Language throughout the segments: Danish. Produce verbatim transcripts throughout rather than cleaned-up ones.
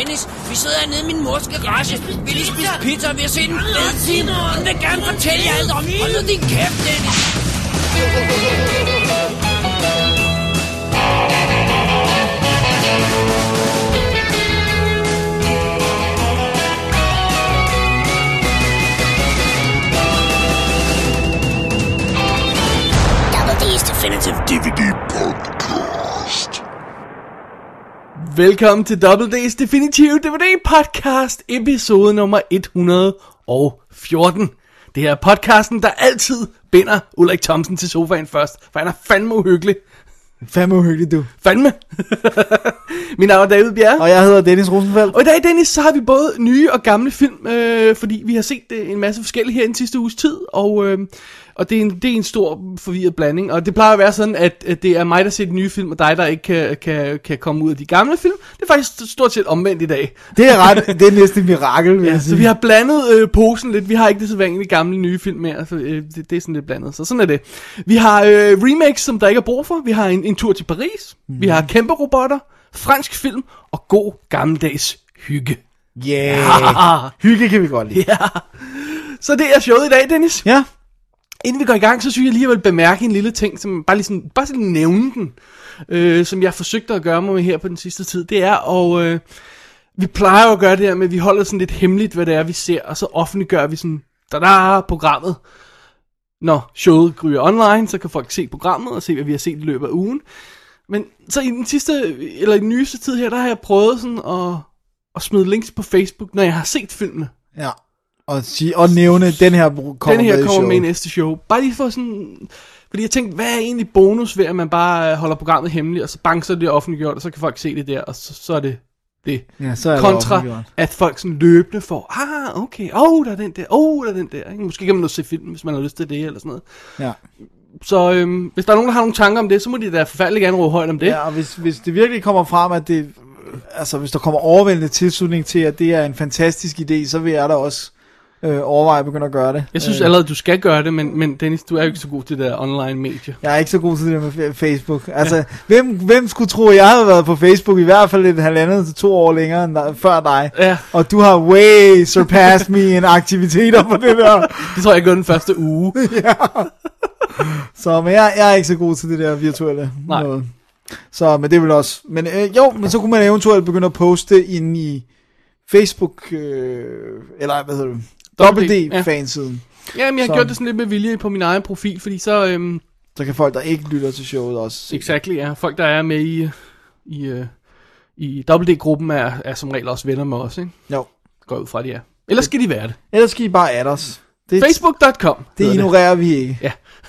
Dennis, vi sidder hernede i min mors garage. Vi lige spise pizza, og vi har set en fed film. Hun vil gerne fortælle jer alt om. Hold nu din kæft, Dennis. Double D's Definitive D V D Podcast. Velkommen til Double D's Definitive D V D Podcast, episode nummer et hundrede og fjorten. Det her er podcasten, der altid binder Ulrik Thomsen til sofaen først, for han er fandme uhyggelig. Fandme uhyggelig, du. Fandme. Min navn er David Bjerre. Og jeg hedder Dennis Rosenfeldt. Og i dag, Dennis, så har vi både nye og gamle film, øh, fordi vi har set øh, en masse forskellige her i den sidste uges tid, og... Øh, Og det er, en, det er en stor forvirret blanding. Og det plejer at være sådan, at, at det er mig, der ser de nye film, og dig, der ikke kan, kan, kan komme ud af de gamle film. Det er faktisk stort set omvendt i dag. Det er ret, det er næsten et mirakel, vil ja, jeg sige. Så vi har blandet øh, posen lidt. Vi har ikke det så vanlige gamle nye film mere. Så, øh, det, det er sådan lidt blandet. Så sådan er det. Vi har øh, remakes, som der ikke er brug for. Vi har en, en tur til Paris. Mm. Vi har kæmpe robotter, fransk film og god gammeldags hygge. Yeah. Hygge kan vi godt lide. Ja. Så det er showet i dag, Dennis. Ja. Inden vi går i gang, så synes jeg lige, at jeg vil bemærke en lille ting, som bare lige sådan, bare sådan nævne den, øh, som jeg forsøgte at gøre mig med her på den sidste tid. Det er, og øh, vi plejer jo at gøre det her med, at vi holder sådan lidt hemmeligt, hvad det er, vi ser, og så offentliggør vi sådan, da-da, programmet. Når showet ryger online, så kan folk se programmet og se, hvad vi har set i løbet af ugen. Men så i den sidste, eller i den nyeste tid her, der har jeg prøvet sådan at, at smide links på Facebook, når jeg har set filmene. Ja. Og, sige, og nævne, den her kommer den her med kommer med i næste show. Bare lige for sådan... Fordi jeg tænkte, hvad er egentlig bonus ved, at man bare holder programmet hemmeligt, og så bang, så er det offentliggjort, og så kan folk se det der, og så, så er det det. Ja, så er kontra, det at folk sådan løbende får, ah, okay, åh, oh, der er den der, åh, oh, der er den der. Ikke? Måske kan man også se film, hvis man har lyst til det, eller sådan noget. Ja. Så øhm, hvis der er nogen, der har nogle tanker om det, så må de da forfærdeligt gerne råbe højt om det. Ja, og hvis, hvis det virkelig kommer frem, at det... Altså, hvis der kommer overvældende tilslutning til, at det er en fantastisk idé, så vil jeg da også... Øh, overveje at begynde at gøre det. Jeg synes allerede, du skal gøre det, men, men Dennis, du er jo ikke så god til det der online medie. Jeg er ikke så god til det med Facebook. Altså, ja. hvem, hvem skulle tro, at jeg havde været på Facebook i hvert fald et halvandet til to år længere end der, før dig. Ja. Og du har way surpassed me in aktiviteter på det der. Det tror jeg, jeg gør den første uge. Ja. Så, men jeg, jeg er ikke så god til det der virtuelle Nej. noget. Så, men det vil også. Men øh, jo, men så kunne man eventuelt begynde at poste ind i Facebook, øh, eller hvad hedder det? Double D-fansiden. Ja, men jeg har så, gjort det sådan lidt med vilje på min egen profil, fordi så... Øhm, så kan folk, der ikke lytter til showet også... Exactly, ja. Folk, der er med i, i, uh, i Double D-gruppen, er, er som regel også venner med os, ikke? Jo. Går ud fra, de er. Ellers skal de være det. Ellers skal I bare add os. Facebook punktum com. Det ignorerer det. Vi ikke. Ja.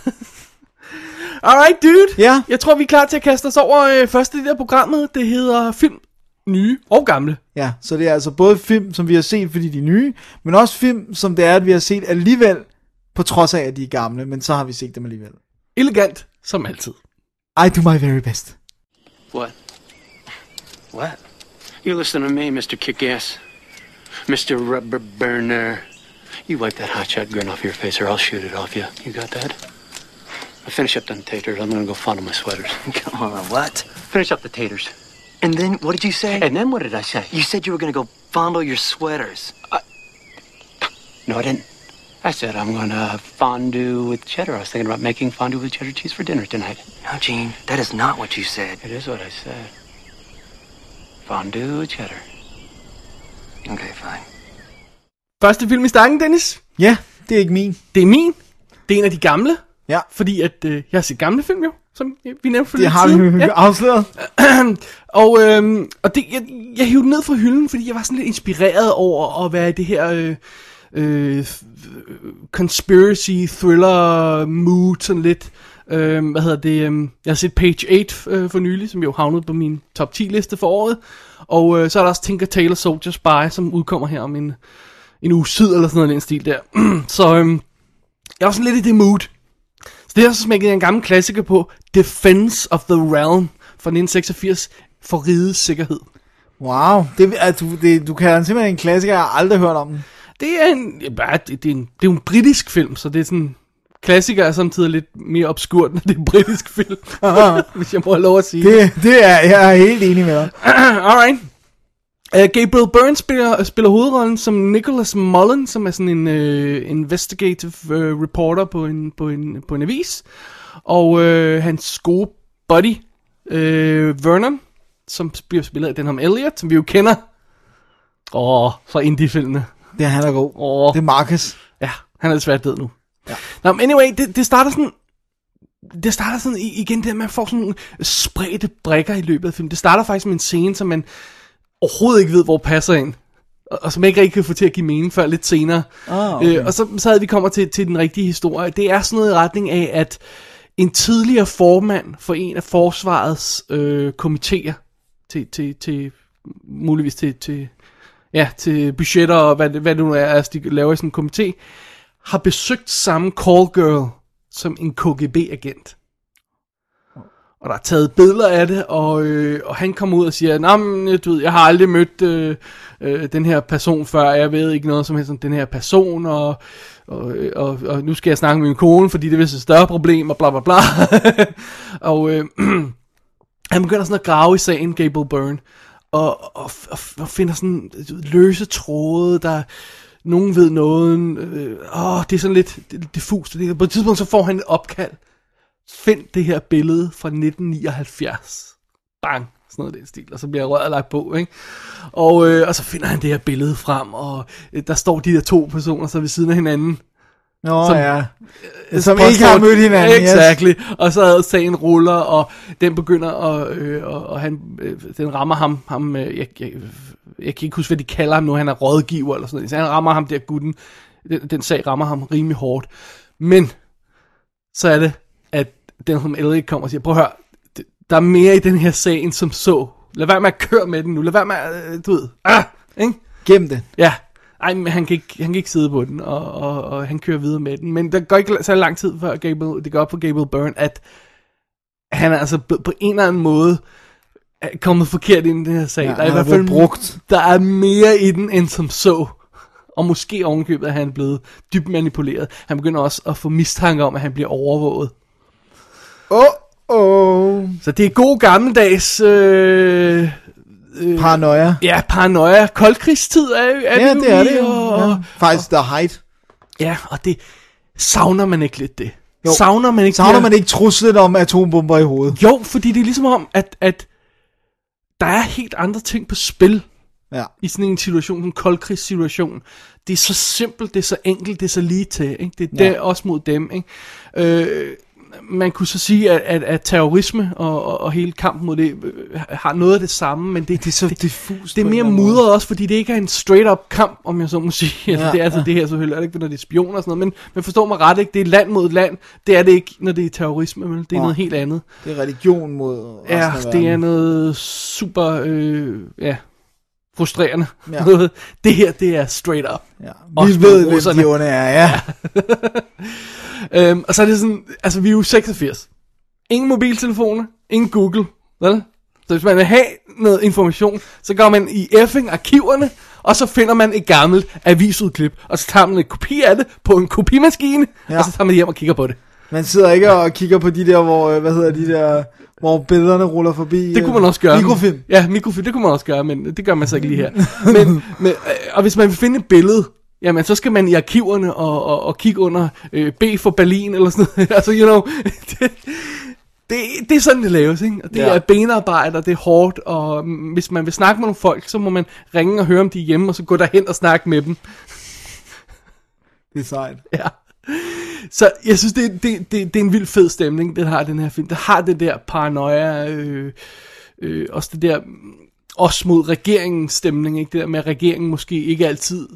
Alright, dude. Ja. Jeg tror, vi er klar til at kaste os over øh, første del af programmet. Det hedder film. Nye og gamle. Ja, så det er altså både film, som vi har set, fordi de er nye, men også film, som det er, at vi har set alligevel, på trods af, at de er gamle, men så har vi set dem alligevel. Elegant, som altid. I do my very best. What? What? You listen to me, mister Kick-Ass. mister Rubber Burner. You wipe that hotshot grin off your face or I'll shoot it off you. You got that? I finish up them taters. I'm gonna go fondle my sweaters. Come on, what? Finish up the taters. And then, what did you say? And then what did I say? You said you were going to go fondle your sweaters. I... No, I didn't. I said I'm going to fondue with cheddar. I was thinking about making fondue with cheddar cheese for dinner tonight. No, Gene, that is not what you said. It is what I said. Fondue with cheddar. Okay, fine. Første film i stakken, Dennis? Ja, det er ikke min. Det er min. Det er en af de gamle. Ja. Fordi at, øh, jeg har set gamle film jo, som vi nævnte for det lidt har siden. vi ja. afsløret. og øhm, og det, jeg, jeg hivede ned fra hylden, fordi jeg var sådan lidt inspireret over at være i det her øh, øh, conspiracy thriller mood, sådan lidt. Øh, hvad hedder det? Øh, jeg har set Page otte øh, for nylig, som jo havnede på min top ti liste for året. Og øh, så er der også Tinker Tailor Soldier Spy, som udkommer her om en, en uge tid, eller sådan noget, den stil der. så øh, jeg var sådan lidt i det mood. Så det har så smækket en gammel klassiker på, Defense of the Realm fra nitten seksogfirs, for rigets sikkerhed. Wow, det, altså, det, du kalder den simpelthen en klassiker, jeg har aldrig hørt om den. Det er en, ja, det, det er en, det er jo en britisk film, så det er sådan, klassiker er samtidig lidt mere obskurt, når det er en britisk film, hvis jeg må have lov at sige det. Det er, jeg er helt enig med dig. Alright. Uh, Gabriel Byrne spiller, spiller hovedrollen som Nicholas Mullen, som er sådan en uh, investigative uh, reporter på en, på, en, på en avis. Og uh, hans gode buddy, uh, Vernon, som bliver spillet af Denholm Elliott, som vi jo kender Åh, fra indie-filmene. Det er han er god. Åh. Det er Marcus. Ja, han er desværre død nu. Ja. Nå, men anyway, det, det starter sådan... Det starter sådan igen det, at man får sådan nogle spredte brækker i løbet af filmen. Det starter faktisk med en scene, som man overhovedet ikke ved, hvor passer ind. Og, og som ikke rigtig kan få til at give mening før lidt senere. Ah, okay. øh, og så, så havde vi kommer til, til den rigtige historie. Det er sådan noget i retning af, at en tidligere formand for en af forsvarets øh, komitéer, til, til, til, muligvis til, til, ja, til budgetter og hvad det, hvad det nu er, altså de laver i sådan en komité, har besøgt samme call girl som en K G B-agent. Og der er taget billeder af det, og, øh, og han kommer ud og siger, nej, men du ved, jeg har aldrig mødt øh, øh, den her person før, jeg ved ikke noget som helst om den her person, og, og, og, og nu skal jeg snakke med min kone, fordi det er vist et større problem, og bla bla bla. og øh, han begynder sådan at grave i sagen, Gabriel Byrne, og, og, og, og finder sådan løse tråde, der... Nogen ved noget, øh, åh, det er sådan lidt diffust. På et tidspunkt så får han et opkald. Find det her billede fra nitten nioghalvfjerds. Bang, sådan noget den stil. Og så bliver røret lagt på, ikke? Og, øh, og så finder han det her billede frem, og øh, der står de der to personer så ved siden af hinanden. Nå som, ja, øh, som ikke har mødt hinanden. Exactly. Yes. Og så sagen ruller, og den begynder, og, øh, og, og han, øh, den rammer ham, ham øh, jeg, jeg, jeg kan ikke huske, hvad de kalder ham nu, han er rådgiver eller sådan noget, så han rammer ham der gutten, den, den sag rammer ham rimelig hårdt. Men, så er det, at den som Elliot kommer og siger, prøv at høre, der er mere i den her sag end som så. Lad være med at køre med den nu, lad være med at, du ved, ah, ikke? Gem det. Ja. Ej, men han kan ikke, han kan ikke sidde på den, og, og, og han kører videre med den. Men der går ikke så lang tid før Gabriel, det går op for Gabriel Byrne, at han er altså på en eller anden måde kommet forkert ind i den her sag. Ja, der er i hvert fald brugt. Der er mere i den end som så. Og måske ovenkøbet er han blevet dybt manipuleret. Han begynder også at få mistanke om, at han bliver overvåget. Åh, oh, oh. Så det er god gammeldags... Øh, Øh, paranoia. Ja, paranoia. Koldkrigstid er, er ja, det, det er det jo. Og, ja. Faktisk the height. Ja, og det savner man ikke lidt det. Jo. Savner man ikke Savner man ikke truslet om atombomber i hovedet? Jo, fordi det er ligesom om, at, at der er helt andre ting på spil. Ja. I sådan en situation, en koldkrigssituation. Det er så simpelt, det er så enkelt, det er så lige til. Ikke? Det er ja. Der også mod dem. Ikke? Øh, man kunne så sige, at, at, at terrorisme og, og, og hele kampen mod det øh, har noget af det samme, men det, det er så det, diffust. Det er mere mudret også, fordi det ikke er en straight-up kamp, om jeg så må sige. Ja, altså, det er altså ja. Det her selvfølgelig, er det ikke, når det er spioner og sådan noget, men, men forstår mig ret, ikke? Det er land mod land. Det er det ikke, når det er terrorisme, men det er ja. Noget helt andet. Det er religion mod resten ja, af verden. det er noget super, øh, ja, frustrerende. Ja. Det her, det er straight up. Ja. Vi også ved, hvem de onde er, ja. øhm, og så er det sådan, altså vi er jo seksogfirs. Ingen mobiltelefoner, ingen Google, vel? Så hvis man vil have noget information, så går man i effing arkiverne, og så finder man et gammelt avisudklip, og så tager man en kopi af det på en kopimaskine, ja. Og så tager man hjem og kigger på det. Man sidder ikke og kigger på de der, hvor, hvad hedder de der, hvor billederne ruller forbi. Det kunne man også gøre. Mikrofilm. Ja, mikrofilm, det kunne man også gøre, men det gør man så ikke lige her. men, men, og hvis man vil finde et billede, jamen så skal man i arkiverne og, og, og kigge under øh, B for Berlin eller sådan noget. altså, you know, det, det, det er sådan, det laves, ikke? Og det ja. Er benarbejde, og det er hårdt, og hvis man vil snakke med nogle folk, så må man ringe og høre om de er hjemme, og så gå derhen og snakke med dem. Det er sejt. Ja. Så jeg synes, det, det, det, det er en vild fed stemning, den har den her film. Det har det der paranoia, øh, øh, også det der, også mod regeringens stemning, ikke? Det der med, at regeringen måske ikke altid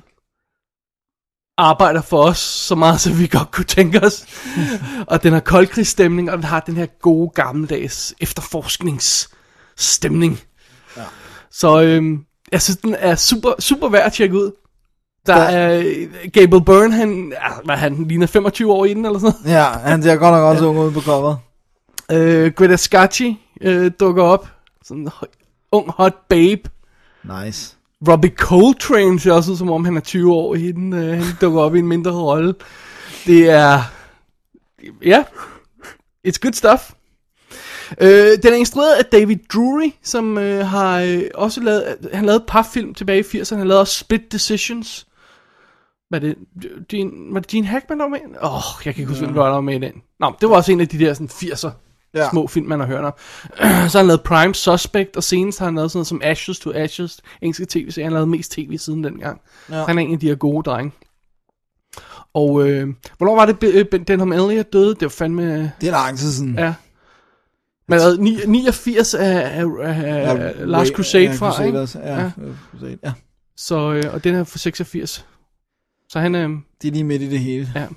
arbejder for os så meget, som vi godt kunne tænke os. Og den har koldkrigsstemning, og den har den her gode gammeldags efterforskningsstemning. Ja. Så øh, jeg synes, den er super, super værd at tjekke ud. Der er Gabriel Byrne, han, hvad han ligner femogtyve år inden eller sådan noget. Ja, han ser godt nok også ja. Ung ud på coveret. Øh, Greta Scacchi øh, dukker op, sådan en ung hot babe. Nice. Robbie Coltrane ser også ud som om han er tyve år inden, øh, han dukker op i en mindre rolle. Det er, ja, yeah, it's good stuff. Øh, den er instrueret af David Drury, som øh, har øh, også lavet, han lavede et par film tilbage i firserne, han lavede også Split Decisions. Var det, Gene, var det Gene Hackman, der var med? Åh, oh, jeg kan ikke huske, hvem der var med i den. Nå, det var også en af de der sådan firser ja. små film, man har hørt om. Så har han lavet Prime Suspect, og senest har han lavet sådan noget som Ashes to Ashes, engelske tv-serie. Han har lavet mest tv siden dengang. Ja. Han er en af de her gode drenge. Og øh, hvornår var det, Denholm Elliott døde? Det var fandme... Det er lang tid siden. Ja. Men altså, niogfirs af, af, af ja, Last Crusade ja, fra, ikke? Ja, ja. Crusade, ja. Så, øh, og den er fra seksogfirs. Så han... Øh, det er lige midt i det hele. Ja.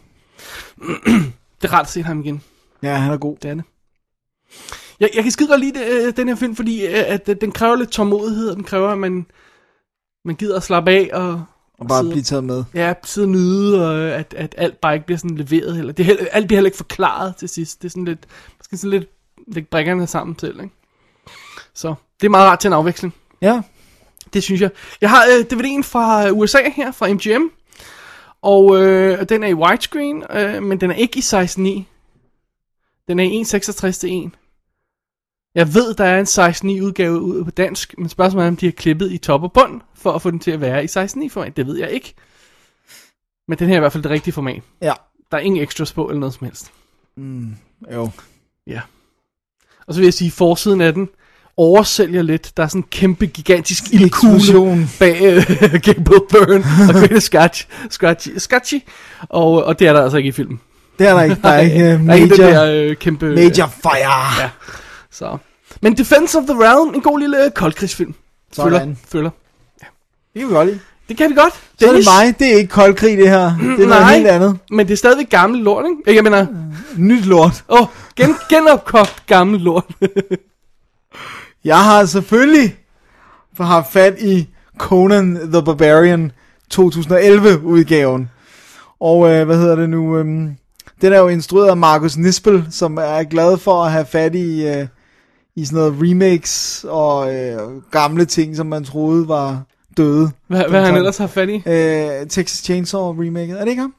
Det er rart at se ham igen. Ja, han er god. Det er det. Jeg, jeg kan skide godt lide det, den her film, fordi at, at den kræver lidt tålmodighed, og den kræver, at man, man gider at slappe af og... Og bare sidde, blive taget med. Ja, sidde og nyde, og at, at alt bare ikke bliver sådan leveret heller. Det er, alt bliver heller ikke forklaret til sidst. Det er sådan lidt... Man skal sådan lidt lægge brækkerne sammen til, ikke? Så det er meget rart til en afveksling. Ja. Det synes jeg. Jeg har øh, D V D'en fra U S A her, fra M G M. Og øh, den er i widescreen, øh, men den er ikke i seksten ni. Den er i en seksogtres til en. Jeg ved, der er en seksten ni udgave ude på dansk, men spørgsmålet er, om de har klippet i top og bund, for at få den til at være i seksten ni format. Det ved jeg ikke. Men den her er i hvert fald det rigtige format. Ja. Der er ingen extras på, eller noget som helst. Mm, jo. Ja. Og så vil jeg sige, forsiden af den oversælger lidt. Der er sådan en kæmpe, gigantisk ildkugle bag uh, Gabriel Byrne og Greta Scacchi, Scacchi, Scacchi. Og, og det er der altså ikke i filmen. Det er der ikke. Der er ikke uh, major, der er ikke der, uh, kæmpe... Major fire. Ja. Så. Men Defense of the Realm, en god lille koldkrigsfilm. Følger. Følger. Ja. Det kan vi godt lide. Det kan vi godt. Så er det mig. Det er ikke koldkrig, det her. Det er noget helt andet. Men det er stadigvæk gammel lort, ikke? Jeg mener... Nyt lort. Åh, oh, gen, genopkogt gammel lort. Jeg har selvfølgelig haft fat i Conan the Barbarian to tusind og elleve udgaven. Og øh, hvad hedder det nu? Øhm, den er jo instrueret af Marcus Nispel, som er glad for at have fat i, øh, i sådan noget remakes og øh, gamle ting, som man troede var døde. Hvad, hvad har han ellers haft fat i? Øh, Texas Chainsaw remaket. Er det ikke ham?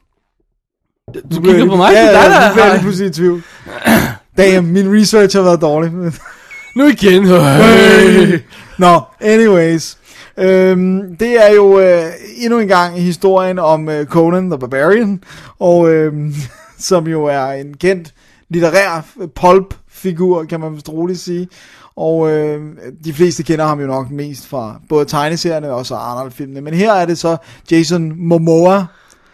Du kigger på mig? Ja, det er ja, du bliver lige pludselig i tvivl. Damn, min research har været dårlig. Nu igen. Hey. Nå, anyways. Øhm, det er jo øh, endnu en gang historien om øh, Conan the Barbarian, og øh, som jo er en kendt litterær pulp-figur, kan man vist roligt sige. Og øh, de fleste kender ham jo nok mest fra både tegneserierne og så Arnold-filmene. Men her er det så Jason Momoa,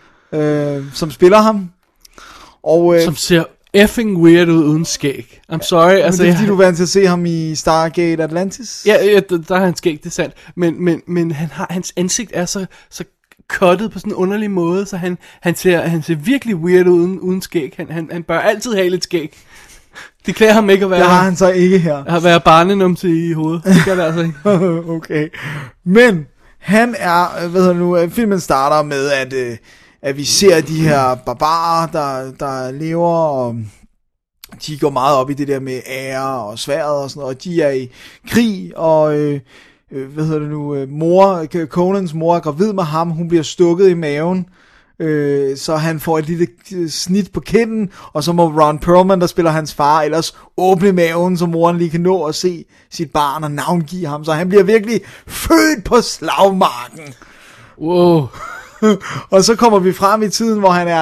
øh, som spiller ham. Og, øh, som ser effing weird ud uden skæg. I'm sorry. Men altså, det er fordi, jeg... du er vant til at se ham i Stargate Atlantis? Ja, ja der, der er han skæg, det er sandt. Men, men, men han har, hans ansigt er så, så cuttet på sådan en underlig måde, så han, han, ser, han ser virkelig weird ud uden, uden skæg. Han, han, han bør altid have lidt skæg. Det klæder ham ikke at være... Det har han så ikke her. At være barnenumse i hovedet. Det gør det altså ikke. Okay. Men han er... Hvad hedder nu? Filmen starter med, at, at vi ser de her barbarer, der, der lever, og de går meget op i det der med ære og sværet og sådan noget. Og de er i krig, og... Øh, hvad hedder det nu? Mor, Conans mor er gravid med ham. Hun bliver stukket i maven. Øh, så han får et lille snit på kinden, og så må Ron Perlman, der spiller hans far, ellers åbne maven, så moren lige kan nå at se sit barn og navngive ham, så han bliver virkelig født på slagmarken. Wow. Og så kommer vi frem i tiden, hvor han er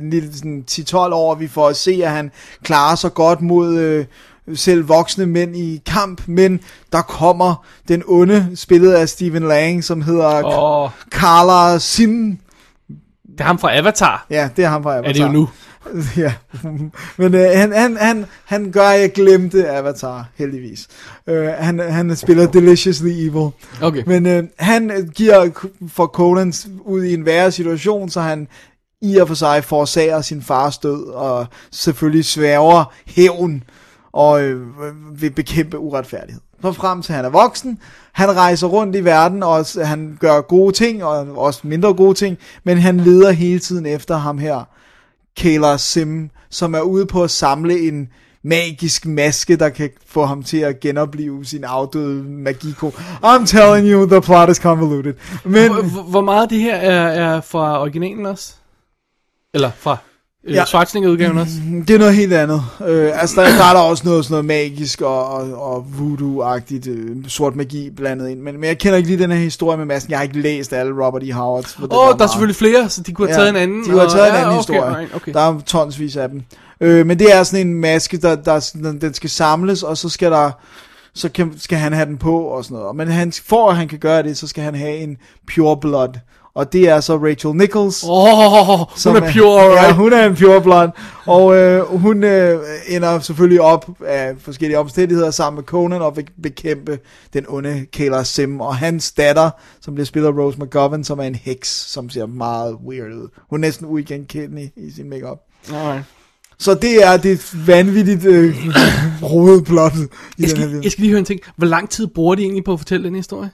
ti til tolv år, og vi får at se, at han klarer sig godt mod øh, selv voksne mænd i kamp, men der kommer den onde, spillet af Stephen Lang, som hedder oh. Carla Sim. Det er ham fra Avatar. Ja, det er ham fra Avatar. Er det jo nu? Ja, men øh, han, han, han, han gør, at jeg glemte Avatar, heldigvis. Øh, han, han spiller Deliciously Evil. Okay. Men øh, han giver for Conan ud i en værre situation, så han i og for sig forårsager sin fars død, og selvfølgelig sværger hævn, og øh, vil bekæmpe uretfærdighed. Så frem til han er voksen, han rejser rundt i verden, og han gør gode ting, og også mindre gode ting, men han leder hele tiden efter ham her, Kayla Sim, som er ude på at samle en magisk maske, der kan få ham til at genopleve sin afdøde magiko. I'm telling you, the plot is convoluted. Men hvor, hvor meget af det her er, er fra originalen også? Eller fra øh, ja. Schwarzenegger-udgaven også? Det er noget helt andet. Øh, altså, der, der er der også noget, sådan noget magisk og, og, og voodoo-agtigt, øh, sort magi blandet ind. Men, men jeg kender ikke lige den her historie med masken. Jeg har ikke læst alle Robert E. Howards. Åh, oh, der er selvfølgelig flere, så de kunne have taget ja, en anden. de kunne have taget og, en anden ja, okay, historie. right, okay. Der er tonsvis af dem. Øh, men det er sådan en maske, der, der, den skal samles, og så skal der... så kan, skal han have den på og sådan noget. Men han, for at han kan gøre det, så skal han have en pure blood. Og det er så Rachel Nichols. Åh, oh, hun er pure, right? Ja, hun er en pure blood. Og øh, hun øh, ender selvfølgelig op af forskellige omstændigheder sammen med Conan og vil bekæmpe den onde Kayla Sim. Og hans datter, som bliver spillet af Rose McGovern, som er en heks, som ser meget weird ud. Hun er næsten uigenkendelig i sin makeup. Nej. Så det er det vanvittigt øh, rodet plot i jeg skal, den her film. Jeg skal lige høre en ting. Hvor lang tid bruger de egentlig på at fortælle den historie?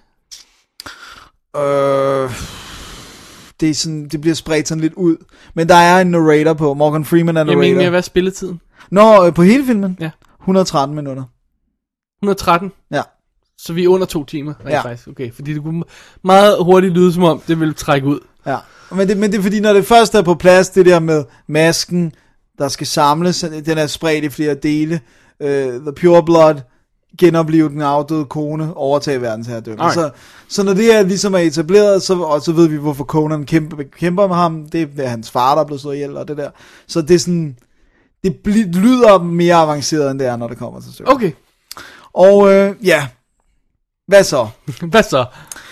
Øh, det, er sådan, det bliver spredt sådan lidt ud. Men der er en narrator på. Morgan Freeman er narrator. Jeg mener, hvad er spilletiden? Nå, øh, på hele filmen? Ja. et hundrede og tretten minutter. et hundrede og tretten? Ja. Så vi er under to timer, ja. faktisk. Okay, fordi det kunne meget hurtigt lyde, som om det ville trække ud. Ja, men det, men det er fordi, når det først er på plads, det der med masken, der skal samles, den er spredt i flere dele. Uh, The Pure Blood, genopleve den afdøde kone, overtage verdensherredømmet. Så, så når det er ligesom er etableret, så, og så ved vi, hvorfor Conan kæmper, kæmper med ham. Det er hans far, der er blevet slået ihjel, og det der. Så det er sådan, det bl- lyder mere avanceret, end det er, når det kommer til stykket. Okay. Og øh, ja, hvad så? Hvad så?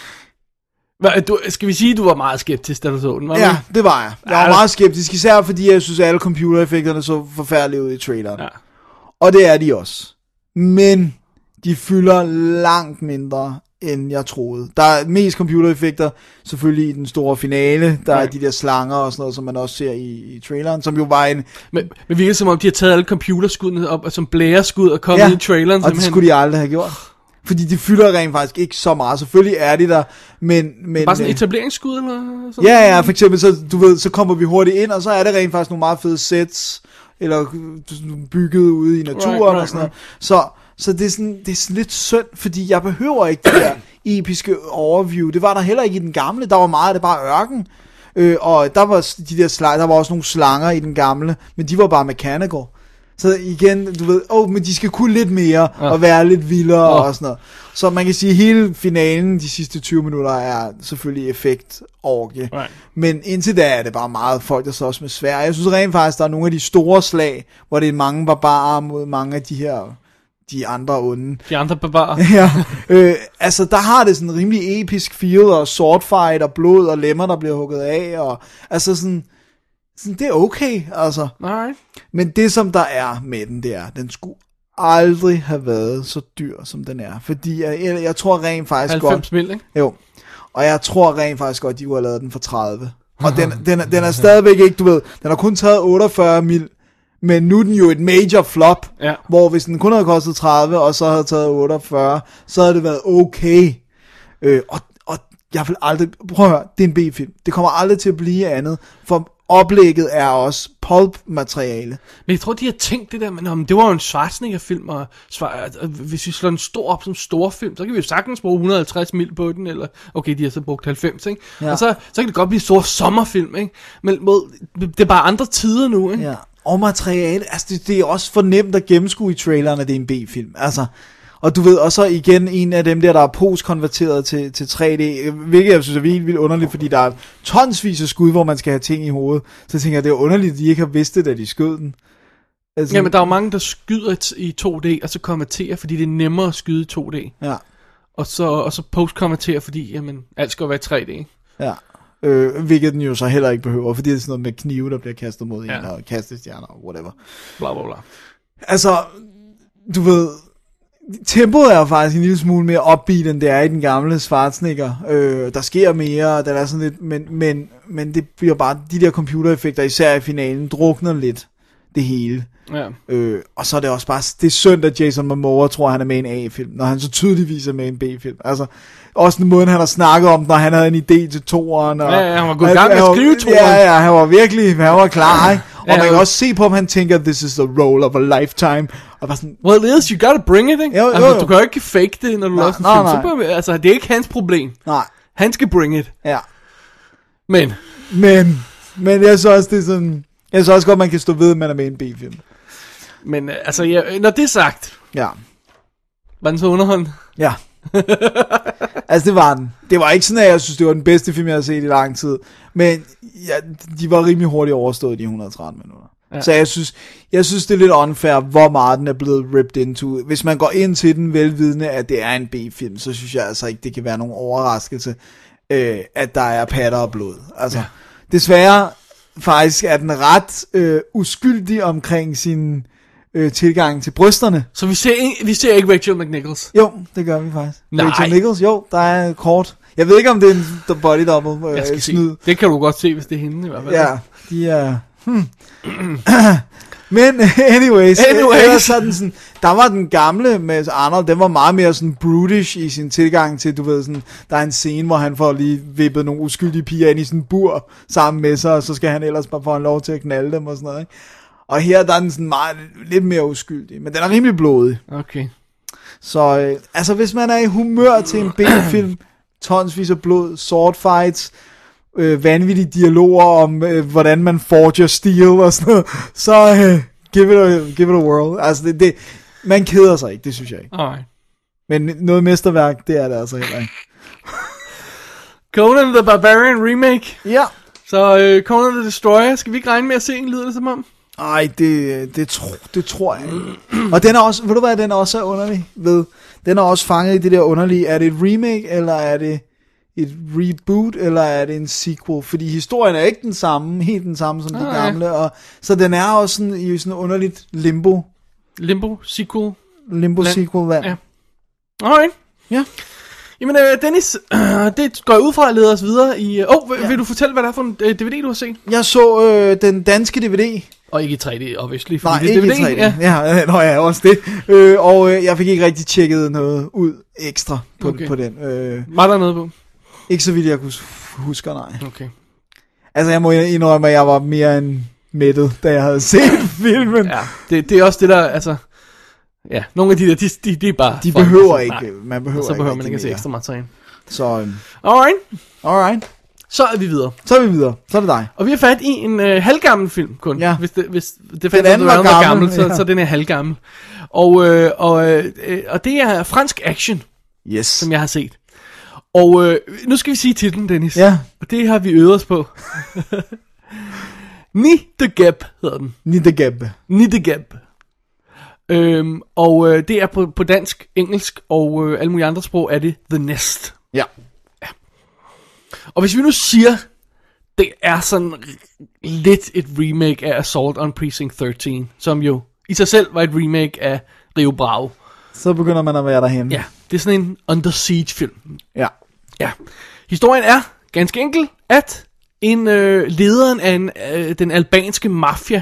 Hva, du, skal vi sige, at du var meget skeptisk, da du så den? Var Ja, du? det var jeg. Jeg var ja, meget skeptisk, især fordi jeg synes, at alle computereffekterne så forfærdelige ud i traileren. Ja. Og det er de også. Men de fylder langt mindre, end jeg troede. Der er mest computereffekter, selvfølgelig i den store finale. Der ja. er de der slanger og sådan noget, som man også ser i, i traileren, som jo var en... Men, men virker som om, de har taget alle computerskuddene op, som blæreskud og kommet ja, i traileren. og det skulle de aldrig have gjort. Fordi de fylder rent faktisk ikke så meget. Selvfølgelig er de der, men... men bare sådan et etableringsskud eller sådan? Ja, ja, for eksempel, så, du ved, så kommer vi hurtigt ind, og så er det rent faktisk nogle meget fede sets, eller bygget ude i naturen right, right, og sådan noget. Så, så det er sådan, det er sådan lidt synd, fordi jeg behøver ikke det der episke overview. Det var der heller ikke i den gamle. Der var meget af det bare ørken. Øh, og der var de der sl- der var også nogle slanger i den gamle, men de var bare mechanical. Så igen, du ved, åh, oh, men de skal kunne lidt mere, ja. og være lidt vildere, oh. og sådan noget. Så man kan sige, at hele finalen, de sidste tyve minutter, er selvfølgelig effekt-orgie. Right. Men indtil da er det bare meget folk, der slås med sværd. Jeg synes rent faktisk, der er nogle af de store slag, hvor det er mange barbarer mod mange af de her, de andre onde. De andre barbarer? ja, øh, altså der har det sådan en rimelig episk feel, og swordfight, og blod, og lemmer, der bliver hugget af, og altså sådan... Så det er okay, altså. Nej. Men det, som der er med den, det er, den skulle aldrig have været så dyr, som den er. Fordi jeg, jeg, jeg tror rent faktisk halvfems godt... halvfems mil, ikke? Jo. Og jeg tror rent faktisk godt, de kunne have lavet den for tredive. Og den, den, den er stadigvæk ikke, du ved, den har kun taget otteogfyrre mil, men nu er den jo et major flop, ja. hvor hvis den kun havde kostet tredive, og så havde taget otteogfyrre, så havde det været okay. Øh, og, og jeg vil aldrig... Prøv at høre, det er en B-film. Det kommer aldrig til at blive andet, for... Oplægget er også pulp-materiale. Men jeg tror, de har tænkt det der, men om det var jo en Schwarzenegger-film, og hvis vi slår den stor op som storfilm, så kan vi jo sagtens bruge et hundrede og halvtreds mil på den, eller okay, de har så brugt halvfems, ikke? Ja. Og så, så kan det godt blive en stor sommerfilm, ikke? Men det er bare andre tider nu, ikke? Ja. Og materiale, altså det, det er også for nemt at gennemskue i traileren, at det er en B-film, altså... Og du ved, og så igen en af dem der, der er postkonverteret til, til tre D, hvilket jeg synes er vildt, vildt underligt, fordi der er tonsvis af skud, hvor man skal have ting i hovedet. Så tænker jeg, det er underligt, at de ikke har vidst det, da de skød den. Altså, ja, men der er jo mange, der skyder i to D, og så konverterer, fordi det er nemmere at skyde i to D. Ja. Og så, og så postkonverterer, fordi jamen, alt skal jo være i tre D, ikke? Ja. Øh, hvilket den jo så heller ikke behøver, fordi det er sådan noget med knive, der bliver kastet mod ja. en, og kastestjerner, og whatever. Bla, bla, bla. Altså, du ved... Tempoet er jo faktisk en lille smule mere upbeat, end det er i den gamle Schwarzenegger. Øh, der sker mere, der er sådan lidt, men, men, men det bliver bare, de der computereffekter, især i finalen, drukner lidt det hele. Ja. Øh, og så er det også bare, det er synd, at Jason Momoa tror, han er med i en A-film, når han så tydeligvis er med i en B-film. Altså, også den måde, han har snakket om, når han havde en idé til toeren. Og, ja, ja, han var gået i gang med at skrive toeren. Ja, ja, han var virkelig, han var klar, ikke? Og ja, man kan ja. også se på, om han tænker, this is the role of a lifetime. Og bare sådan, well, it is, you gotta bring it, ikke? Jo, jo, altså, jo. du kan jo ikke fake det, når du laver sådan en film. Så bare, altså, det er ikke hans problem. Nej. Han skal bring it. Ja. Men. Men, men jeg så også, det er sådan, Jeg synes også godt, man kan stå ved, at man er med i en B-film. Men øh, altså, ja, når det er sagt, Ja. var den så underholdende? Ja. Altså, det var den. Det var ikke sådan, at jeg synes, det var den bedste film, jeg har set i lang tid. Men ja, de var rimelig hurtigt overstået, de et hundrede og tretten minutter. Ja. Så jeg synes, jeg synes, det er lidt unfair, hvor meget den er blevet ripped into. Hvis man går ind til den velvidende, at det er en B-film, så synes jeg altså ikke, det kan være nogen overraskelse, øh, at der er patter og blod. Altså, ja. Desværre faktisk er den ret øh, uskyldig omkring sin øh, tilgang til brysterne. Så vi ser, ikke, vi ser ikke Rachel McNichols? Jo, det gør vi faktisk. Nej. Rachel Nichols, jo, der er kort. Jeg ved ikke, om det er en body double øh, jeg skal snyd. se. Det kan du godt se, hvis det er hende i hvert fald. Ja, de er... Hmm. Men anyways, anyways. Sådan, sådan, der var den gamle med Arnold, den var meget mere sådan brutish i sin tilgang til, du ved sådan, der er en scene, hvor han får lige vippet nogle uskyldige piger ind i sådan en bur sammen med sig, og så skal han ellers bare få en lov til at knalde dem og sådan noget, ikke? Og her der er den sådan meget, lidt mere uskyldig, men den er rimelig blodig. Okay. Så øh, altså hvis man er i humør til en B-film, tonsvis af blod, sword fights, Øh, vanvittige dialoger om, øh, hvordan man forger steel og sådan noget, så øh, give, it a, give it a whirl. Altså, det, det, man keder sig ikke, det synes jeg ikke. Alright. Men noget mesterværk, det er det altså heller ikke. Conan the Barbarian remake. Ja. Så øh, Conan the Destroyer, skal vi ikke regne med at se en, lyder det som om? Ej, det, det, tro, det tror jeg ikke. Og den er også, ved du hvad, den er også underlig ved? Den er også fanget i det der underlige, er det et remake, eller er det et reboot, eller er det en sequel? Fordi historien er ikke den samme, helt den samme som de ah, gamle, ja. Og så den er også sådan, i sådan underligt limbo. Limbo sequel. Limbo Land. sequel, hvad? Ja. Alright. Ja. Jamen, øh, Dennis, øh, det går jeg ud fra at lede os videre i... Åh, oh, vil, ja. vil du fortælle, hvad der er for en øh, D V D, du har set? Jeg så øh, den danske D V D. Og ikke i tre D, obviously. Nej, det ikke D V D, i tre D. Ja, ja nå, ja, også det. Øh, og øh, jeg fik ikke rigtig tjekket noget ud ekstra på, okay. på den. Øh, Var der noget på? Ikke så vidt jeg kunne huske, nej. Okay. Altså, jeg må indrømme, at jeg var mere end mættet, da jeg havde set filmen. Ja, det, det er også det der, altså... Ja, nogle af de der, de, de, de er bare... De behøver ikke, nej. Man behøver så behøver ikke man ikke at se ekstra materiale. Så... Um, Alright. Alright. Så er vi videre. Så er vi videre. Så er det dig. Og vi har fat i en øh, halvgammel film kun. Ja. Hvis det, hvis det fandt den var gammel, gammel så, ja. så den er halvgammel. Og, øh, og, øh, og det er fransk action, yes. som jeg har set. Og øh, nu skal vi sige titlen, Dennis. Ja. Og det har vi øvet os på. Ni de Geb hedder den. Ni de Geb. Ni de Geb. Øhm, og øh, det er på, på dansk, engelsk og øh, alle mulige andre sprog er det The Nest. Ja. Ja. Og hvis vi nu siger, det er sådan lidt et remake af Assault on Precinct tretten, som jo i sig selv var et remake af Rio Bravo. Så begynder man at være derhen. Ja, det er sådan en Under Siege film. Ja. Ja. Historien er ganske enkel, at en øh, lederen af en, øh, den albanske mafia,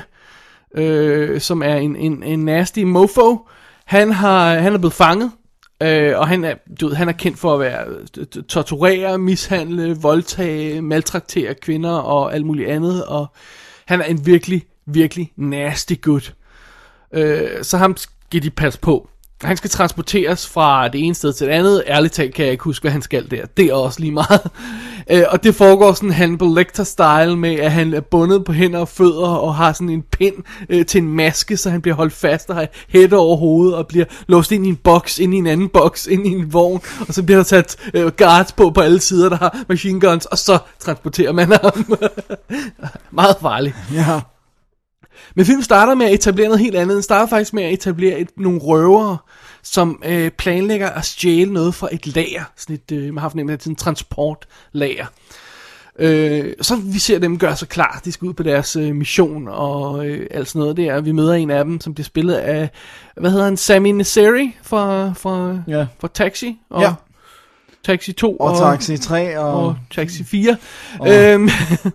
øh, som er en, en, en nasty mofo, han, har, han er blevet fanget, øh, og han er, du ved, han er kendt for at være torturere, mishandle, voldtage, maltraktere kvinder og alt muligt andet, og han er en virkelig, virkelig nasty gut. Øh, så ham skal de passe på. Han skal transporteres fra det ene sted til det andet. Ærligt talt kan jeg ikke huske, hvad han skal der. Det er også lige meget. øh, og det foregår sådan Hannibal Lecter-style med, at han er bundet på hænder og fødder og har sådan en pind øh, til en maske, så han bliver holdt fast og har hætte over hovedet og bliver låst ind i en boks, ind i en anden boks, ind i en vogn. Og så bliver der sat øh, guards på på alle sider, der har machine guns, og så transporterer man ham. Meget farligt. Ja. Men filmen starter med at etablere noget helt andet. Den starter faktisk med at etablere et, nogle røvere, som øh, planlægger at stjæle noget fra et lager. Sådan et, øh, man har fornemmet, at det er en transportlager. Øh, så vi ser dem gøre sig klar. De skal ud på deres øh, mission og øh, alt sådan noget der. Vi møder en af dem, som bliver spillet af, hvad hedder han, Sami Nasseri fra, fra, ja. fra Taxi. Og ja. Taxi to. Og, og Taxi tre. Og, og Taxi fire. Og, øhm,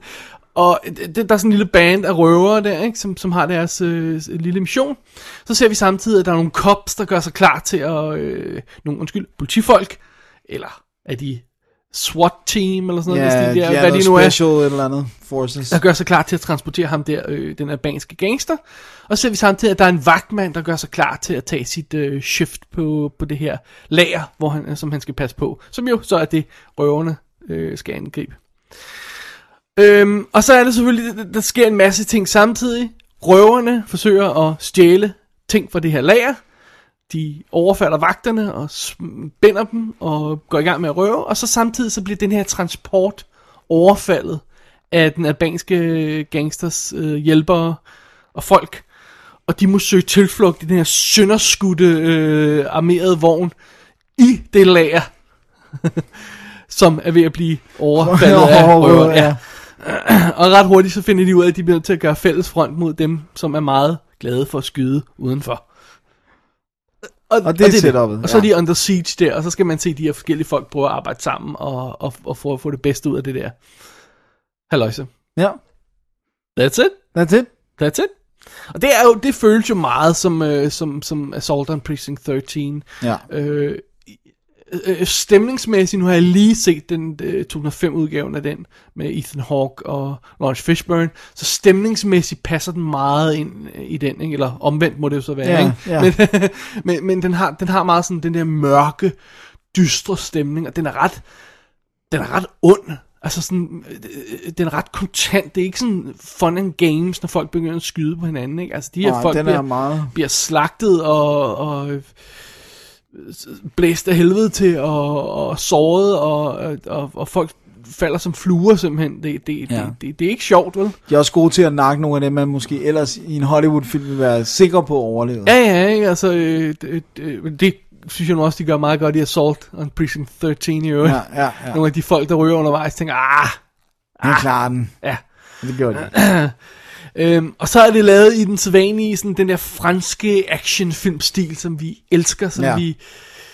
Og det, der er sådan en lille band af røvere der, ikke, som, som har deres øh, lille mission. Så ser vi samtidig, at der er nogle cops, der gør sig klar til at... Øh, nogle, undskyld, politifolk, eller er de SWAT-team, eller sådan noget. Ja, de, der, de hvad de nu er. Special eller andet forces. Der gør sig klar til at transportere ham der, øh, den albanske gangster. Og så ser vi samtidig, at der er en vagtmand, der gør sig klar til at tage sit øh, shift på, på det her lager, hvor han, som han skal passe på. Som jo så er det, røverne øh, skal angribe. Øhm, og så er det selvfølgelig, der sker en masse ting samtidig. Røverne forsøger at stjæle ting fra det her lager. De overfalder vagterne og binder dem og går i gang med at røve. Og så samtidig så bliver den her transport overfaldet af den albanske gangsters øh, hjælpere og folk. Og de må søge tilflugt i den her sønderskudte øh, armerede vogn i det lager, som er ved at blive overfaldet af røver. Ja. Og ret hurtigt så finder de ud af, at de bliver nødt til at gøre fælles front mod dem, som er meget glade for at skyde udenfor. Og, og det er setupet. Og så er de under siege der, og så skal man se de her forskellige folk prøve at arbejde sammen og, og, og få, få det bedste ud af det der. Halløjse. Ja. That's it. That's it. That's it. Og det er jo, det føles jo meget som, øh, som, som Assault on Precinct tretten. Ja. Øh, øh, stemningsmæssigt, nu har jeg lige set den øh, to tusind og fem udgaven af den, med Ethan Hawke og Lawrence Fishburne, så stemningsmæssigt passer den meget ind i den, ikke? Eller omvendt må det jo så være, ja, ikke? Ja. Men, men, men den, har, den har meget sådan den der mørke, dystre stemning, og den er ret, den er ret ond. Altså sådan, den er ret kontant. Det er ikke sådan fun and games, når folk begynder at skyde på hinanden, ikke? Altså de her oh, folk bliver, meget... bliver slagtet og, og blæst af helvede til og, og såret og, og, og folk falder som fluer simpelthen. Det, det, ja. det, det, det er ikke sjovt, vel? De er også gode til at nakke nogle af dem, man måske ellers i en Hollywood-film vil være sikker på at overleve. Ja, ja, ikke? Altså det, det, det synes jeg nu også, de gør meget godt i Assault on Precinct tretten i øvrigt. Ja, ja, ja. Nogle af de folk, der ryger undervejs, tænker, ah, ah, det klarer den. Ja. Det gjorde de. øhm, og så er det lavet i den sædvanlige, sådan den der franske actionfilmstil, som vi elsker, som ja. vi...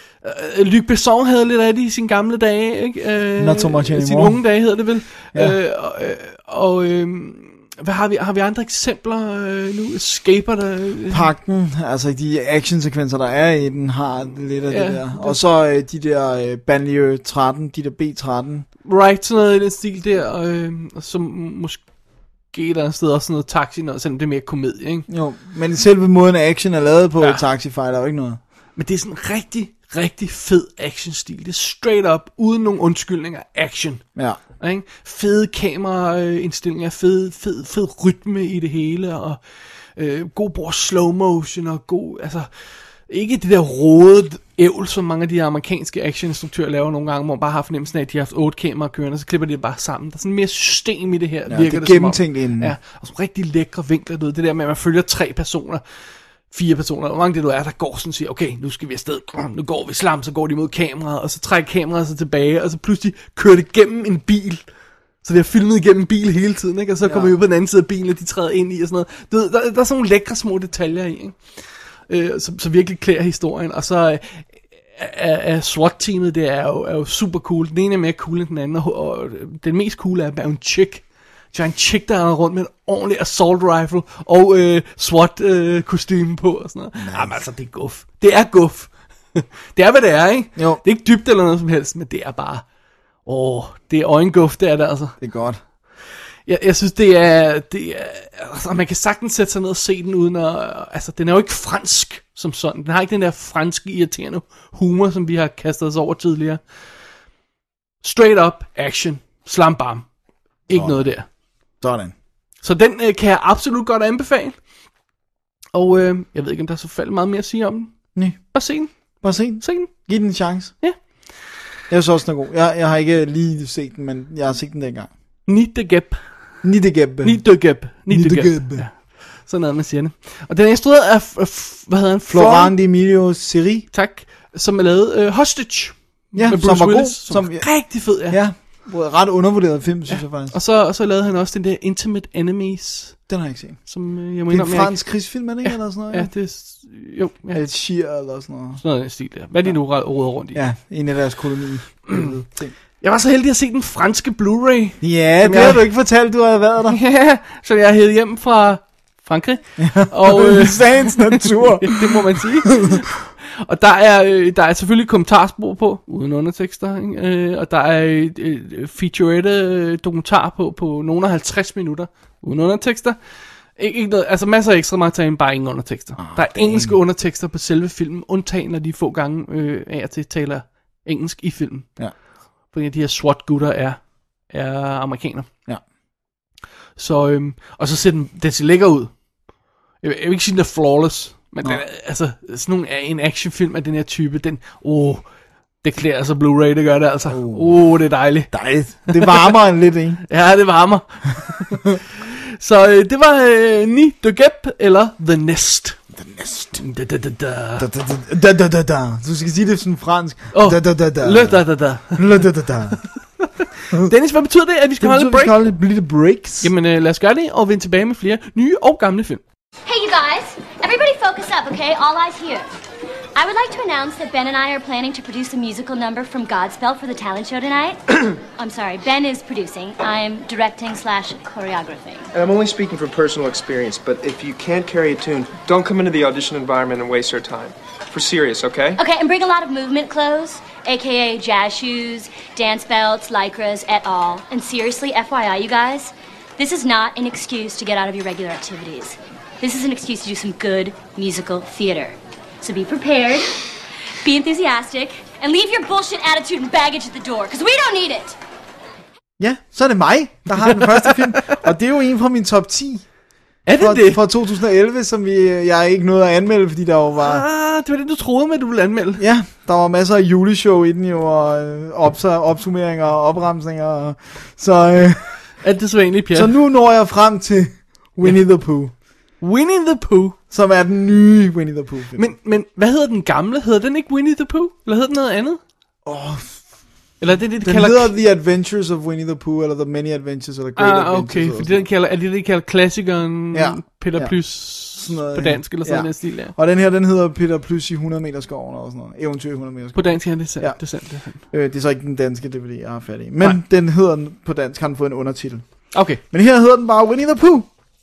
Øh, Luc Besson havde lidt af det i sine gamle dage, ikke? Øh, Not so much anymore. Sine unge dage hedder det vel. Ja. Øh, og øh, og øh, hvad har vi? Har vi andre eksempler øh, nu? Escaper der? Øh? Pakken, altså de actionsekvenser, der er i den, har lidt af ja, det der. Og så øh, de der øh, Banlieue tretten, de der B tretten. Right, sådan noget i den stil der, øh, som måske et eller andet sted også sådan noget taxi, noget, selvom det er mere komedie, ikke? Jo, men selve måden action er lavet på, ja. Taxi Fighter, er jo ikke noget. Men det er sådan rigtig, rigtig fed actionstil. Det er straight up, uden nogen undskyldninger, action. Ja. Ikke? Fede kameraindstillinger, fed, fed, fed rytme i det hele, og øh, god brug af slow motion, og god, altså, ikke det der rodet ævl, som mange af de her amerikanske actioninstruktører laver nogle gange, hvor man bare har fornemmelsen af, at de har haft otte kameraer kørende, og så klipper de det bare sammen. Der er sådan mere system i det her, ja, virker det det gennemtænkt inden. Ja, og så rigtig lækre vinkler, det der med, at man følger tre personer, fire personer, hvor mange det du er, der går sådan og siger, okay, nu skal vi afsted, nu går vi slam, så går de mod kameraet, og så trækker kameraet sig tilbage, og så pludselig kører det gennem en bil, så det er filmet igennem en bil hele tiden, ikke? Og så kommer ja. vi ud på den anden side af bilen, og de træder ind i, og sådan noget. Du ved, der, der er sådan nogle lækre små detaljer i, ikke? Øh, så, så virkelig klæder historien, og så øh, er, er SWAT-teamet, det er jo, er jo super cool, den ene er mere cool end den anden, og, og den mest cool er, er en chick, så en chick, der er rundt med en ordentlig assault rifle og øh, SWAT-kostyme øh, på og sådan noget. Nice. Jamen altså, det er guf. Det er guf. Det er, hvad det er, ikke? Jo. Det er ikke dybt eller noget som helst, men det er bare... Åh, det er øjenguf, det er det altså. Det er godt. Jeg, jeg synes, det er... Det er altså, man kan sagtens sætte sig ned og se den uden at... Altså, den er jo ikke fransk som sådan. Den har ikke den der franske, irriterende humor, som vi har kastet os over tidligere. Straight up action. Slam bam. Ikke oh. noget der. Sådan. Så den øh, kan jeg absolut godt anbefale. Og øh, jeg ved ikke, om der er så faldet meget mere at sige om den. Nej. Bare se den. Bare se den. Se den. Giv den en chance. Ja. Jeg synes også, den er god. Jeg, jeg har ikke lige set den, men jeg har set den dengang. Nidegeb. Nidegeb. Nidegeb. Nidegeb. Ja. Sådan noget, man siger det. Og den er instrueret af, f- hvad hedder han? Florent Emilio Seri. Tak. Som er lavet øh, Hostage. Ja, med som var Willis, god. Som, som var rigtig fed, ja. Ja. Ret undervurderet film, synes ja. jeg faktisk. Og så, og så lavede han også den der Intimate Enemies. Den har jeg ikke set. Som, øh, jeg må det er en indrømme, fransk ikke... krigsfilm, er det ikke? Ja, eller sådan noget? Ja, det er... Jo. Ja. Eller Sheer, eller sådan noget. Sådan noget i stil der. Hvad er de nu råder rundt i? Ja, en af deres koloni. ting. Jeg var så heldig at se den franske Blu-ray. Ja, det jeg... har du ikke fortalt, du har været der. Ja, så jeg hed hjem fra Frankrig. Ja. Og øh, sagens natur. Det må man sige. Og der er, øh, der er selvfølgelig kommentarspor på, uden undertekster, ikke? Øh, og der er et, et featurette dokumentar på, på nogle af halvtreds minutter, uden undertekster. Ik- ikke noget, altså masser af ekstra materiale, bare ingen undertekster. Oh, der er damn. engelske undertekster på selve filmen, undtagen når de få gange øh, af og til taler engelsk i filmen. Ja. Fordi de her SWAT-gutter er, er amerikaner. Ja. Så, øhm, og så ser den, den ser lækker ud. Jeg vil, jeg vil ikke sige, den er flawless, men den er, altså, sådan nogle, en actionfilm af den her type, den, åh, det klæder altså Blu-ray, det gør det altså. Åh, oh. oh, det er dejligt. Dejligt. Det varmer en lidt, ikke? Ja, det varmer. Så øh, det var øh, Ni de Gep, eller The Nest. The Nest. Da, da, da, da. Da, da, da, da, da, da. Du skal sige det sådan fransk. Oh, da, da, da, da. Le, da, da, da. Le, da, da, da. Dennis, hvad betyder det, at vi skal Det holde et betyder, break? vi skal holde et lille breaks. Jamen, øh, lad os gøre det, og vende tilbage med flere nye og gamle film. Hey, you guys. Everybody focus up, okay? All eyes here. I would like to announce that Ben and I are planning to produce a musical number from Godspell for the talent show tonight. I'm sorry, Ben is producing. I'm directing slash choreographing. And I'm only speaking from personal experience, but if you can't carry a tune, don't come into the audition environment and waste our time. For serious, okay? Okay, and bring a lot of movement clothes, aka jazz shoes, dance belts, lycras, et al. And seriously, F Y I, you guys, this is not an excuse to get out of your regular activities. This is an excuse to do some good musical theater. So be prepared, be enthusiastic, and leave your bullshit attitude and baggage at the door, because we don't need it! Ja, så er det mig, der har den første film. Og det er jo en fra min top ti. Er det fra, det? Fra to tusind og elleve, som vi, jeg ikke nåede at anmelde, fordi der jo var... Ah, det var det, du troede med, at du ville anmelde. Ja, der var masser af juleshow i den jo, og øh, opsa- opsummeringer og opremsninger. Og, så, øh, Alt det så egentlig, Pierre. så nu når jeg frem til Winnie the Pooh. Winnie the Pooh. Som er den nye Winnie the Pooh film. Men, men hvad hedder den gamle? Hedder den ikke Winnie the Pooh? Eller hedder den noget andet? Åh, oh, eller er det det, de den kalder... hedder The Adventures of Winnie the Pooh, eller The Many Adventures, eller Great ah, Adventures. okay, fordi den kalder, er det det, de kalder klassikeren Ja. Peter Ja. Plys noget, på dansk, eller sådan ja. en stil, ja. Og den her, den hedder Peter Plys i hundrede meter skoven, og sådan noget. Eventyr i hundrede meter På skoven. dansk, ja, det er sandt, Ja. det er sandt, det er sandt. Øh, det er så ikke den danske D V D, jeg har fat i. Men Nej. den hedder den på dansk, har den fået en undertitel. Okay. Men her hedder den bare Winnie the Pooh.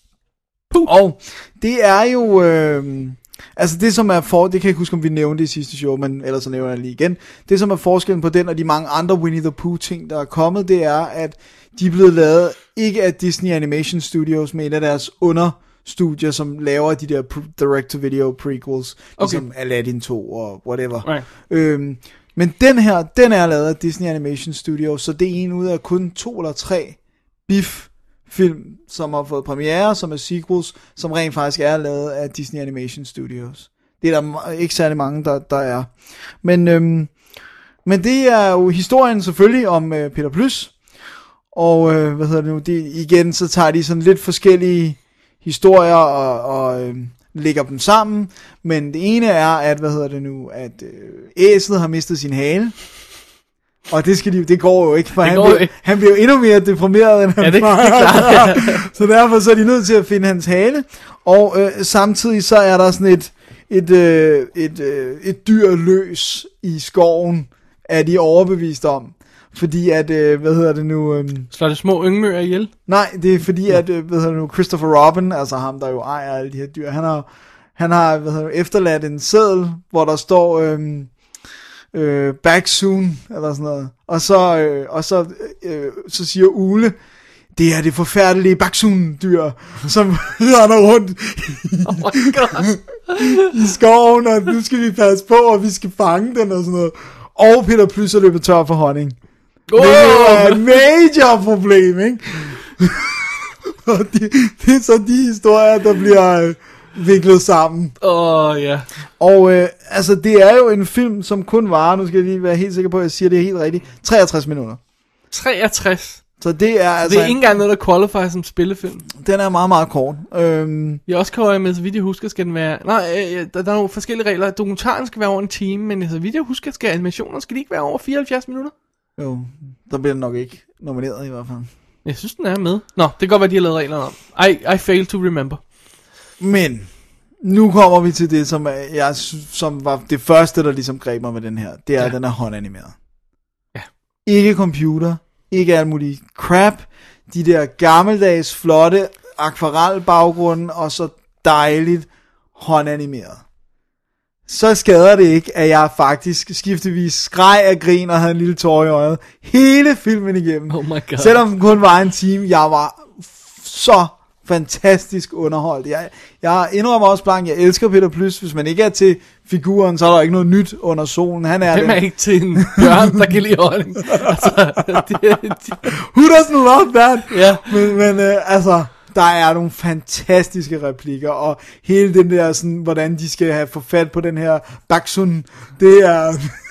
Pooh. Og det er jo... Øh, altså det som er for... Det kan jeg ikke huske, om vi nævnte det i sidste show, men ellers så nævner jeg lige igen. Det som er forskellen på den og de mange andre Winnie the Pooh ting, der er kommet, det er, at de er blevet lavet ikke af Disney Animation Studios, men et af deres understudier, som laver de der direct-to-video prequels, Okay. ligesom Aladdin to og whatever. Right. Øhm, men den her, den er lavet af Disney Animation Studios, så det er en ud af kun to eller tre Biff film, som har fået premiere, som er sequels, som rent faktisk er lavet af Disney Animation Studios. Det er der ikke særlig mange, der, der er. Men, øhm, men det er jo historien selvfølgelig om øh, Peter Plys, og øh, hvad hedder det nu, det, igen så tager de sådan lidt forskellige historier og, og øh, lægger dem sammen, men det ene er, at hvad hedder det nu, at øh, æslet har mistet sin hale. Og det, skal de, det går jo ikke, for han bliver, han bliver jo endnu mere deprimeret, end han ja, det, var. Det er klart, ja. Så derfor så er de nødt til at finde hans hale. Og øh, samtidig så er der sådan et, et, øh, et, øh, et dyr løs i skoven, er de overbevist om. Fordi at, øh, hvad hedder det nu... Øh, Slår det små yngmøer ihjel? Nej, det er fordi, at øh, hvad hedder det nu, Christopher Robin, altså ham, der jo ejer alle de her dyr, han har, han har hvad hedder det, efterladt en seddel, hvor der står... Øh, Øh, back soon, eller sådan noget. Og så, øh, og så, øh, så siger Ule, det er det forfærdelige Baksun-dyr, som render rundt i, oh my God. i skoven, og nu skal vi passe på, og vi skal fange den, og sådan noget. Og Peter Plys er løbet tør for honning. Oh! Det er et major problem, ikke? Og det, det er så de historier, der bliver... Øh, viklet sammen. Åh, oh, ja. Yeah. Og øh, altså, det er jo en film, som kun varer, nu skal jeg lige være helt sikker på, at jeg siger det helt rigtigt, treogtres minutter. treogtres? Så det er altså... Det er ikke engang noget, der qualifier som spillefilm. Den er meget, meget kort. Øhm, I Oscar med, så vidt jeg husker, skal den være... Nej, øh, der, der er nogle forskellige regler. Dokumentaren skal være over en time, men så vidt jeg husker, skal animationen skal de ikke være over fireoghalvfjerds minutter? Jo, der bliver den nok ikke nomineret i hvert fald. Jeg synes, den er med. Nå, det kan godt være, de har lavet reglerne om. I, I fail to remember. Men nu kommer vi til det, som, er, jeg, som var det første, der ligesom greb mig med den her. Det er, ja. At den er håndanimeret. Ja. Ikke computer, ikke alt muligt crap. De der gammeldags, flotte akvarelbaggrunde, og så dejligt håndanimeret. Så skader det ikke, at jeg faktisk skiftevis skreg af grin og havde en lille tår i øjet. Hele filmen igennem. Oh my God. Selvom den kun var en time, jeg var f- så fantastisk underholdt. Jeg, jeg indrømmer også blank, jeg elsker Peter Plys. Hvis man ikke er til figuren, så er der ikke noget nyt under solen. Han er Hvem er den. ikke til en bjørn, der kan lide holdning? Altså, det, det, Who doesn't love that? Ja. Men, men øh, altså, der er nogle fantastiske replikker, og hele den der, sådan, hvordan de skal have forfat på den her Baksun, det er...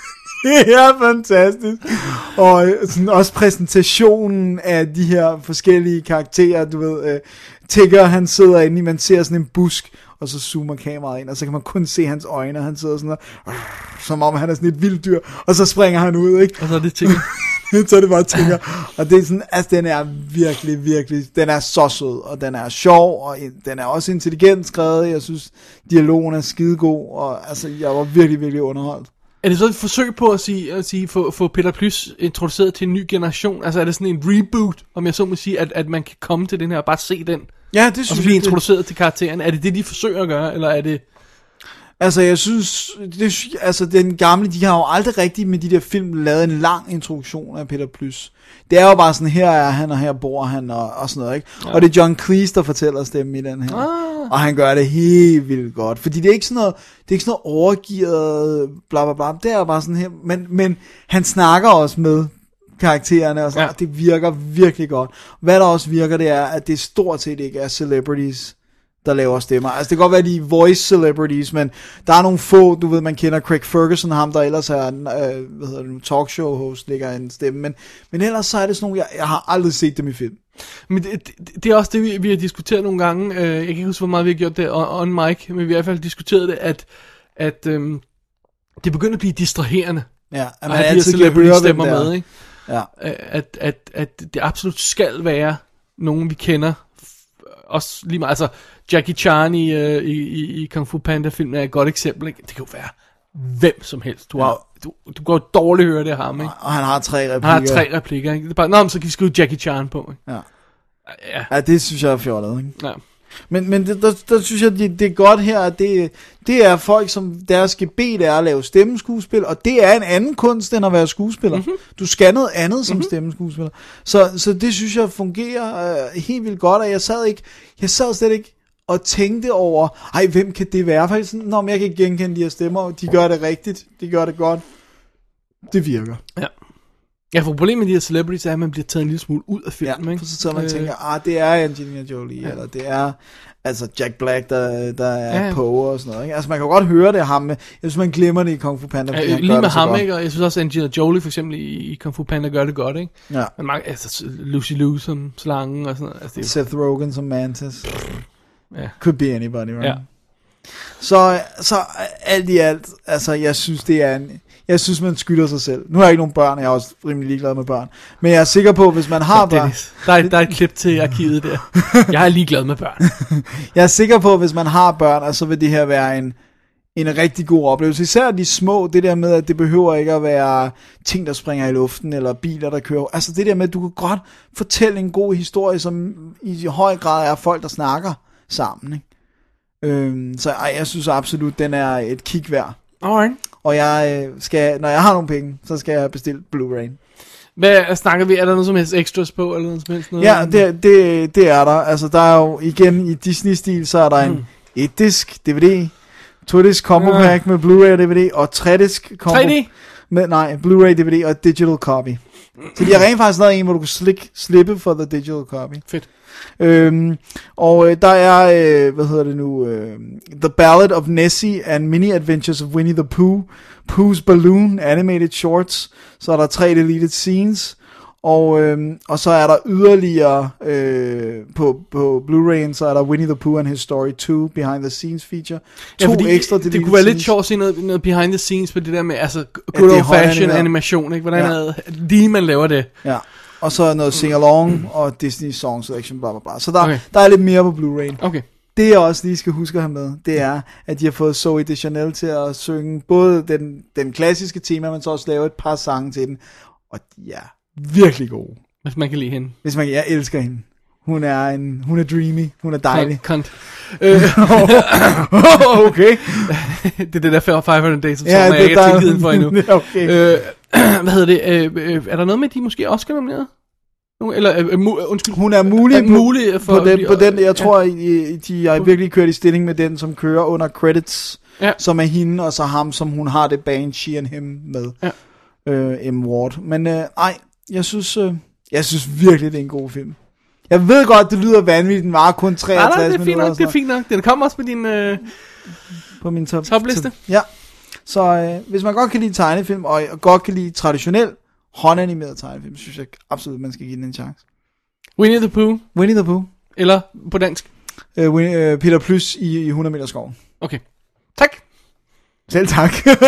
det er fantastisk. Og øh, sådan også præsentationen af de her forskellige karakterer, du ved, øh, Tigger, han sidder inde i, man ser sådan en busk, og så zoomer kameraet ind, og så kan man kun se hans øjne, og han sidder sådan der, øh, som om han er sådan et vildt dyr, og så springer han ud, ikke? og så er det Tigger. Så er det bare Tigger. Og det er sådan, altså den er virkelig, virkelig, den er så sød, og den er sjov, og den er også intelligent skrevet. Jeg synes, dialogen er skidegod, og altså, jeg var virkelig, virkelig underholdt. Er det så et forsøg på at sige, at sige få, få Peter Plys introduceret til en ny generation? Altså er det sådan en reboot, om jeg så må sige, at, at man kan komme til den her og bare se den? Ja, det synes og så jeg. blive introduceret det. Til karakteren. Er det det, de forsøger at gøre, eller er det... Altså, jeg synes, det, altså den gamle, de har jo aldrig rigtig med de der film lavet en lang introduktion af Peter Plys. Det er jo bare sådan, her er han, og her bor han, og, og sådan noget, ikke? Ja. Og det er John Cleese, der fortæller stemmen i den her. Ah. Og han gør det helt vildt godt. Fordi det er ikke sådan noget, det er ikke sådan noget overgivet, bla bla bla. Det er bare sådan her, men, men han snakker også med karaktererne, og sådan, ja. Og det virker virkelig godt. Hvad der også virker, det er, at det stort set ikke er celebrities, der laver stemmer. Altså det kan godt være, de er voice celebrities, men der er nogle få, du ved, man kender Craig Ferguson, ham der ellers er en, øh, hvad hedder det, talkshow host, ligger en stemme, men, men ellers så er det sådan nogle, jeg, jeg har aldrig set dem i film. Men det, det, det er også det, vi, vi har diskuteret nogle gange, øh, jeg kan ikke huske, hvor meget vi har gjort det on, on mic, men vi har i hvert fald diskuteret det, at, at øhm, det begynder at blive distraherende. Ja, at man altid kan høre stemmer med, ikke? Ja. At, at, at det absolut skal være nogen, vi kender. Også lige meget, altså Jackie Chan i, uh, i, i, i Kung Fu Panda filmen er et godt eksempel, ikke? Det kan jo være hvem som helst. Du, har, du, du går dårligt høre det af ham, ikke? Og han har tre replikker. Han har tre replikker, ikke? Det er bare, nå, men så kan vi skrive Jackie Chan på, ikke? Ja. Ja. Ja, det synes jeg er fjollet, ikke? Ja. Men, men det, der, der synes jeg, det, det er godt her, at det, det er folk, som deres gebet er at lave stemmeskuespil, og det er en anden kunst, end at være skuespiller. Mm-hmm. Du skal noget andet som mm-hmm. stemmeskuespiller. Så, så det synes jeg fungerer øh, helt vildt godt, og jeg sad ikke, jeg sad slet ikke og tænkte over, ej, hvem kan det være? Faktisk sådan, nå, men jeg kan genkende de her stemmer, de gør det rigtigt, de gør det godt. Det virker. Ja. Ja, for problemet med de her celebrities er, at man bliver taget en lille smule ud af filmen, ja, ikke? for så sidder man og tænker, ah, det er Angelina Jolie, ja. Eller det er altså Jack Black, der, der er ja, ja. Poe og sådan noget, ikke? Altså man kan godt høre det af ham, jeg synes man glemmer det i Kung Fu Panda, ja, lige med ham, ikke? Og jeg synes også, at Angelina Jolie for eksempel i, i Kung Fu Panda gør det godt, ikke? Ja. Men mange, altså Lucy Liu som slangen og sådan noget. Altså, det er jo... Seth Rogen som Mantis. Ja. Could be anybody, right? Ja. Så, så alt i alt, altså jeg synes det er en, jeg synes man skylder sig selv. Nu har jeg ikke nogen børn, jeg er også rimelig ligeglad med børn. Men jeg er sikker på, hvis man har børn... Der er, der er et klip til arkivet der. Jeg er ligeglad med børn. Jeg er sikker på, hvis man har børn, så vil det her være en, en rigtig god oplevelse. Især de små, det der med, at det behøver ikke at være ting, der springer i luften, eller biler, der kører. Altså det der med, at du kan godt fortælle en god historie, som i høj grad er folk, der snakker sammen, ikke? Øhm, så ej, jeg synes absolut, den er et kig værd. Alright. Og jeg skal, når jeg har nogle penge, så skal jeg bestille Blu-ray. Hvad snakker vi? Er der noget som helst extras på, eller noget som helst? Noget? Ja, det, det, det er der. Altså, der er jo igen i Disney-stil, så er der en mm. et disk D V D, to disk combo pack med Blu-ray og D V D, og tre disk combo tre D? med, nej, Blu-ray, D V D og digital copy. Så de har rent faktisk lavet en, hvor du kan slik, slippe for the digital copy. Fedt. Øhm, og øh, der er, øh, hvad hedder det nu, øh, The Ballad of Nessie and Mini Adventures of Winnie the Pooh, Pooh's Balloon Animated Shorts, så er der tre deleted scenes, og, øh, og så er der yderligere øh, på, på Blu-ray'en, så er der Winnie the Pooh and His Story to Behind the Scenes feature, to ja, ekstra deleted det kunne være scenes. Lidt sjovt at se noget, noget behind the scenes på det der med, altså good ja, old fashion animation, ikke? Hvordan ja. er lige man laver det. Ja. Og så noget sing-along og Disney Song Selection, bla bla bla. Så der, okay. der er lidt mere på Blu-ray. Okay. Det jeg også lige skal huske at have med, det er, at de har fået Zooey Deschanel til at synge både den, den klassiske tema, men så også lave et par sange til den. Og de er virkelig gode. Hvis man kan lide hende. Hvis man kan, jeg elsker hende. Hun er en, hun er dreamy, hun er dejlig. Kont. Okay. Det er det der five hundred Days of Summer, ja, jeg ikke har tilgivet for endnu. Okay. Øh, hvad hedder det? Øh, øh, er der noget med, de måske også skal nominere? Eller, øh, mu- undskyld. Hun er mulig, er på, mulig for, på, den, på den. Jeg tror, ja. I, de er virkelig kørt i stilling med den, som kører under credits, ja. Som er hende, og så ham, som hun har det band, She and Him med. Ja. Øh, M. Ward. Men øh, ej, jeg synes, øh, jeg synes virkelig, det er en god film. Jeg ved godt, det lyder vanvittigt, den var kun treogtres nej, nej, det er fint minutter. nok, det er fint nok. Den kommer også på din øh, på min top, topliste. Top, ja. Så øh, hvis man godt kan lide tegnefilm, og godt kan lide traditionel, håndanimeret tegnefilm, synes jeg absolut, man skal give den en chance. Winnie the Pooh. Winnie the Pooh. Eller på dansk? Uh, Winnie, uh, Peter Plys i, i hundrede meter skoven. Okay. Tak. Selv tak.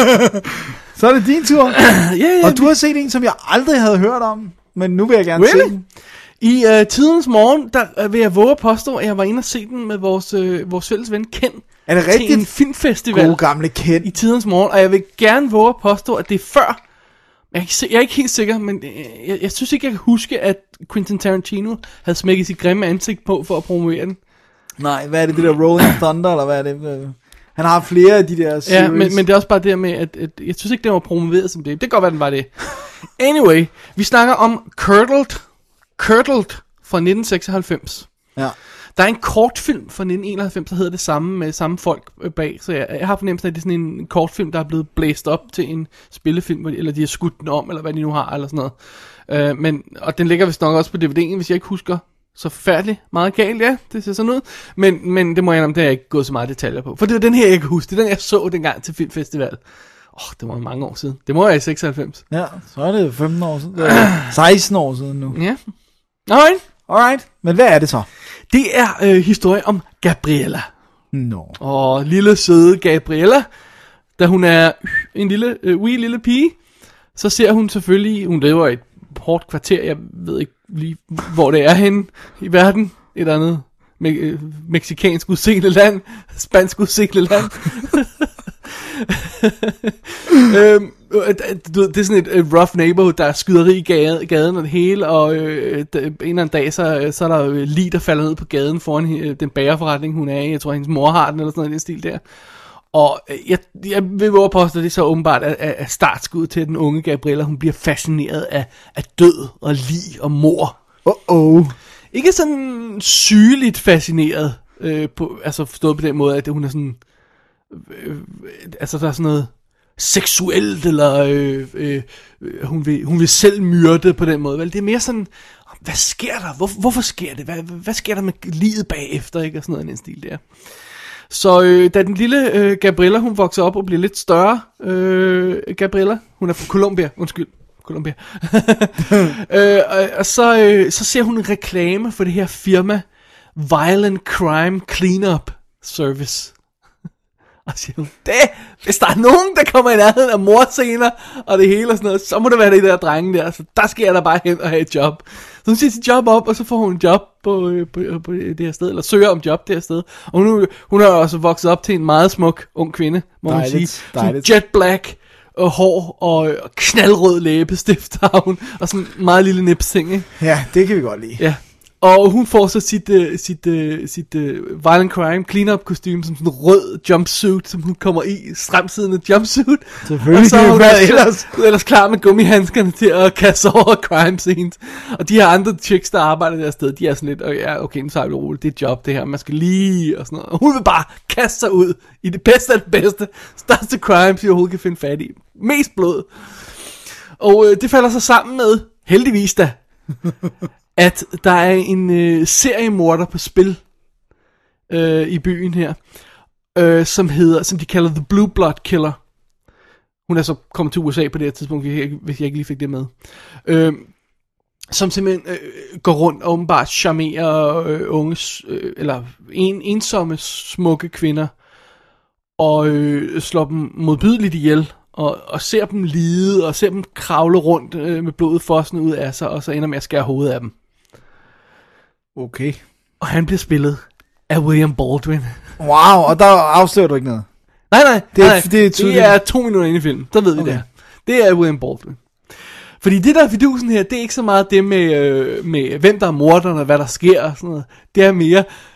Så er det din tur. ja, ja, og du har set en, som jeg aldrig havde hørt om, men nu vil jeg gerne really? se den. I uh, tidens morgen, der uh, vil jeg våge at påstå, at jeg var inde og se den med vores, uh, vores fælles ven Ken. Er det rigtigt? Til en filmfestival. God gamle Ken. I tidens morgen, og jeg vil gerne våge at påstå, at det er før. Jeg er ikke, jeg er ikke helt sikker, men uh, jeg, jeg synes ikke, jeg kan huske, at Quentin Tarantino havde smækket sit grimme ansigt på for at promovere den. Nej, hvad er det, det der Rolling Thunder, eller hvad er det? Han har flere af de der series. Ja, men, men det er også bare det med, at, at jeg synes ikke, det var promoveret som det. Det kan godt være, den var det. Anyway, vi snakker om Curdled, Curdled fra nitten seksoghalvfems. Ja. Der er en kortfilm fra nitten enoghalvfems, der hedder det samme med samme folk bag. Så jeg, jeg har fornemmelsen, at det er sådan en kortfilm, der er blevet blæst op til en spillefilm, eller de har skudt den om, eller hvad de nu har, eller sådan noget. Uh, men, og den ligger vist nok også på D V D'en, hvis jeg ikke husker så forfærdeligt meget galt, ja, det ser sådan ud. Men, men det må jeg om, det har jeg ikke gået så meget detaljer på. For det var den her, jeg kan huske. Det er den, jeg så dengang til filmfestival. Åh, oh, det var mange år siden. Det må være i seksoghalvfems. Ja, så er det femten år siden. Det er seksten år siden nu. Ja. Alright. Alright. Men hvad er det så? Det er øh, historie om Gabriella. No. Og lille søde Gabriella, da hun er en lille, øh, wee lille pige, så ser hun selvfølgelig, hun lever i et hårdt kvarter, jeg ved ikke lige, hvor det er henne i verden, et andet me- øh, mexikansk udseende land, spansk udseende land. øhm, det er sådan et rough neighborhood, der er skyderi i gaden, gaden og det hele, og øh, en eller anden dag, så, så er der lig, der falder ned på gaden foran øh, den bagerforretning, hun er i. Jeg tror, hendes mor har den, eller sådan noget i den stil der. Og jeg, jeg vil våge påstå, at det er så åbenbart at, at startskud til, at den unge Gabriella, hun bliver fascineret af, af død og lig og mor. Uh-oh. Ikke sådan sygeligt fascineret, øh, på, altså forstået på den måde, at hun er sådan, øh, altså der er sådan noget seksuelt, eller øh, øh, hun, vil, hun vil selv myrde på den måde. Vel? Det er mere sådan, hvad sker der? Hvor, hvorfor sker det? Hvad, hvad sker der med livet bagefter? Ikke? Og sådan noget i den stil der. Så øh, da den lille øh, Gabriella, hun vokser op og bliver lidt større, øh, Gabriella, hun er fra Colombia, undskyld, Colombia, øh, og, og så, øh, så ser hun en reklame for det her firma, Violent Crime Cleanup Service. Og siger hun, det, hvis der er nogen, der kommer i nærheden af morscener og det hele og sådan noget, så må det være det der drenge der, så der skal jeg da bare hen og have et job. Så hun siger sit job op, og så får hun en job på, på, på det her sted, eller søger om job det her sted. Og hun, hun er også vokset op til en meget smuk ung kvinde, må man sige. Sådan jet black og hår og, og knaldrød læbestift har hun, og sådan en meget lille nipsing, ikke? Ja, det kan vi godt lide. Ja. Og hun får så sit, uh, sit, uh, sit uh, Violent Crime clean-up kostume som sådan en rød jumpsuit, som hun kommer i, stramsiddende jumpsuit. Selvfølgelig. Og så er hun ellers? ellers, ellers klar med gummihandskerne til at kaste over crime scenes. Og de her andre chicks, der arbejder der sted, de er sådan lidt, oh, ja, okay, nu tager vi roligt, det er job det her, man skal lige, og sådan noget. Og hun vil bare kaste sig ud i det bedste af det bedste, største crimes, jeg overhovedet kan finde fat i. Mest blod. Og øh, det falder så sammen med, heldigvis da, at der er en øh, seriemorder på spil øh, i byen her, øh, som hedder, som de kalder The Blue Blood Killer. Hun er så kommet til U S A på det her tidspunkt, hvis jeg, hvis jeg ikke lige fik det med. Øh, som simpelthen øh, går rundt og åbenbart charmerer øh, unge, øh, eller en, ensomme, smukke kvinder, og øh, slår dem modbydeligt ihjel. Og, og ser dem lide, og ser dem kravle rundt øh, med blodet fossende ud af sig, og så ender med at skære hovedet af dem. Okay. Og han bliver spillet af William Baldwin. Wow, og der afslører du ikke noget? Nej, nej, det er, nej, det er, det er to minutter inde i filmen, der ved vi okay. det her. Det er William Baldwin. Fordi det der er fidusen her, det er ikke så meget det med, øh, med hvem der er morderen, og hvad der sker, og sådan noget. Det er mere,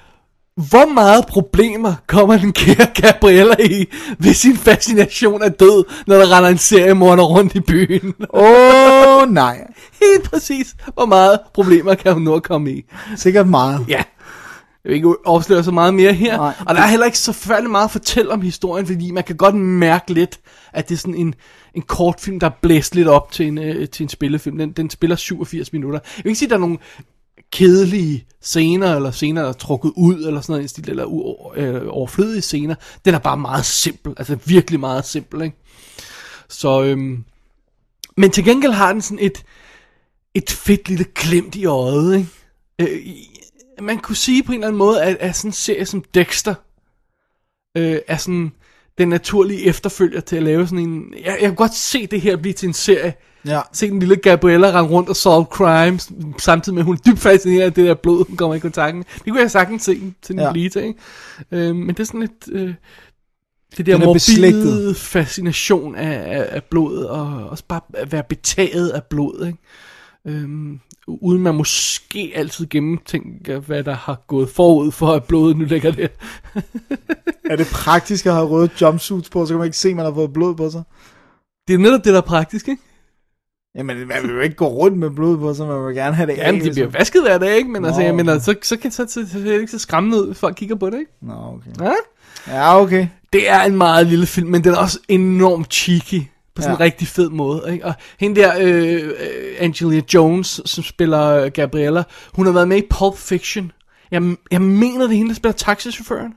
hvor meget problemer kommer den kære Gabriella i, hvis sin fascination er død, når der render en seriemorder rundt i byen? Åh, oh, nej. Helt præcis, hvor meget problemer kan hun nu at komme i? Sikkert meget. Ja. Jeg vil ikke afsløre så meget mere her. Nej. Og der er heller ikke så forfærdeligt meget at fortælle om historien, fordi man kan godt mærke lidt, at det er sådan en, en kortfilm, der er blæst lidt op til en, øh, til en spillefilm. Den, den spiller syvogfirs minutter. Jeg vil ikke sige, at der er nogle kedelige scener, eller scener, der er trukket ud, eller sådan noget, eller u- øh, overflødige scener. Den er bare meget simpel, altså virkelig meget simpel, ikke? Så, øhm, men til gengæld har den sådan et, et fedt lille glimt i øjet, ikke? Øh, man kunne sige på en eller anden måde, at, at sådan en serie som Dexter, øh, er sådan den naturlige efterfølger til at lave sådan en... Jeg, jeg kan godt se det her blive til en serie. Ja. Se den lille Gabriella rende rundt og solve crimes, samtidig med, at hun er dybt fascineret af det der blod, hun kommer i kontakt med. Det kunne jeg sagtens se til den ja. blive til, ikke? Øh, men det er sådan lidt... Øh, det der morbide fascination af, af, af blodet, og også bare at være betaget af blod, ikke? Øhm, uden man måske altid gennemtænker, hvad der har gået forud for, at blodet nu ligger der. Er det praktisk at have røde jumpsuits på, så kan man ikke se, at man har fået blod på sig? Det er netop det, der er praktisk, ikke? Jamen, man vil jo ikke gå rundt med blod på sig, man vil gerne have det af. Jamen, det bliver vasket hver dag, ikke? Men Nå, altså, jeg mener, okay. så, så kan det så, så, så, så, ikke så skræmmende ud, hvis folk kigger på det, ikke? Nå, okay. Ja? Ja, okay. Det er en meget lille film, men den er også enormt cheeky. På sådan ja. en rigtig fed måde, ikke? Og hende der, øh, Angelina Jones, som spiller Gabriella, hun har været med i Pulp Fiction. Jeg, jeg mener, det er hende, der spiller taxichaufføren.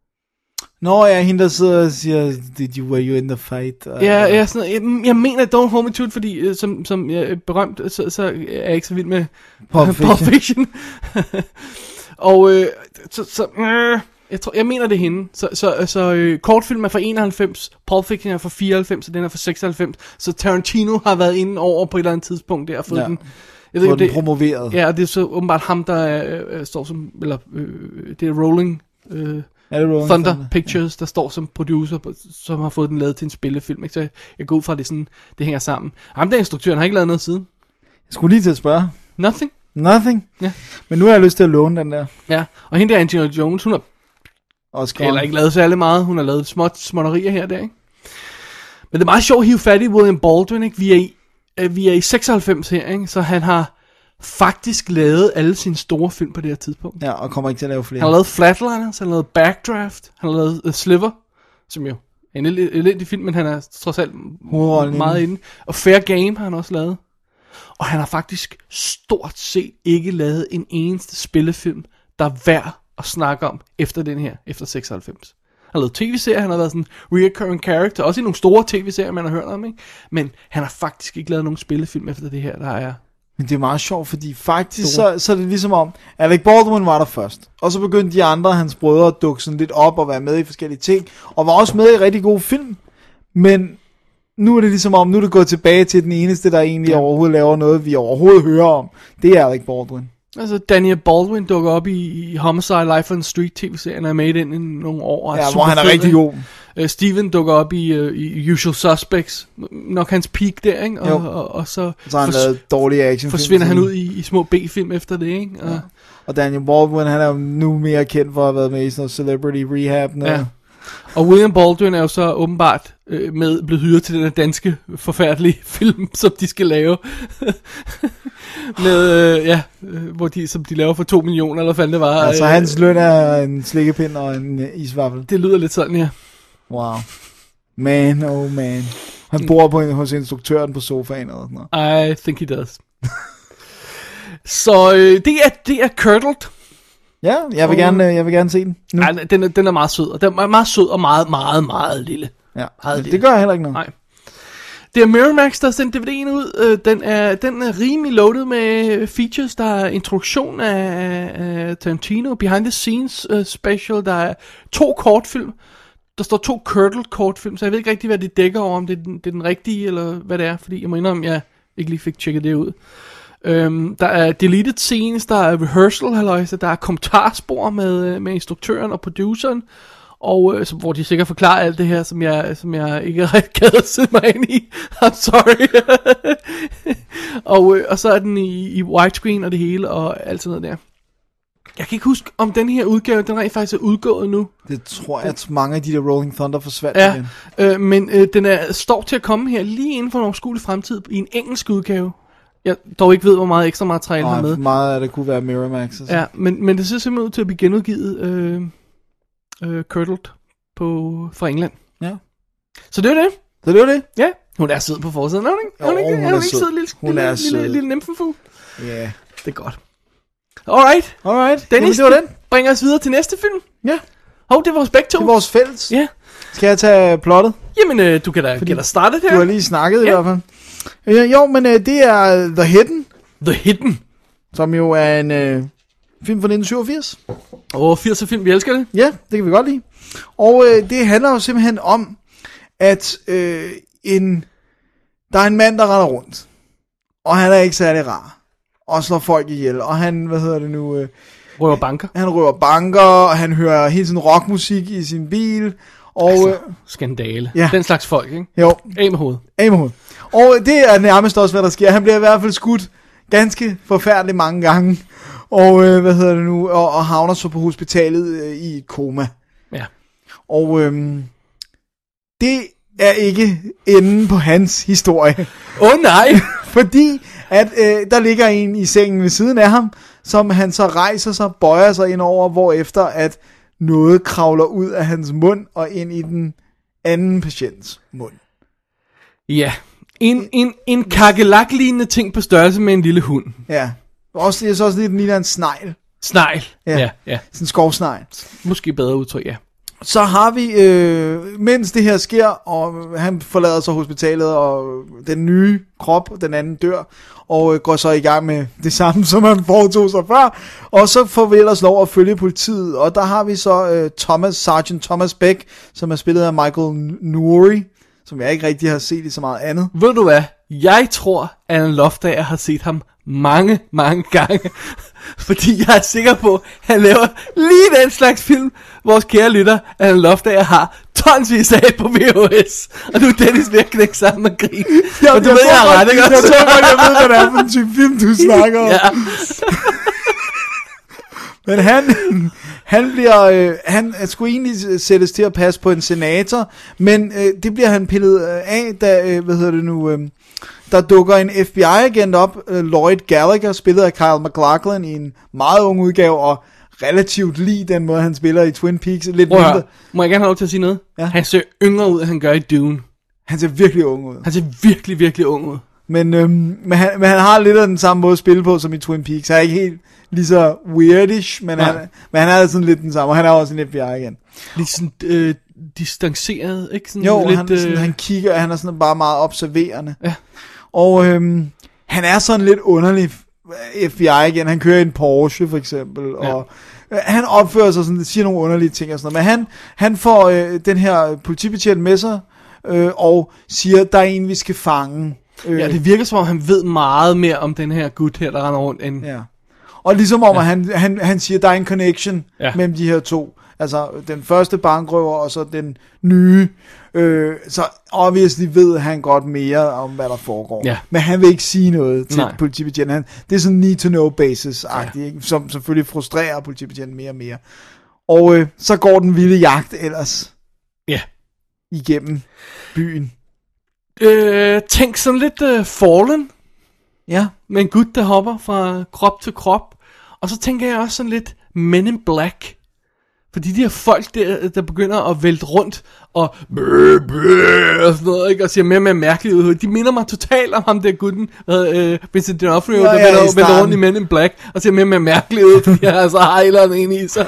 Nå ja, hende der sidder og siger, did you, were you in the fight? Uh, ja, ja sådan, jeg, jeg mener, Don't Hold Me To It, fordi som, som jeg er berømt, så, så er jeg ikke så vild med Pulp Fiction. Pulp Fiction. Og øh, så, så øh, jeg, tror, jeg mener, det er hende. Så, så, så øh, kortfilm er fra enoghalvfems, Pulp Fiction er fra fireoghalvfems, og den er fra seksoghalvfems. Så Tarantino har været inde over på et eller andet tidspunkt der og fået ja. den... Jeg ved, den promoveret. Ja, og det er så åbenbart ham, der øh, står som... Eller øh, det er Rolling... Øh, Ja, Thunder, Thunder Pictures, der står som producer, som har fået den lavet til en spillefilm, ikke? Så jeg går ud fra, at det, sådan, det hænger sammen. Ham der instruktøren har ikke lavet noget siden. Jeg skulle lige til at spørge. Nothing. Nothing? Ja. Men nu har jeg lyst til at låne den der. Ja, og hende der Angelina Jones, hun har også heller ikke lavet særlig meget. Hun har lavet små småtterier her og der, ikke? Men det er meget sjovt at hive fat i William Baldwin, ikke? Vi er i, øh, vi er i seksoghalvfems her, ikke? Så han har faktisk lavet alle sine store film på det her tidspunkt. Ja, og kommer ikke til at lave flere. Han har lavet Flatliners, han har lavet Backdraft, han har lavet uh, Sliver, som jo er en elendig film, men han er trods alt meget inde. Og Fair Game har han også lavet. Og han har faktisk stort set ikke lavet en eneste spillefilm, der er værd at snakke om efter den her, efter seksoghalvfems. Han har lavet tv-serier, han har været sådan en recurring character, også i nogle store tv-serier, man har hørt om, ikke? Men han har faktisk ikke lavet nogen spillefilm efter det her, der er... Men det er meget sjovt, fordi faktisk så, så er det ligesom om, Alec Baldwin var der først. Og så begyndte de andre, hans brødre, at dukke sådan lidt op og være med i forskellige ting. Og var også med i rigtig gode film. Men nu er det ligesom om, nu er det gået tilbage til den eneste, der egentlig ja. overhovedet laver noget, vi overhovedet hører om. Det er Alec Baldwin. Altså Daniel Baldwin dukker op i, i Homicide Life on the Street tv-serien, og er med i den i nogle år. Ja, hvor han er fed, rigtig god. Uh, Steven dukker op i, uh, i Usual Suspects, nok hans peak der, ikke? Og, og, og, og så, så han fors- dårlige actionfilm. Forsvinder han ud i, i små B-film efter det, ikke? Og, ja. og Daniel Baldwin, han er jo nu mere kendt for at have været med i sådan noget Celebrity Rehab. Ja. Og William Baldwin er jo så åbenbart øh, med blevet hyret til den her danske forfærdelige film, som de skal lave. med, øh, ja, øh, hvor de, som de laver for to millioner, eller hvad fanden det var. Altså øh, hans løn er en slikkepind og en uh, isvaffel. Det lyder lidt sådan, ja. Wow. Man, oh man. Han bor på en, hos instruktøren på sofaen og sådan noget. I think he does. Så øh, det er, det er Curdled. Ja, jeg vil, oh. gerne, jeg vil gerne se den nu. Ej, den, er, den er meget sød, og den er meget sød og meget, meget, meget lille. Ja, meget det lille. Gør jeg heller ikke noget. Nej. Det er Miramax, der har sendt D V D'en ud. Den er, den er rimelig loaded med features. Der er introduktion af, af Tarantino, behind the scenes uh, special. Der er to kortfilm. Der står to Curdled kortfilm, så jeg ved ikke rigtig, hvad det dækker over, om det er den, det er den rigtige, eller hvad det er, fordi jeg må indrømme, jeg ikke lige fik tjekket det ud. Um, der er deleted scenes, der er rehearsal, halløjse, der er kommentarspor med, med instruktøren og produceren, og uh, så, hvor de sikkert forklarer alt det her, som jeg, som jeg ikke er ret gad at sætte mig ind i. I'm sorry. og, uh, og så er den i, i widescreen og det hele, og alt sådan noget der. Jeg kan ikke huske, om den her udgave, den rent faktisk er udgået nu. Det tror jeg, at mange af de der Rolling Thunder forsvandt Ja, igen. øh, men øh, den er, står til at komme her lige inden for en overskuelig fremtid i en engelsk udgave. Jeg dog ikke ved, hvor meget ekstra materiale der er med. Meget af det kunne være Miramax. Altså. Ja, men, men det ser simpelthen ud til at blive genudgivet øh, øh, Curdled på, fra England. Ja. Så det er det. Så det var det? Ja. Hun er sød på forsiden, er hun ikke? Jo, Er hun ikke, hun er er hun ikke sød. sød lille, Hun lille, er lille, sød. lille, lille nymfenfugl? Ja. Yeah. Det er godt. Alright. Alright. Dennis, Jamen, det var den. bringer os videre til næste film. Ja. Hov, det er vores begge to. Det er vores fælles. Ja. Skal jeg tage plottet? Jamen, øh, du kan da get dig startet her. Du har lige snakket Ja. i hvert fald. Øh, jo, men øh, det er The Hidden, The Hidden. som jo er en øh, film fra nitten syvogfirs. Åh, firser film, vi elsker det. Ja, det kan vi godt lide. Og øh, det handler jo simpelthen om, at øh, en, der er en mand, der render rundt. Og han er ikke særlig rar. Og slår folk ihjel. Og han, hvad hedder det nu... Øh, Røver banker. han røver banker, og han hører hele tiden rockmusik i sin bil. Og Altså, øh, skandale. ja. Den slags folk, ikke? jo, Af med hovedet. af med hovedet. Og det er nærmest også, hvad der sker. Han bliver i hvert fald skudt ganske forfærdeligt mange gange. Og øh, hvad hedder det nu? Og, og havner så på hospitalet øh, i et koma. Ja. Og øhm, det er ikke enden på hans historie. Åh oh, nej! Fordi at øh, der ligger en i sengen ved siden af ham, som han så rejser sig, bøjer sig ind over, hvorefter at noget kravler ud af hans mund og ind i den anden patients mund. Ja. En, en, en kakelak-lignende ting på størrelse med en lille hund. Ja. Også, det er så også lidt, den ligner en snegl. Snegl. Ja. Ja, ja. Sådan en skovsnegl. Måske bedre udtryk, ja. Så har vi, øh, mens det her sker, og han forlader så hospitalet, og den nye krop, den anden dør, og øh, går så i gang med det samme, som han foretog sig før. Og så får vi ellers lov at følge politiet, og der har vi så øh, Thomas, Sergeant Thomas Beck, som er spillet af Michael Nouri, som jeg ikke rigtig har set i så meget andet. Ved du hvad? Jeg tror, Alan Loftager har set ham mange, mange gange. Fordi jeg er sikker på, at han laver lige den slags film, vores kære lytter, Alan Loftager har tonsvis af på V H S. Og nu er Dennis ved at knække sammen og grine. Ja, og du ved, jeg har ret, ikke Jeg også? tror godt, jeg ved, hvad det er for en type film, du snakker om. Ja. Men han, han bliver, øh, han skulle egentlig sættes til at passe på en senator, men øh, det bliver han pillet øh, af, da, øh, hvad hedder det nu, øh, der dukker en F B I-agent op, øh, Lloyd Gallagher, spillet af Kyle MacLachlan i en meget ung udgave, og relativt lige den måde, han spiller i Twin Peaks. Lidt Prøv at høre. mindre. Må jeg gerne have lov til at sige noget? Ja. Han ser yngre ud, end han gør i Dune. Han ser virkelig ung ud. Han ser virkelig, virkelig ung ud. Men, øhm, men, han, men han har lidt af den samme måde at spille på, som i Twin Peaks. Han er ikke helt lige så weirdish, men, han, men han er sådan lidt den samme, og han er også en F B I igen. Lidt sådan øh, distanceret, ikke? Sådan Jo, lidt, han, sådan, øh... han kigger, han er sådan bare meget observerende. Ja. Og øhm, han er sådan lidt underlig F B I igen. Han kører en Porsche for eksempel, Ja. og øh, han opfører sig sådan, siger nogle underlige ting og sådan noget. Men han, han får øh, den her politibetjent med sig, øh, og siger, der er en, vi skal fange. Øh, Ja, det virker som om, han ved meget mere om den her gut her, der render rundt, end... Ja. Og ligesom om, ja. at han, han, han siger, der er en connection Ja. mellem de her to. Altså, den første bankrøver, og så den nye. Øh, så obviously ved han godt mere om, hvad der foregår. Ja. Men han vil ikke sige noget til Nej. politibetjenten. Han, det er sådan need-to-know basis-agtigt, ja. Som selvfølgelig frustrerer politibetjenten mere og mere. Og øh, så går den vilde jagt ellers Ja. igennem byen. Øh, tænk sådan lidt uh, Fallen, Ja. med en gut, der hopper fra krop til krop. Og så tænker jeg også sådan lidt Men in Black. Fordi de her folk, der, der begynder at vælte rundt og, bøh, bøh, og sådan noget, ikke? Og ser mere og mere mærkeligt ud. De minder mig totalt om ham der gutten, øh, Vincent D'Onofrio, Ja, der ja, i vælter, vælter starten. rundt i Men in Black, og ser mere og mere mærkeligt ud, fordi han altså har et eller andet inde i sig.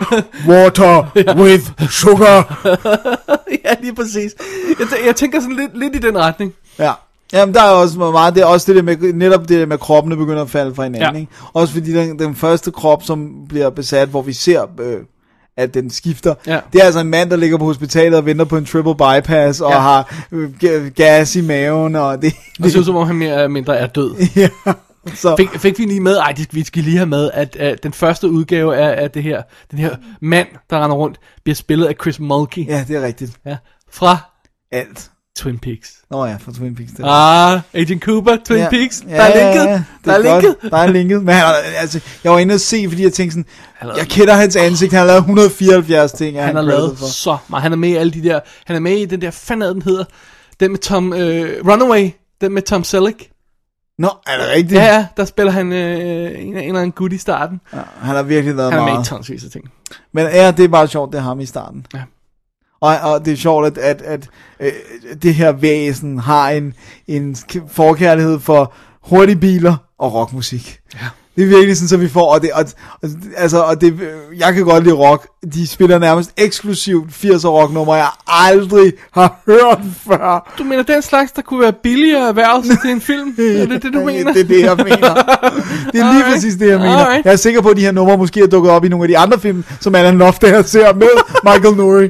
Water with sugar. Ja, lige præcis. Jeg, tæ- jeg tænker sådan lidt, lidt i den retning. Ja. Jamen, der er også meget, det er også det der med, netop det der med kroppene begynder at falde fra hinanden, Ja. ikke? Også fordi den, den første krop, som bliver besat, hvor vi ser, øh, at den skifter, Ja. det er altså en mand, der ligger på hospitalet og venter på en triple bypass, og Ja. har øh, ga- gas i maven, og det... Det ser ud som om, han mere eller mindre er død. ja, så... Fik, fik vi lige med, ej, det, vi skal lige have med, at, at den første udgave af, af det her, den her mand, der render rundt, bliver spillet af Chris Mulkey. Ja, det er rigtigt. Ja. Fra Alt. Twin Peaks. Nå ja, fra Twin Peaks. Det Ah, Agent Cooper, Twin ja. Peaks. Ja, der er linket. Ja, ja, der er godt. linket. Der er linket. Men han, altså, jeg var inde og se, fordi jeg tænkte sådan, jeg kender hans ansigt. Han har lavet et hundrede og fireoghalvfjerds ting. Han har lavet for. så meget. Han er med i alle de der, han er med i den der, fanden den hedder, den med Tom, øh, Runaway, den med Tom Selleck. Nå, er det rigtigt? Ja, ja, der spiller han øh, en, en eller anden gut i starten. Ja, han har virkelig været meget. Han er meget. med i tonsvis af ting. Men ja, det er bare sjovt, det er ham i starten. Ja. Og, og det er sjovt, at, at, at øh, det her væsen har en, en forkærlighed for hurtige biler og rockmusik. Ja. Det er virkelig sådan, så vi får, og det, og, og, altså, og det, jeg kan godt lide rock. De spiller nærmest eksklusivt firser rocknumre, jeg aldrig har hørt før. Du mener den slags, der kunne være billigere erhvervelse til en film? Er det det, du mener? Det er det, jeg mener. Det er lige præcis det, jeg mener. Alright. Jeg er sikker på, at de her numre måske er dukket op i nogle af de andre film, som Alan Loftager ser med Michael Nouri.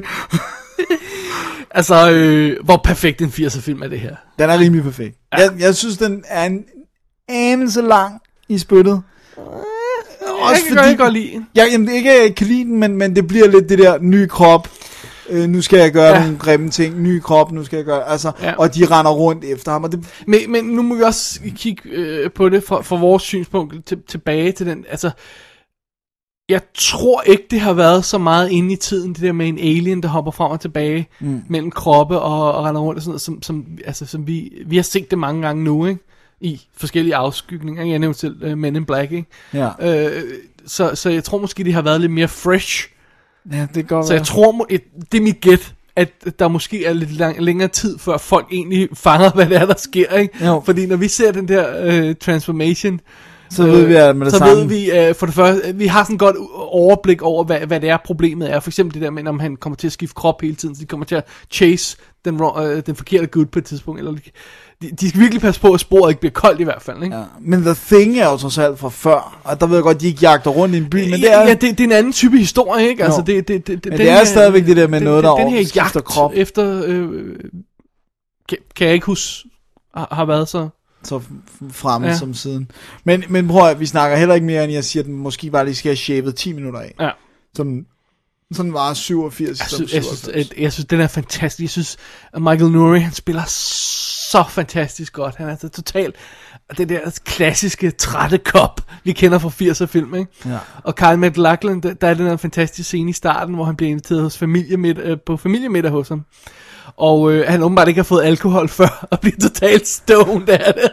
Altså, øh, hvor perfekt en firser film er det her? Den er rimelig perfekt. Ja. Jeg, jeg synes, den er en anelse lang i spyttet. Også jeg kan fordi, godt lide. Jeg, jamen, ikke jeg kan lide den, men, men det bliver lidt det der nye krop. Øh, nu skal jeg gøre ja. nogle grimme ting. Ny krop, nu skal jeg gøre... Altså, ja. Og de render rundt efter ham. Og det... men, men nu må vi også kigge øh, på det fra, fra vores synspunkt til, tilbage til den. Altså, jeg tror ikke, det har været så meget inde i tiden, det der med en alien, der hopper frem og tilbage mm. mellem kroppe og, og render rundt og sådan noget, som, som, altså, som vi, vi har set det mange gange nu, ikke? I forskellige afskygninger. Jeg nævnte selv uh, Men in Black, ikke? Ja. Øh, så, så jeg tror måske, det har været lidt mere fresh. Ja, det går. Så jeg tror, et, det er mit gæt, at der måske er lidt lang, længere tid, før folk egentlig fanger, hvad det er, der sker, ikke? Jo. Fordi når vi ser den der uh, transformation, så ved vi, at med det så samme. ved vi, uh, for det første, vi har sådan et godt overblik over, hvad, hvad det er, problemet er. For eksempel det der med, om han kommer til at skifte krop hele tiden, så de kommer til at chase den, uh, den forkerte gut på et tidspunkt, eller de, de skal virkelig passe på, at sporet ikke bliver koldt i hvert fald, ikke? Ja. Men The Thing er jo trods alt fra før, og der ved jeg godt, de ikke jagter rundt i en by, men det er... Ja, det, det er en anden type historie, ikke? Altså, det, det, det, men det er her, stadigvæk det der med den, noget, der den her skifter krop. Efter, øh, kan, kan jeg ikke huske, har, har været så... så fremme ja. som siden. Men, men prøv at, vi snakker heller ikke mere, end jeg siger, at den måske bare lige skal have shavet ti minutter af. Ja. Sådan, sådan var syvogfirs. Jeg synes, jeg, synes, jeg, jeg synes, den er fantastisk. Jeg synes, at Michael Nouri, han spiller så fantastisk godt. Han er så totalt, det der klassiske trætte kop, vi kender fra firser film, ikke? Ja. Og Kyle MacLachlan, der, der er den der fantastiske scene i starten, hvor han bliver inviteret hos familiemiddag, øh, på familiemiddag hos ham. Og øh, han åbenbart ikke har fået alkohol før, og bliver totalt stoned af det.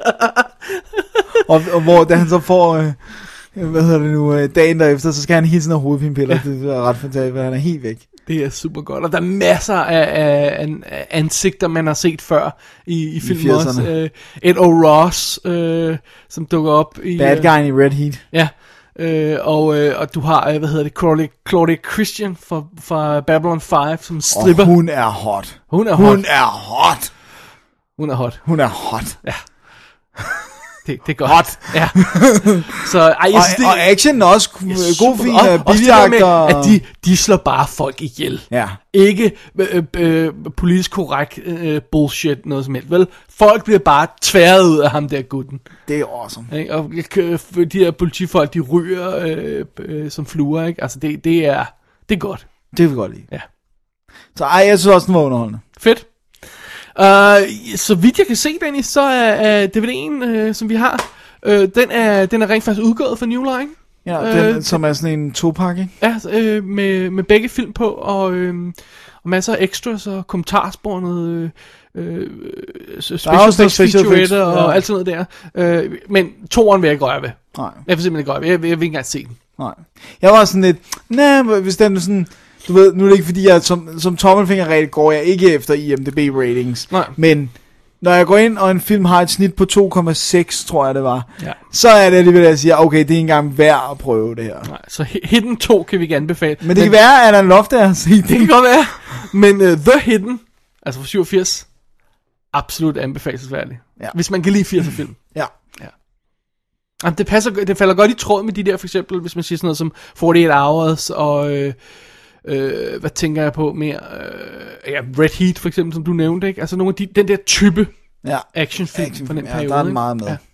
og, og hvor da han så får, øh, hvad hedder det nu, øh, dagen derefter, så skal han hele tiden have hovedpinepiller. Ja. Det er ret fantastisk, for han er helt væk. Det er super godt, og der er masser af, af, af ansigter, man har set før i, i filmen også. Uh, Ed O. Ross, uh, som dukker op i... Bad guy i Red Heat. Ja, uh, og, uh, og du har, uh, hvad hedder det, Claudia, Claudia Christian fra, fra Babylon fem, som stripper. Og hun er hot. Hun er hun hot. er hot. Hun er hot. Hun er hot. Ja. Det, det er godt. Hot. Ja. Så, ej, jeg og, synes, det, og action også god fin biljagter. At de, de slår bare folk ihjel. Ja. Ikke øh, øh, politisk korrekt øh, bullshit, noget som helst. Vel, folk bliver bare tværet ud af ham der gutten. Det er awesome. Ikke? Og øh, de her politifolk, de ryger øh, øh, som fluer, ikke? Altså, det, det, er, det er godt. Det vil vi godt lide. Ja. Så ej, jeg synes også, den var underholdende. Fedt. Uh, så vidt jeg kan se, Dennis, så er uh, D V D'en, uh, som vi har, uh, den, er, den er rent faktisk udgået for New Line. Ja, den, uh, som er sådan en topakke. Ja, uh, med, med begge film på, og, uh, og masser af extras og kommentarspor, noget uh, special effects, featurette og ja. alt sådan noget der. Uh, men toeren vil jeg ikke røre ved. Nej. Jeg vil simpelthen ikke røre ved. Jeg, jeg, jeg vil ikke engang se den. Nej. Jeg var sådan lidt, nej, hvis den er sådan... Du ved, nu er det ikke fordi, jeg som, som tommelfingerregel går jeg ikke efter I M D B ratings. Nej. Men når jeg går ind, og en film har et snit på to komma seks, tror jeg det var, ja. så er det alligevel, at jeg siger, okay, det er ikke engang værd at prøve det her. Nej, så Hidden to kan vi ikke anbefale. Men det men, kan være, at Alan Loftager har set det. kan godt være. Men uh, The Hidden, altså fra syvogfirs, absolut anbefalesværdig. Ja. Hvis man kan lide firser film. Ja. Ja. Jamen, det, passer, det falder godt i tråd med de der, for eksempel, hvis man siger sådan noget som forty-eight hours, og... Øh, Øh, hvad tænker jeg på mere? Øh, ja, Red Heat for eksempel, som du nævnte, ikke? Altså nogle af de, den der type ja. actionfilm Action fra den ja, periode. Der er den meget med. Ja.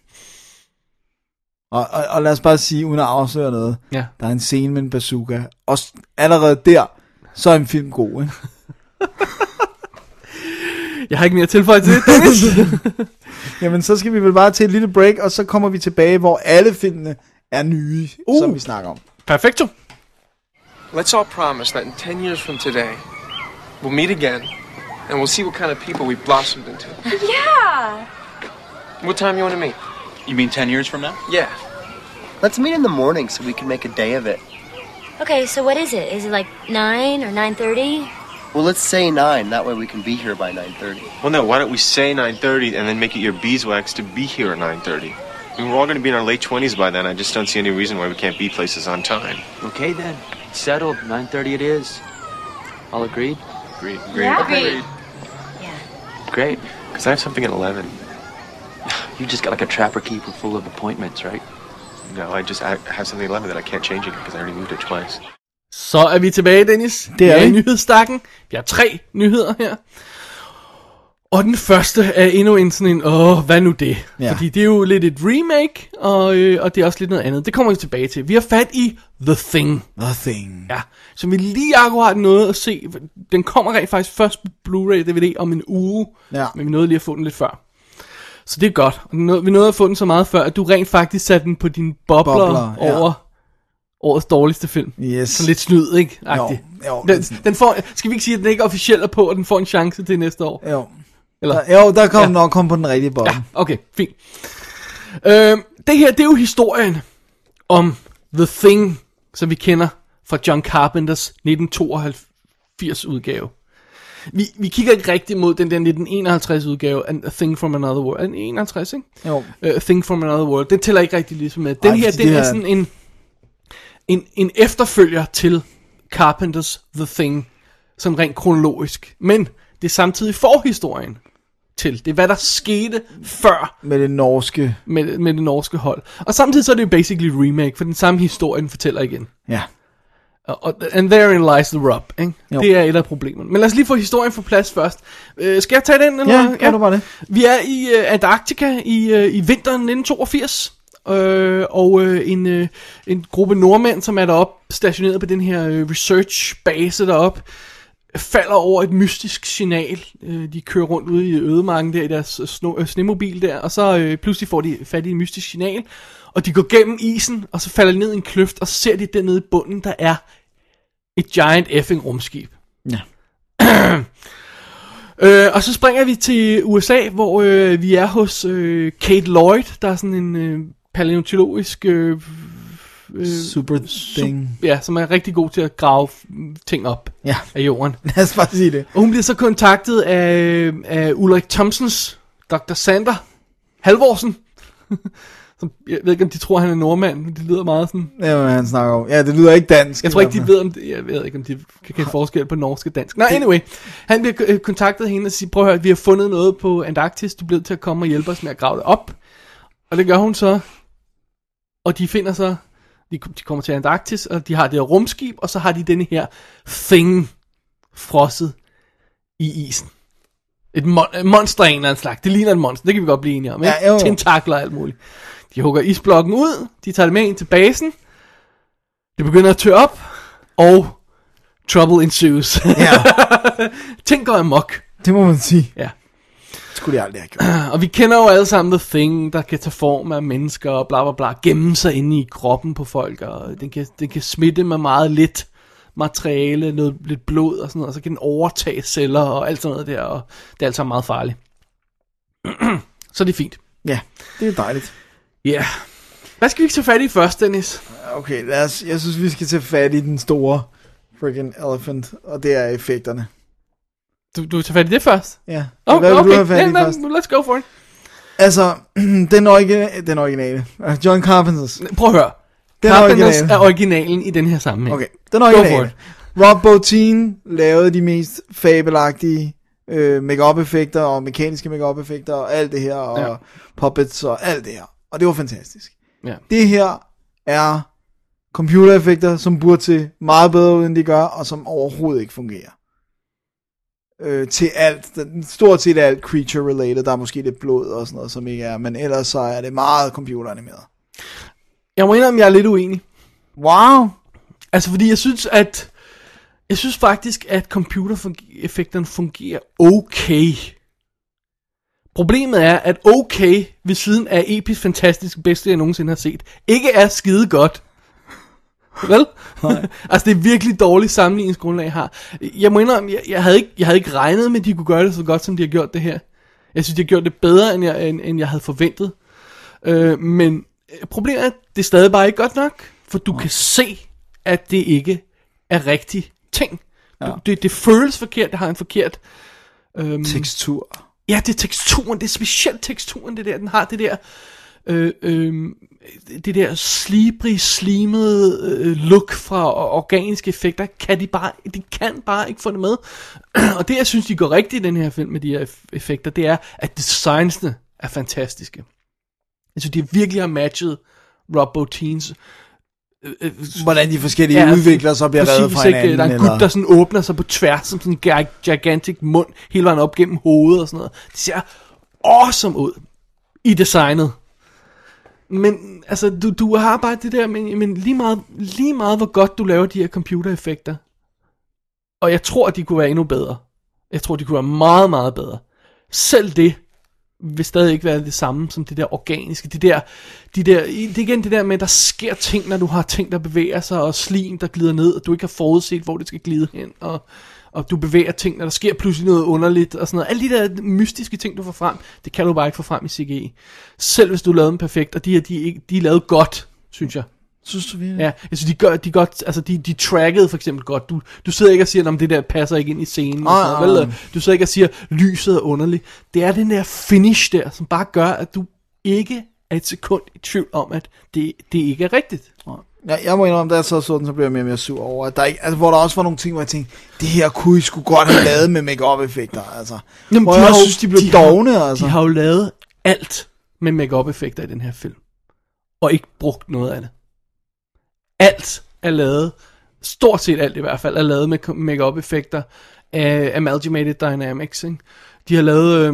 Og, og, og lad os bare sige, uden at afsløre noget, ja. der er en scene med en bazooka. Og allerede der, så er en film god, ikke? Jeg har ikke mere at tilføje til det, Dennis. Jamen, så skal vi vel bare til et lille break, og så kommer vi tilbage, hvor alle filmene er nye, uh. som vi snakker om. Perfekto. Let's all promise that in ten years from today, we'll meet again, and we'll see what kind of people we've blossomed into. Yeah. What time you want to meet? You mean ten years from now? Yeah. Let's meet in the morning so we can make a day of it. Okay, so what is it? Is it like nine or nine thirty? Well, let's say nine. That way we can be here by nine thirty. Well, no, why don't we say nine thirty and then make it your beeswax to be here at nine thirty? I mean, we're all going to be in our late twenties by then. I just don't see any reason why we can't be places on time. Okay, then. Settled. nine thirty it is. All agreed? Agreed. Agreed. Yeah. Agreed. Yeah. Great. Because I have something at eleven. You just got like a trapper keeper full of appointments, right? No, I just I have something at eleven that I can't change it because I already moved it twice. Så er vi tilbage, Dennis. Det er vi. vi. I nyhedsstakken. Vi har tre nyheder her. Og den første er endnu en sådan en, åh, hvad nu det? Ja. Fordi det er jo lidt et remake, og, øh, og det er også lidt noget andet. Det kommer vi tilbage til. Vi har fat i The Thing. The Thing. Ja, så vi lige akkurat nåede at se. Den kommer rent faktisk først på Blu-ray D V D om en uge. Ja. Men vi nåede lige at få den lidt før. Så det er godt. Og vi nåede at få den så meget før, at du rent faktisk satte den på dine bobler, Bobler, ja. over årets dårligste film. Yes. Sådan lidt snyd, ikke? Jo, jo, den, den får, skal vi ikke sige, at den ikke er officielt er på, og den får en chance til næste år? Jo. Eller? Der, jo, der kom Ja. nok kom på den rigtige boble. Ja, okay, fint. Øh, det her, det er jo historien om The Thing, som vi kender fra John Carpenters nitten tooghalvfems udgave. Vi, vi kigger ikke rigtig mod den der nitten enoghalvtreds udgave, A Thing from Another World. Er den enoghalvtreds, ikke? Jo. Uh, A Thing from Another World. Den tæller ikke rigtig ligesom med. Den Ej, her, fordi den det er her- sådan en, en, en efterfølger til Carpenters The Thing, sådan rent kronologisk. Men det er samtidig forhistorien til. Det er, hvad der skete før Med det norske. med, med det norske hold. Og samtidig så er det jo basically remake, for den samme historie, den fortæller igen. Ja. Og, and therein lies the rub, ikke? Jo. Det er et af problemerne. Men lad os lige få historien på plads først. Uh, skal jeg tage den? Eller? Ja, gør du bare det. Vi er i uh, Antarktika i, uh, i vinteren nitten toogfirs. Uh, og uh, en, uh, en gruppe nordmænd, som er deroppe, stationeret på den her uh, research-base deroppe, falder over et mystisk signal. Uh, de kører rundt ude i ødemarken der i deres sno, uh, snemobil der, og så uh, pludselig får de fat i et mystisk signal, og de går gennem isen, og så falder de ned i en kløft, og så ser de dernede i bunden, der er et giant effing rumskib. Ja. øh, og så springer vi til U S A, hvor øh, vi er hos øh, Kate Lloyd, der er sådan en øh, paleontologisk øh, øh, Super thing. ja, som er rigtig god til at grave ting op Ja. af jorden. Lad os bare sige det. Og hun bliver så kontaktet af, af Ulrik Thomsens doktor Sander Halvorsen. Som, jeg ved ikke, om de tror, han er nordmand, men det lyder meget sådan. Ja, hvad han snakker om. Ja, det lyder ikke dansk. Jeg tror ikke, de ved, om det, jeg ved ikke, om de kan kende forskel på norsk og dansk. Nej, anyway. Han bliver øh, kontaktet af hende og siger, prøv at høre, vi har fundet noget på Antarktis, du bliver til at komme og hjælpe os med at grave det op. Og det gør hun så. Og de finder så, de, de kommer til Antarktis, og de har det her rumskib, og så har de denne her thing frosset i isen. Et mon- monster af en eller anden slags. Det ligner et monster, det kan vi godt blive enige om. Ikke? Ja, jo, jo. Tentakler og alt muligt. De hugger isblokken ud, de tager det med ind til basen. Det begynder at tørre op, og trouble ensues. Ja, Ting går amok. det må man sige. Ja. Det skulle de aldrig have gjort. Og vi kender jo alle sammen The Thing, der kan tage form af mennesker og bla bla bla, gemme sig inde i kroppen på folk, og den kan, den kan smitte med meget lidt materiale, noget lidt blod og sådan noget, og så kan den overtage celler og alt sådan noget der, og det er altså meget farligt. Så det er fint. Ja, det er dejligt. Ja. Yeah. Hvad skal vi tage fat i først, Dennis? Okay, lad os, jeg synes, vi skal tage fat i den store freaking elephant, og det er effekterne. Du, du vil tage fat i det først? Ja, Oh, hvad vil okay. du have fat i yeah, først? no, let's go for it. Altså, den, origina- den originale. Uh, John Carpenters. Prøv at høre. Den Carpenters originale. er originalen i den her sammenhæng. Okay, den Go for originale. Rob Bottin lavede de mest fabelagtige øh, make-up-effekter og mekaniske make-up-effekter og alt det her, og Ja. puppets og alt det her. Og det var fantastisk. Ja. Det her er computereffekter, som burde se meget bedre ud, end de gør, og som overhovedet ikke fungerer. Øh, til alt, stort set alt creature-related, der er måske lidt blod og sådan noget, som ikke er, men ellers så er det meget computeranimeret. Jeg må indrømme, jeg er lidt uenig. Wow! Altså, fordi jeg synes, at... Jeg synes faktisk, at computereffekterne fungerer okay Problemet er, at okay ved siden af episk fantastisk bedste, jeg nogensinde har set, ikke er skide godt. Vel? Altså det er virkelig dårligt sammenligningsgrundlag, jeg har. Jeg må indrømme, jeg, jeg, havde ikke, jeg havde ikke regnet med, at de kunne gøre det så godt, som de har gjort det her. Jeg synes, de har gjort det bedre, end jeg, end, end jeg havde forventet. Øh, men problemet er, at det er stadig bare ikke godt nok, for du kan se, at det ikke er rigtig ting. Ja. Du, det, det føles forkert, det har en forkert øhm, tekstur. Ja, det er teksturen, det er specielt teksturen, det der, den har det der, øh, øh, det der slibri, slimede øh, look fra organiske effekter, kan de bare, de kan bare ikke få det med. Og det, jeg synes, de går rigtigt i den her film med de her effekter, det er, at designsene er fantastiske. Jeg synes, de virkelig har matchet Rob Bottin's hvordan de forskellige ja, udvikler sig og bliver reddet fra hinanden. Der er en eller... gut, der sådan åbner sig på tværs, som sådan en gigantic mund, hele vejen op gennem hovedet og sådan noget. Det ser awesome ud i designet. Men altså, du, du har bare det der, men, men lige, meget, lige meget hvor godt du laver de her computereffekter, og jeg tror, at de kunne være endnu bedre. Jeg tror, de kunne være meget, meget bedre. Selv det vil stadig ikke være det samme som det der organiske, det der, de der, det er igen det der med, at der sker ting, når du har ting, der bevæger sig, og slim, der glider ned, og du ikke har forudset, hvor det skal glide hen, og, og du bevæger ting, når der sker pludselig noget underligt, og sådan noget. Alle de der mystiske ting, du får frem, det kan du bare ikke få frem i C G I. Selv hvis du lavede dem perfekt, og de her, de, de er lavet godt, synes jeg. Synes du virkelig? Ja, jeg synes, de gør, de godt, altså de, de trackede for eksempel godt. Du, du sidder ikke og siger, om det der passer ikke ind i scenen. Oh, og sådan noget, oh, vel? Du sidder ikke og siger, lyset er underligt. Det er den der finish der, som bare gør, at du ikke er et sekund i tvivl om, at det, det ikke er rigtigt. Ja, jeg må indrømme, da jeg så sådan, så bliver jeg mere og mere sur over, at der ikke, altså, hvor der også var nogle ting, hvor jeg tænkte, det her kunne I sgu godt have lavet med make-up-effekter, altså. Jamen, hvor de jeg har også jo, synes, de blev de dogne, har, altså. De har jo lavet alt med make-up-effekter i den her film. Og ikke brugt noget af det. Alt er lavet, stort set alt i hvert fald, er lavet med make-up effekter af Amalgamated Dynamics, ikke? De har lavet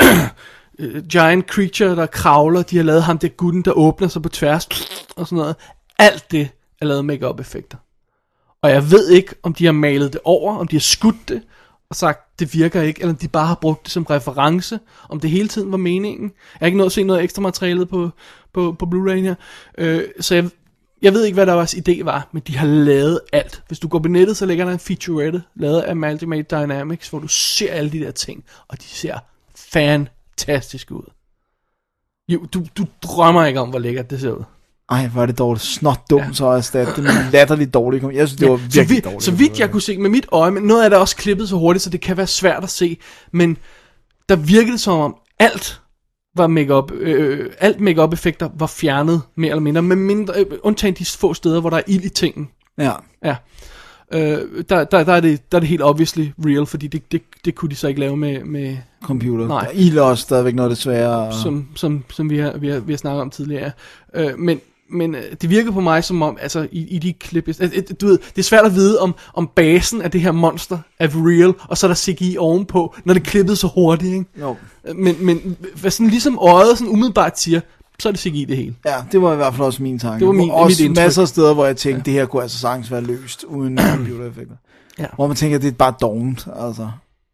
øh, giant creature, der kravler, de har lavet ham der gutten, der åbner sig på tværs, og sådan noget. Alt det er lavet make-up effekter. Og jeg ved ikke, om de har malet det over, om de har skudt det, og sagt, det virker ikke, eller om de bare har brugt det som reference, om det hele tiden var meningen. Jeg har ikke nået at se noget ekstra materiale på, på, på Blu-ray her, øh, så jeg Jeg ved ikke, hvad deres idé var, men de har lavet alt. Hvis du går på nettet, så ligger der en featurette, lavet af Amalgamated Dynamics, hvor du ser alle de der ting, og de ser fantastiske ud. Jo, du, du drømmer ikke om, hvor lækkert det ser ud. Ej, hvor er det dårligt. Snot dumt, ja. Så er det det latterligt dårligt. Jeg synes, det var ja, virkelig så dårligt. Så vidt jeg kunne se med mit øje, men noget af det er også klippet så hurtigt, så det kan være svært at se, men der virkede som om alt var make-up, øh, alt make-up effekter var fjernet mere eller mindre, med mindre, øh, undtagen de få steder, hvor der er ild i tingen. Ja. Ja. Øh, der, der, der, er det, der er det helt obviously real, fordi det, det, det kunne de så ikke lave med, med computer. Nej. Der ild også stadigvæk noget desværre. Og... Som, som, som vi, har, vi, har, vi har snakket om tidligere. Øh, men men det virker på mig som om, altså i, i de klip, altså, du ved, det er svært at vide om, om basen af det her monster er real, og så er der C G I ovenpå, når det er klippet så hurtigt, ikke? Jo. Men, men hvad sådan ligesom øjet sådan umiddelbart siger, så er det C G I det hele. Ja, det var i hvert fald også min tanke. Det var min, også mit indtryk. Masser af steder, hvor jeg tænkte, ja. Det her kunne altså sagtens være løst uden computereffekter. Ja. Hvor man tænker, at det er bare dovent, altså.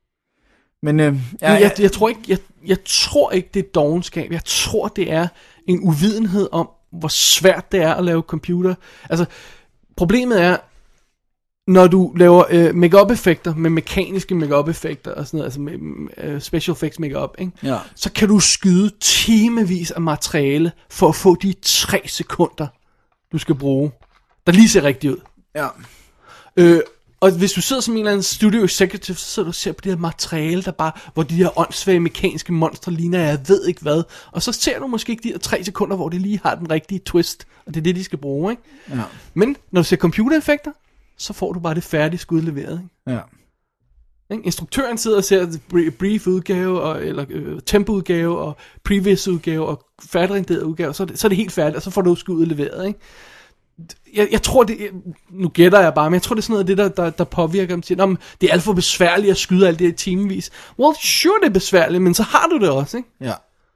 Men, øh, ja, jeg, jeg, tror ikke, jeg, jeg tror ikke, det er dovenskab. Jeg tror, det er en uvidenhed om, hvor svært det er at lave computer. Altså, problemet er, når du laver øh, make-up effekter med mekaniske make-up effekter og sådan noget, altså med øh, special effects make-up, ikke? Ja. Så kan du skyde timevis af materiale for at få de tre sekunder, du skal bruge, der lige ser rigtigt ud. Ja. Øh, og hvis du sidder som en eller anden studio executive, så sidder du og ser på det her materiale, der bare, hvor de her åndssvage mekaniske monstre ligner, jeg ved ikke hvad. Og så ser du måske ikke de her tre sekunder, hvor det lige har den rigtige twist. Og det er det, de skal bruge, ikke? Ja. Men når du ser computereffekter, så får du bare det færdige skud leveret, ikke? Ja. Ikke? Instruktøren sidder og ser brief udgave, og, eller øh, tempo udgave, og previous udgave, og færdigrenderet udgave, så er, det, så er det helt færdigt, og så får du skuddet leveret, ikke? Jeg, jeg tror det, nu gætter jeg bare, men jeg tror det er sådan noget af det, der, der, der påvirker dem til, om det er alt for besværligt at skyde alt det her timevis. Well, sure det er besværligt, men så har du det også, ikke? Ja.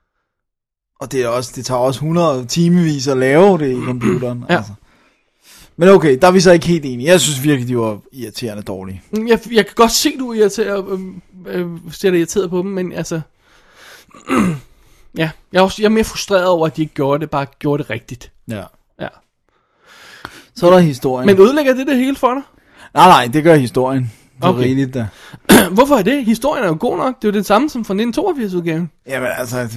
Og det, er også, det tager også hundrede timevis at lave det i computeren. Ja. Altså. Men okay, der er vi så ikke helt enige. Jeg synes virkelig, de var irriterende dårlige. Jeg, jeg kan godt se, du er irriteret, øh, øh, ser dig irriteret på dem, men altså... ja, jeg er, også, jeg er mere frustreret over, at de ikke gjorde det, bare gjorde det rigtigt. Ja. Ja. Så er der historien. Men ødelægger det det hele for dig? Nej, nej, det gør historien. Det er Okay. rigeligt der. Hvorfor er det? Historien er jo god nok. Det er jo det samme som fra nitten toogfirs-udgaven. Jamen altså... det,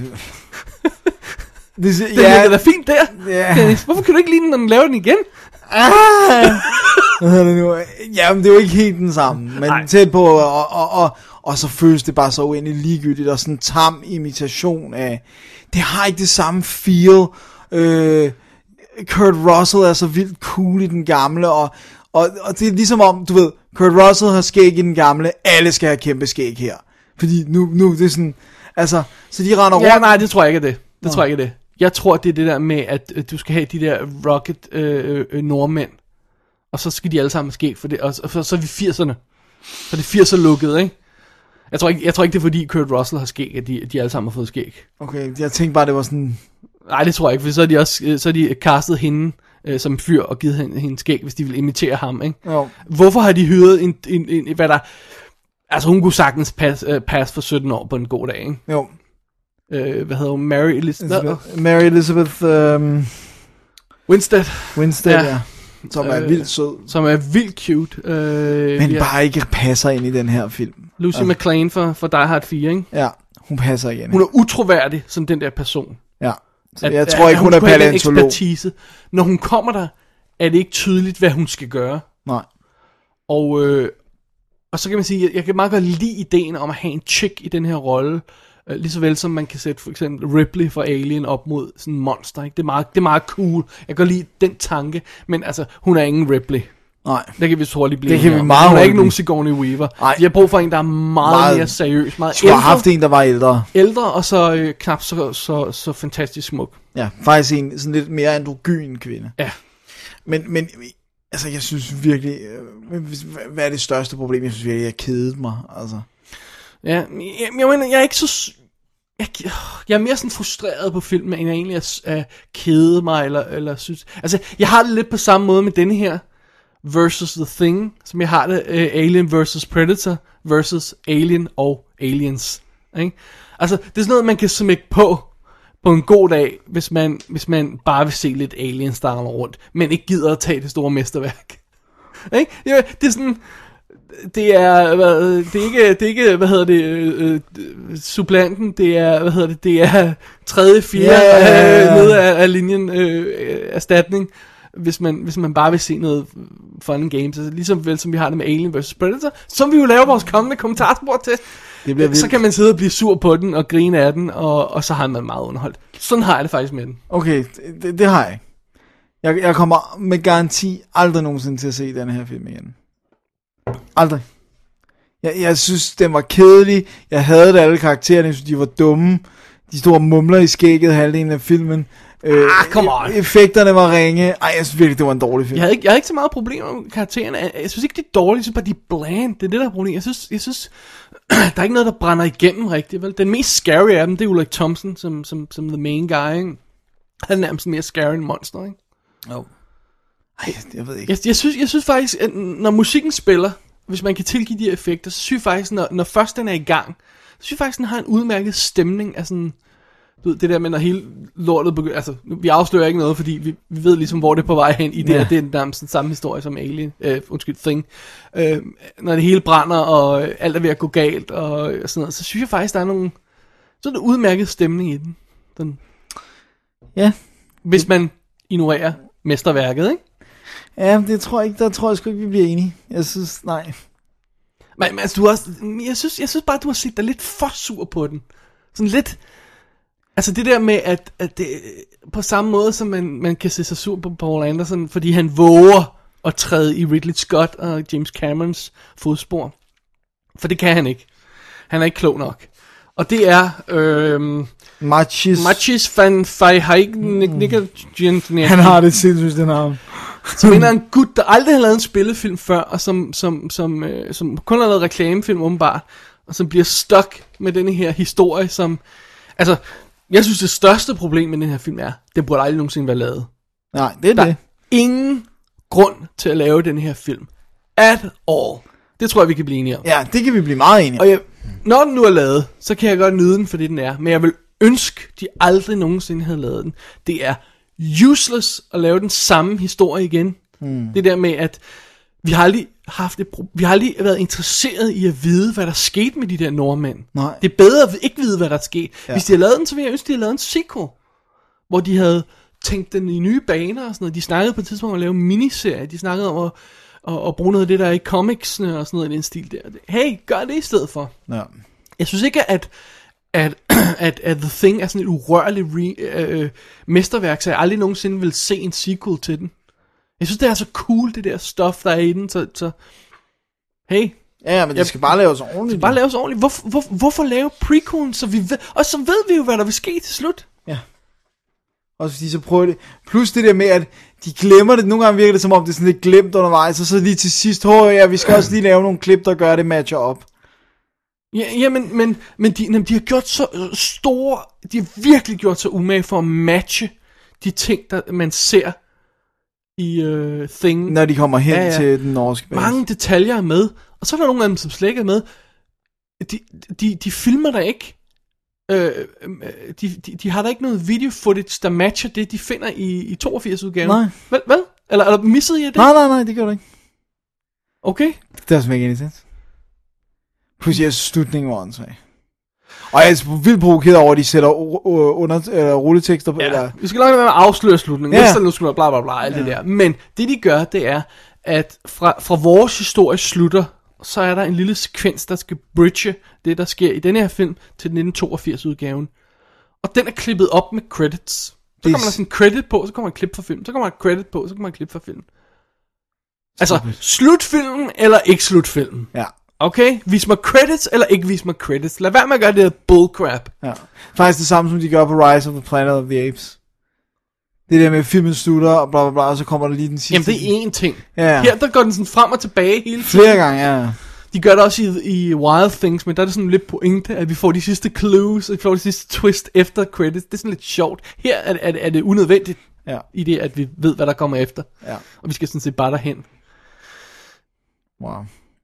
det ja, ligger da fint der. Ja. Dennis, hvorfor kan du ikke lide den, når den laver den igen? Ah, hvad hedder det nu? Jamen, det er jo ikke helt den samme, men Ej. tæt på, og, og, og, og så føles det bare så uendeligt ligegyldigt, og sådan en tam imitation af, det har ikke det samme feel. øh, Kurt Russell er så vildt cool i den gamle, og, og, og det er ligesom om, du ved, Kurt Russell har skæg i den gamle, alle skal have kæmpe skæg her, fordi nu, nu det er sådan, altså, så de render Ja, rundt. nej, det tror jeg ikke er det. Det Nå. tror jeg ikke er det. Jeg tror, det er det der med, at øh, du skal have de der rocket øh, øh, nordmænd, og så skal de alle sammen skæg for det, og, og så, så er vi firserne. Så det er firser lukket, ikke? Jeg tror ikke, jeg tror ikke det er fordi Kurt Russell har skæg, at de, de alle sammen har fået skæg. Okay, jeg tænkte bare, det var sådan... Nej, det tror jeg ikke, for så har de også så har de castet hende øh, som fyr og givet hende, hende skæg, hvis de vil imitere ham, ikke? Jo. Hvorfor har de hyret en, en, en, hvad der... Altså, hun kunne sagtens passe øh, pass for sytten år på en god dag, ikke? Jo. Øh, hvad hedder hun? Mary Elizabeth? Elizabeth Mary Elizabeth... Um... Winstead. Winstead, ja. ja. Som er øh, vildt sød. Som er vildt cute. Øh, Men ja. bare ikke passer ind i den her film. Lucy altså. McLean for, for Die Hard fire, ikke? Ja, hun passer igen. Hun er utroværdig som den der person. Ja, så at, jeg tror ikke, at, hun, hun er paleontolog. Ekspertise. Når hun kommer der, er det ikke tydeligt, hvad hun skal gøre. Nej. Og, øh, og så kan man sige, jeg, jeg kan meget godt lide ideen om at have en chick i den her rolle. Uh, lige så vel som man kan sætte for eksempel Ripley fra Alien op mod sådan en monster, ikke? Det er meget, det er meget cool. Jeg kan lide den tanke, men altså, hun er ingen Ripley. Nej. Det kan vi så hurtigt blive. Det kan vi meget Hun er ikke blive. nogen Sigourney Weaver. Nej. De har brug for en, der er meget, meget mere seriøs, meget skulle ældre. have haft en, der var ældre. Ældre, og så øh, knap så, så, så fantastisk smuk. Ja, faktisk en sådan lidt mere androgyn kvinde. Ja. Men, men altså, jeg synes virkelig, øh, hvad er det største problem? Jeg synes virkelig, jeg kedet mig, altså. Ja, jeg, jeg mener, jeg er ikke så... Jeg, jeg er mere sådan frustreret på filmen, end jeg egentlig er, er kede mig, eller, eller synes... Altså, jeg har det lidt på samme måde med denne her, versus The Thing, som jeg har det, uh, Alien versus Predator, versus Alien og Aliens. Ikke? Altså, det er sådan noget, man kan smække på, på en god dag, hvis man, hvis man bare vil se lidt Aliens, der render rundt, men ikke gider at tage det store mesterværk. Ikke? Ja, det er sådan... Det er, hvad, det er ikke, det er ikke, hvad hedder det, øh, supplanten, det er, hvad hedder det, det er tredje, fjerde, yeah. øh, nede af, af linjen, øh, erstatning, hvis man, hvis man bare vil se noget fun and games, altså ligesom vel som vi har det med Alien versus Predator, som vi jo laver vores kommende kommentarspor til, det bliver så kan man sidde og blive sur på den, og grine af den, og, og så har man meget underholdt. Sådan har jeg det faktisk med den. Okay, det, det har jeg ikke. Jeg, jeg kommer med garanti aldrig nogensinde til at se den her film igen. Aldrig. Jeg, jeg synes, den var kedelig. Jeg havde alle karaktererne, jeg synes, de var dumme. De store mumler i skægget halvdelen af filmen. Øh, ah, come on. Effekterne var ringe. Ej, jeg synes virkelig, det var en dårlig film. Jeg havde ikke, jeg havde ikke så meget problemer med karaktererne. Jeg synes ikke, de er dårlige. Jeg synes bare, de er bland. Det er det, der er problemet. Jeg synes, jeg synes der er ikke noget, der brænder igennem rigtigt. Vel? Den mest scary af dem, det er Ulrich Thompson, som, som, som the main guy. Ikke? Han er nærmest mere scary end monster, ikke? Jo. Ej, jeg ved ikke. Jeg, jeg, synes, jeg synes faktisk, at når musikken spiller, hvis man kan tilgive de her effekter, så synes jeg faktisk, når, når først den er i gang, så synes jeg faktisk, den har en udmærket stemning af sådan, du ved, det der med, når hele lortet begynder, altså, vi afslører ikke noget, fordi vi, vi ved ligesom, hvor det er på vej hen i det, ja. Det er nærmest den samme historie som Alien, øh, undskyld, Thing. Øh, når det hele brænder, og alt er ved at gå galt, og, og sådan noget, så synes jeg faktisk, der er nogle, sådan en udmærket stemning i den. den. Ja. Hvis man ignorerer mesterværket, ikke? Ja, det tror jeg ikke, der tror jeg sgu ikke, vi bliver enige. Jeg synes, nej. Men, men altså, du har, jeg synes, jeg synes bare, du har set dig lidt for sur på den. Sådan lidt, altså det der med, at, at det, på samme måde, som man, man kan se sig sur på Paul Anderson, fordi han våger at træde i Ridley Scott og James Camerons fodspor. For det kan han ikke. Han er ikke klog nok. Og det er... Øh, Machis. Machis van Feijen. Han har det sindssygt, den arm. Som en en gut, der aldrig har lavet en spillefilm før, og som, som, som, øh, som kun har lavet reklamefilm åbenbart, og som bliver stuck med denne her historie, som... Altså, jeg synes, det største problem med den her film er, det burde aldrig nogensinde være lavet. Nej, det er der det. Er ingen grund til at lave den her film. At all. Det tror jeg, vi kan blive enige om. Ja, det kan vi blive meget enige om. Og jeg, når den nu er lavet, så kan jeg godt nyde den for det den er. Men jeg vil ønske, de aldrig nogensinde havde lavet den. Det er useless at lave den samme historie igen. Mm. Det der med, at vi har aldrig haft et pro- vi har aldrig været interesseret i at vide, hvad der skete med de der nordmænd. Nej. Det er bedre at ikke vide, hvad der er sket. Ja. Hvis de havde lavet den, så ville jeg ønske, de havde lavet en sequel, hvor de havde tænkt den i nye baner og sådan noget. De snakkede på et tidspunkt om at lave en miniserie. De snakkede om at, at, at bruge noget af det, der er i comicsene og sådan noget i den stil der. Hey, gør det i stedet for. Ja. Jeg synes ikke, at At, at, at The Thing er sådan et urørligt re, øh, mesterværk, så jeg aldrig nogensinde vil se en sequel til den. Jeg synes, det er så cool, det der stuff, der er i den, så, så hey. Ja, men det skal bare laves ordentligt. Det skal bare laves ordentligt. Hvor, hvor, hvorfor lave prequelen, så vi ved, og så ved vi jo, hvad der vil ske til slut. Ja. Også fordi så prøver det. Plus det der med, at de glemmer det. Nogle gange virker det som om, det er sådan lidt glemt undervejs, og så lige til sidst, hår, ja, vi skal også lige lave nogle klip, der gør det matcher op. Ja, ja men, men, men de, jamen, de har gjort så store, de har virkelig gjort så umage for at matche de ting, der man ser i uh, Thing. Når de kommer hen ja, ja. til den norske base. Mange detaljer er med, og så er der nogle af dem, som slet ikke er med. De, de, de filmer der ikke. Øh, de, de, de har der ikke noget video footage, der matcher det, de finder i, i toogfirs-udgaven. Nej. Vel, vel? Eller, eller missede I det? Nej, nej, nej, det gør det ikke. Okay. Det er simpelthen ikke enig. Pludselig er slutningen var åndssvag. Og jeg er vildt provokeret over, at de sætter under eller rulletekster på. Ja, eller... vi skal nok være med at afsløre slutningen. Ja. Næste nu skal bla bla bla, alt ja. det der. Men det de gør, det er, at fra, fra vores historie slutter, så er der en lille sekvens, der skal bridge det, der sker i denne her film, til nitten toogfirs-udgaven. Og den er klippet op med credits. Så kommer der sådan en credit på, så kommer en klip fra film. Så kommer der en credit på, så kommer der en klip fra film. Altså, slutfilmen eller ikke slutfilmen. Ja. Okay, vis mig credits eller ikke vis mig credits. Lad være med at gøre det der bullcrap. Ja. Faktisk det samme, som de gør på Rise of the Planet of the Apes. Det der med filmen slutter, og bla bla bla, og så kommer der lige den sidste. Jamen, det er én ting. Ja. Her, der går den sådan frem og tilbage hele tiden. Flere gange, ja. De gør det også i, i Wild Things, men der er det sådan lidt pointe, at vi får de sidste clues, og vi får de sidste twist efter credits. Det er sådan lidt sjovt. Her er, er, er det unødvendigt, ja. i det, at vi ved, hvad der kommer efter. Ja. Og vi skal sådan set bare derhen. Wow.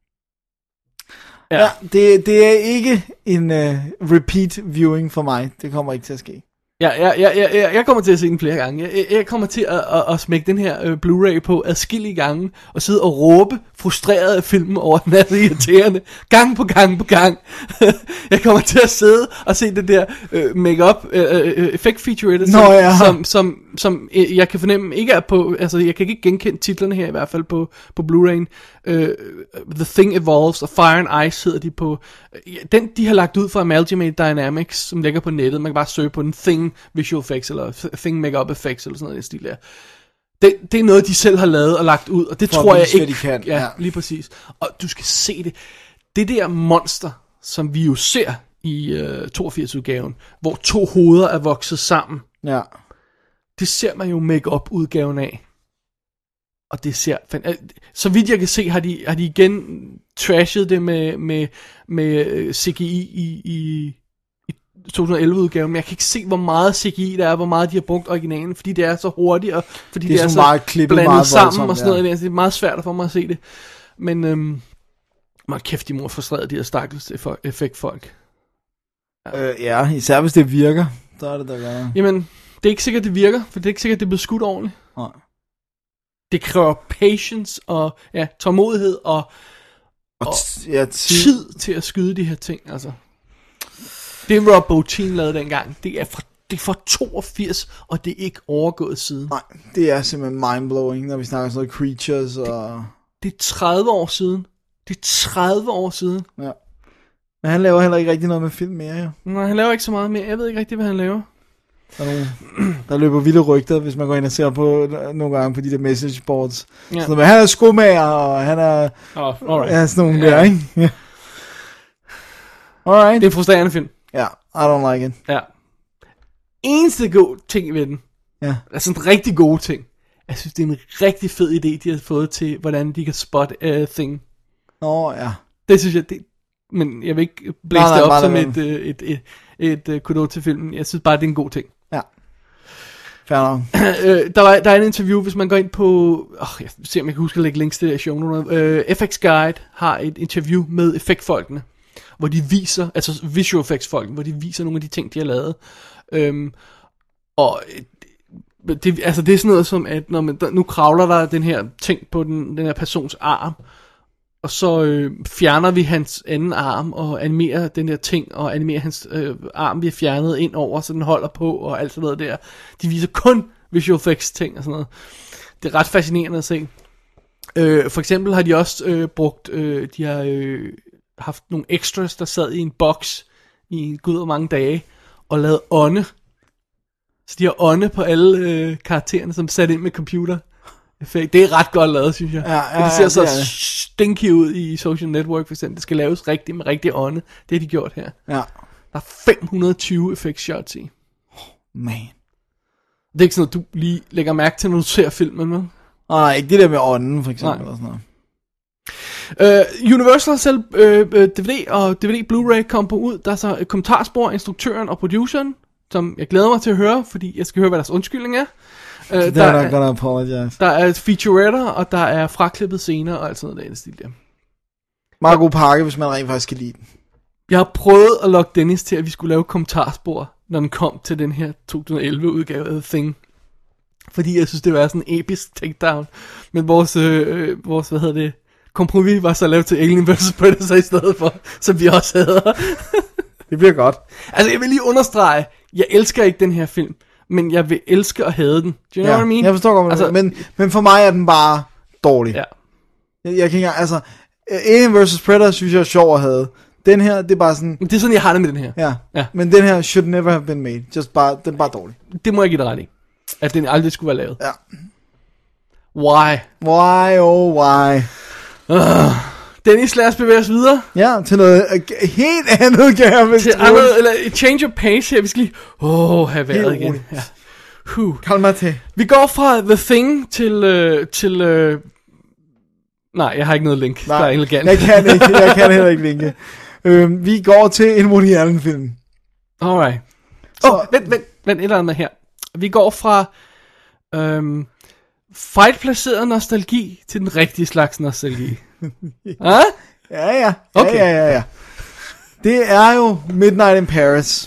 Ja, ja det, det er ikke en uh, repeat viewing for mig. Det kommer ikke til at ske. Ja, ja, ja, ja, jeg kommer til at se den flere gange. Jeg, jeg kommer til at, at, at smække den her uh, Blu-ray på adskillige gange, og sidde og råbe frustreret af filmen over, den er så irriterende, gang på gang på gang. Jeg kommer til at sidde og se det der uh, make-up uh, uh, effect feature, som, ja. som, som, som uh, jeg kan fornemme ikke er på, altså jeg kan ikke genkende titlerne her i hvert fald på, på Blu-ray'en. Uh, The Thing Evolves og Fire and Ice hedder de på. Uh, den de har lagt ud fra Amalgamated Dynamics, som ligger på nettet. Man kan bare søge på den Thing Visual Effects, eller Thing Makeup Effects, eller sådan noget i stil der. Det, det er noget, de selv har lavet og lagt ud, og det for tror jeg vise, ikke... de kan. Ja, ja, lige præcis. Og du skal se det. Det der monster, som vi jo ser i uh, toogfirs-udgaven, hvor to hoveder er vokset sammen, ja. det ser man jo make-up-udgaven af. Og det ser... Så vidt jeg kan se, har de, har de igen trashet det med, med, med C G I i... i to tusind og elleve-udgaven, men jeg kan ikke se, hvor meget C G I der er, hvor meget de har brugt originalen, fordi det er så hurtigt, og fordi det er, det er så, meget klippet, blandet meget sammen, voldsomt, og sådan noget. Ja. Det er meget svært for mig at se det. Men, øhm, meget kæft, de må frustrere de her stakkels effektfolk. Ja. Øh, ja, især hvis det virker, så er det der gør. Jamen, det er ikke sikkert, det virker, for det er ikke sikkert, det er blevet skudt ordentligt. Nej. Det kræver patience, og ja, tålmodighed, og, og, og ja, tid til at skyde de her ting, altså. Det Rob Bottin lavede dengang, det er fra, det er fra toogfirs, og det er ikke overgået siden. Nej, det er simpelthen mindblowing, når vi snakker sådan noget Creatures og... Det, det er tredive år siden. Det er tredive år siden. Ja. Men han laver heller ikke rigtig noget med film mere, jo. Nej, han laver ikke så meget mere. Jeg ved ikke rigtig, hvad han laver. Der, nogle, der løber vilde rygter, hvis man går ind og ser på nogle gange på de der message boards. Ja. Så, men han er skomager, og han er... Oh, alright. Ja, sådan nogle der, ikke? Ja. Alright. Det er en frustrerende film. Ja, I don't like it. Ja. Eneste god ting ved den, ja. altså en rigtig gode ting, jeg synes, det er en rigtig fed idé, de har fået til, hvordan de kan spotte uh, Thing. Åh, oh, ja. Det synes jeg, det, men jeg vil ikke blæse nej, nej, det op som et, et, et, et, et, et kudo til filmen. Jeg synes bare, det er en god ting. Ja. Fair nok. der, var, der er en interview, hvis man går ind på, åh, jeg ser om jeg kan huske at lægge links til det i show. Uh, F X Guide har et interview med effektfolkene. hvor de viser, altså visual effects folk, hvor de viser nogle af de ting, de har lavet. Øhm, og det, altså det er sådan noget som, at når man, nu kravler der den her ting på den, den her persons arm, og så øh, fjerner vi hans anden arm, og animerer den der ting, og animerer hans øh, arm, vi har fjernet ind over, så den holder på, og alt sådan noget der. De viser kun visual effects ting og sådan noget. Det er ret fascinerende at se. Øh, for eksempel har de også øh, brugt, øh, de har øh, haft nogle extras, der sad i en boks i gud og mange dage, og lavet ånde. Så de har ånde på alle øh, karaktererne, som sat ind med computer. Det er ret godt lavet, synes jeg. Ja, ja, ja, det ser ja, så det det. stinky ud i Social Network, for eksempel. Det skal laves rigtigt med rigtig ånde. Det har de gjort her. Ja. Der er fem hundrede og tyve effects shots i. Man. Det er ikke sådan noget, du lige lægger mærke til, når du ser filmen, vel? Nej, ikke det der med ånden, for eksempel. Eller sådan noget. Uh, Universal selv uh, D V D og D V D Blu-ray kom på ud. Der er så et kommentarspor, instruktøren og produceren, som jeg glæder mig til at høre, fordi jeg skal høre, hvad deres undskyldning er. Uh, der, der er gonna apologize. Der er featuretter, og der er fraklippet scener og alt sådan noget der i stil der. Meget god pakke, hvis man rent faktisk kan lide den. Jeg har prøvet at lokke Dennis til, at vi skulle lave kommentarspor, når den kom til den her to tusind og elleve udgave af Thing. Fordi jeg synes, det var sådan en episk takedown. Men vores, øh, vores hvad hedder det, kompromis var så lavet til Alien versus. Predator i stedet for, som vi også havde. Det bliver godt. Altså, jeg vil lige understrege, jeg elsker ikke den her film, men jeg vil elske at have den. Do you know ja, what I mean? Jeg forstår godt, altså, men, men for mig er den bare dårlig. Ja. Jeg, jeg kan ikke, altså, Alien versus. Predator synes jeg er sjov at have. Den her, det er bare sådan... Det er sådan, jeg har det med den her. Ja, ja. Men den her should never have been made. Just bare, den er bare dårlig. Det må jeg give dig ret i. At den aldrig skulle være lavet. Ja. Why? Why, oh why? Uh, Dennis, lad os bevæge os videre. Ja, til noget uh, helt andet, kan jeg vist til andet, eller et change of pace her. Vi skal lige... Åh, oh, have været igen. Ja. Huh. Kald mig til. Vi går fra The Thing til... Uh, til uh... Nej, jeg har ikke noget link. Nej, der er elegant. jeg kan ikke. Jeg kan heller ikke linke. Uh, vi går til en Woody Allen film. Alright. Åh, oh, vent, vent, vent, et eller andet her. Vi går fra... Um, fejlplaceret nostalgi til den rigtige slags nostalgi. Ah? Ja, ja. Okay. Ja, ja, ja. Det er jo Midnight in Paris.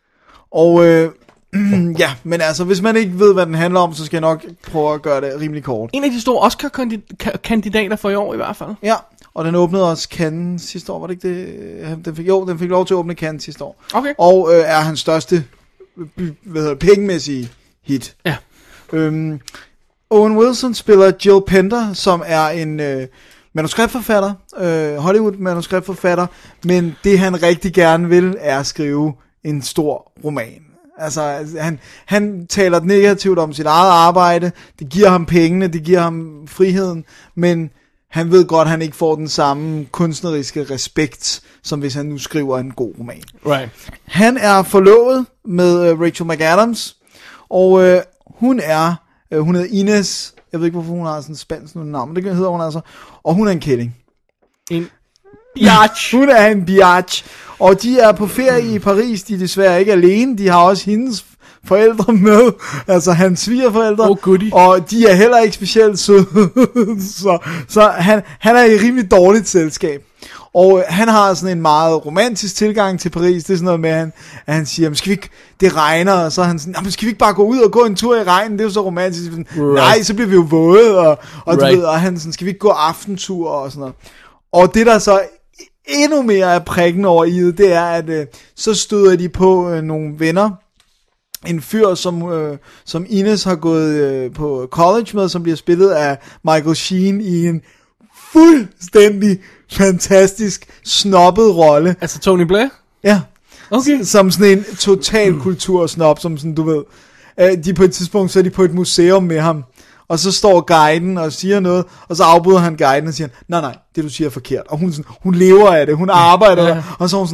Og øh, ja, men altså, hvis man ikke ved, hvad den handler om, så skal jeg nok prøve at gøre det rimelig kort. En af de store Oscar-kandidater for i år i hvert fald. Ja, og den åbnede også Cannes sidste år, var det ikke det? Den fik, jo, den fik lov til at åbne Cannes sidste år. Okay. Og øh, er hans største hvad hedder det, pengemæssige hit. Ja. Øhm, Owen Wilson spiller Jill Pender, som er en øh, manuskriptforfatter, øh, Hollywood-manuskriptforfatter, men det han rigtig gerne vil, er at skrive en stor roman. Altså, han, han taler negativt om sit eget arbejde, det giver ham pengene, det giver ham friheden, men han ved godt, at han ikke får den samme kunstneriske respekt, som hvis han nu skriver en god roman. Right. Han er forlovet med uh, Rachel McAdams, og uh, hun er, uh, hun hedder Ines, jeg ved ikke, hvorfor hun har sådan en spansk navn, men det hedder hun altså, og hun er en kælling. En biatch. Hun er en biatch, og de er på ferie i Paris, de er desværre ikke alene, de har også hendes forældre med, altså hans svigerforældre, oh, goodie. Og de er heller ikke specielt søde, så, så han, han er i rimelig dårligt selskab. Og han har sådan en meget romantisk tilgang til Paris. Det er sådan noget med, at han, at han siger, skal vi ikke, det regner, og så er han sådan, skal vi ikke bare gå ud og gå en tur i regnen? Det er jo så romantisk. Sådan, right. Nej, så bliver vi jo våde, og, og right. du ved, og han sådan, skal vi ikke gå aftentur og sådan noget. Og det der så endnu mere er prikken over i det, det er, at øh, så støder de på øh, nogle venner, en fyr, som, øh, som Ines har gået øh, på college med, som bliver spillet af Michael Sheen i en fuldstændig fantastisk snobbet rolle. Altså Tony Blair? Ja. Okay. S- som sådan en total kultursnob, som sådan, du ved. Øh, de på et tidspunkt, så er de på et museum med ham, og så står guiden og siger noget, og så afbryder han guiden og siger, nej, nej, det du siger er forkert. Og hun, sådan, hun lever af det, hun arbejder ja. der, og så er hun sådan,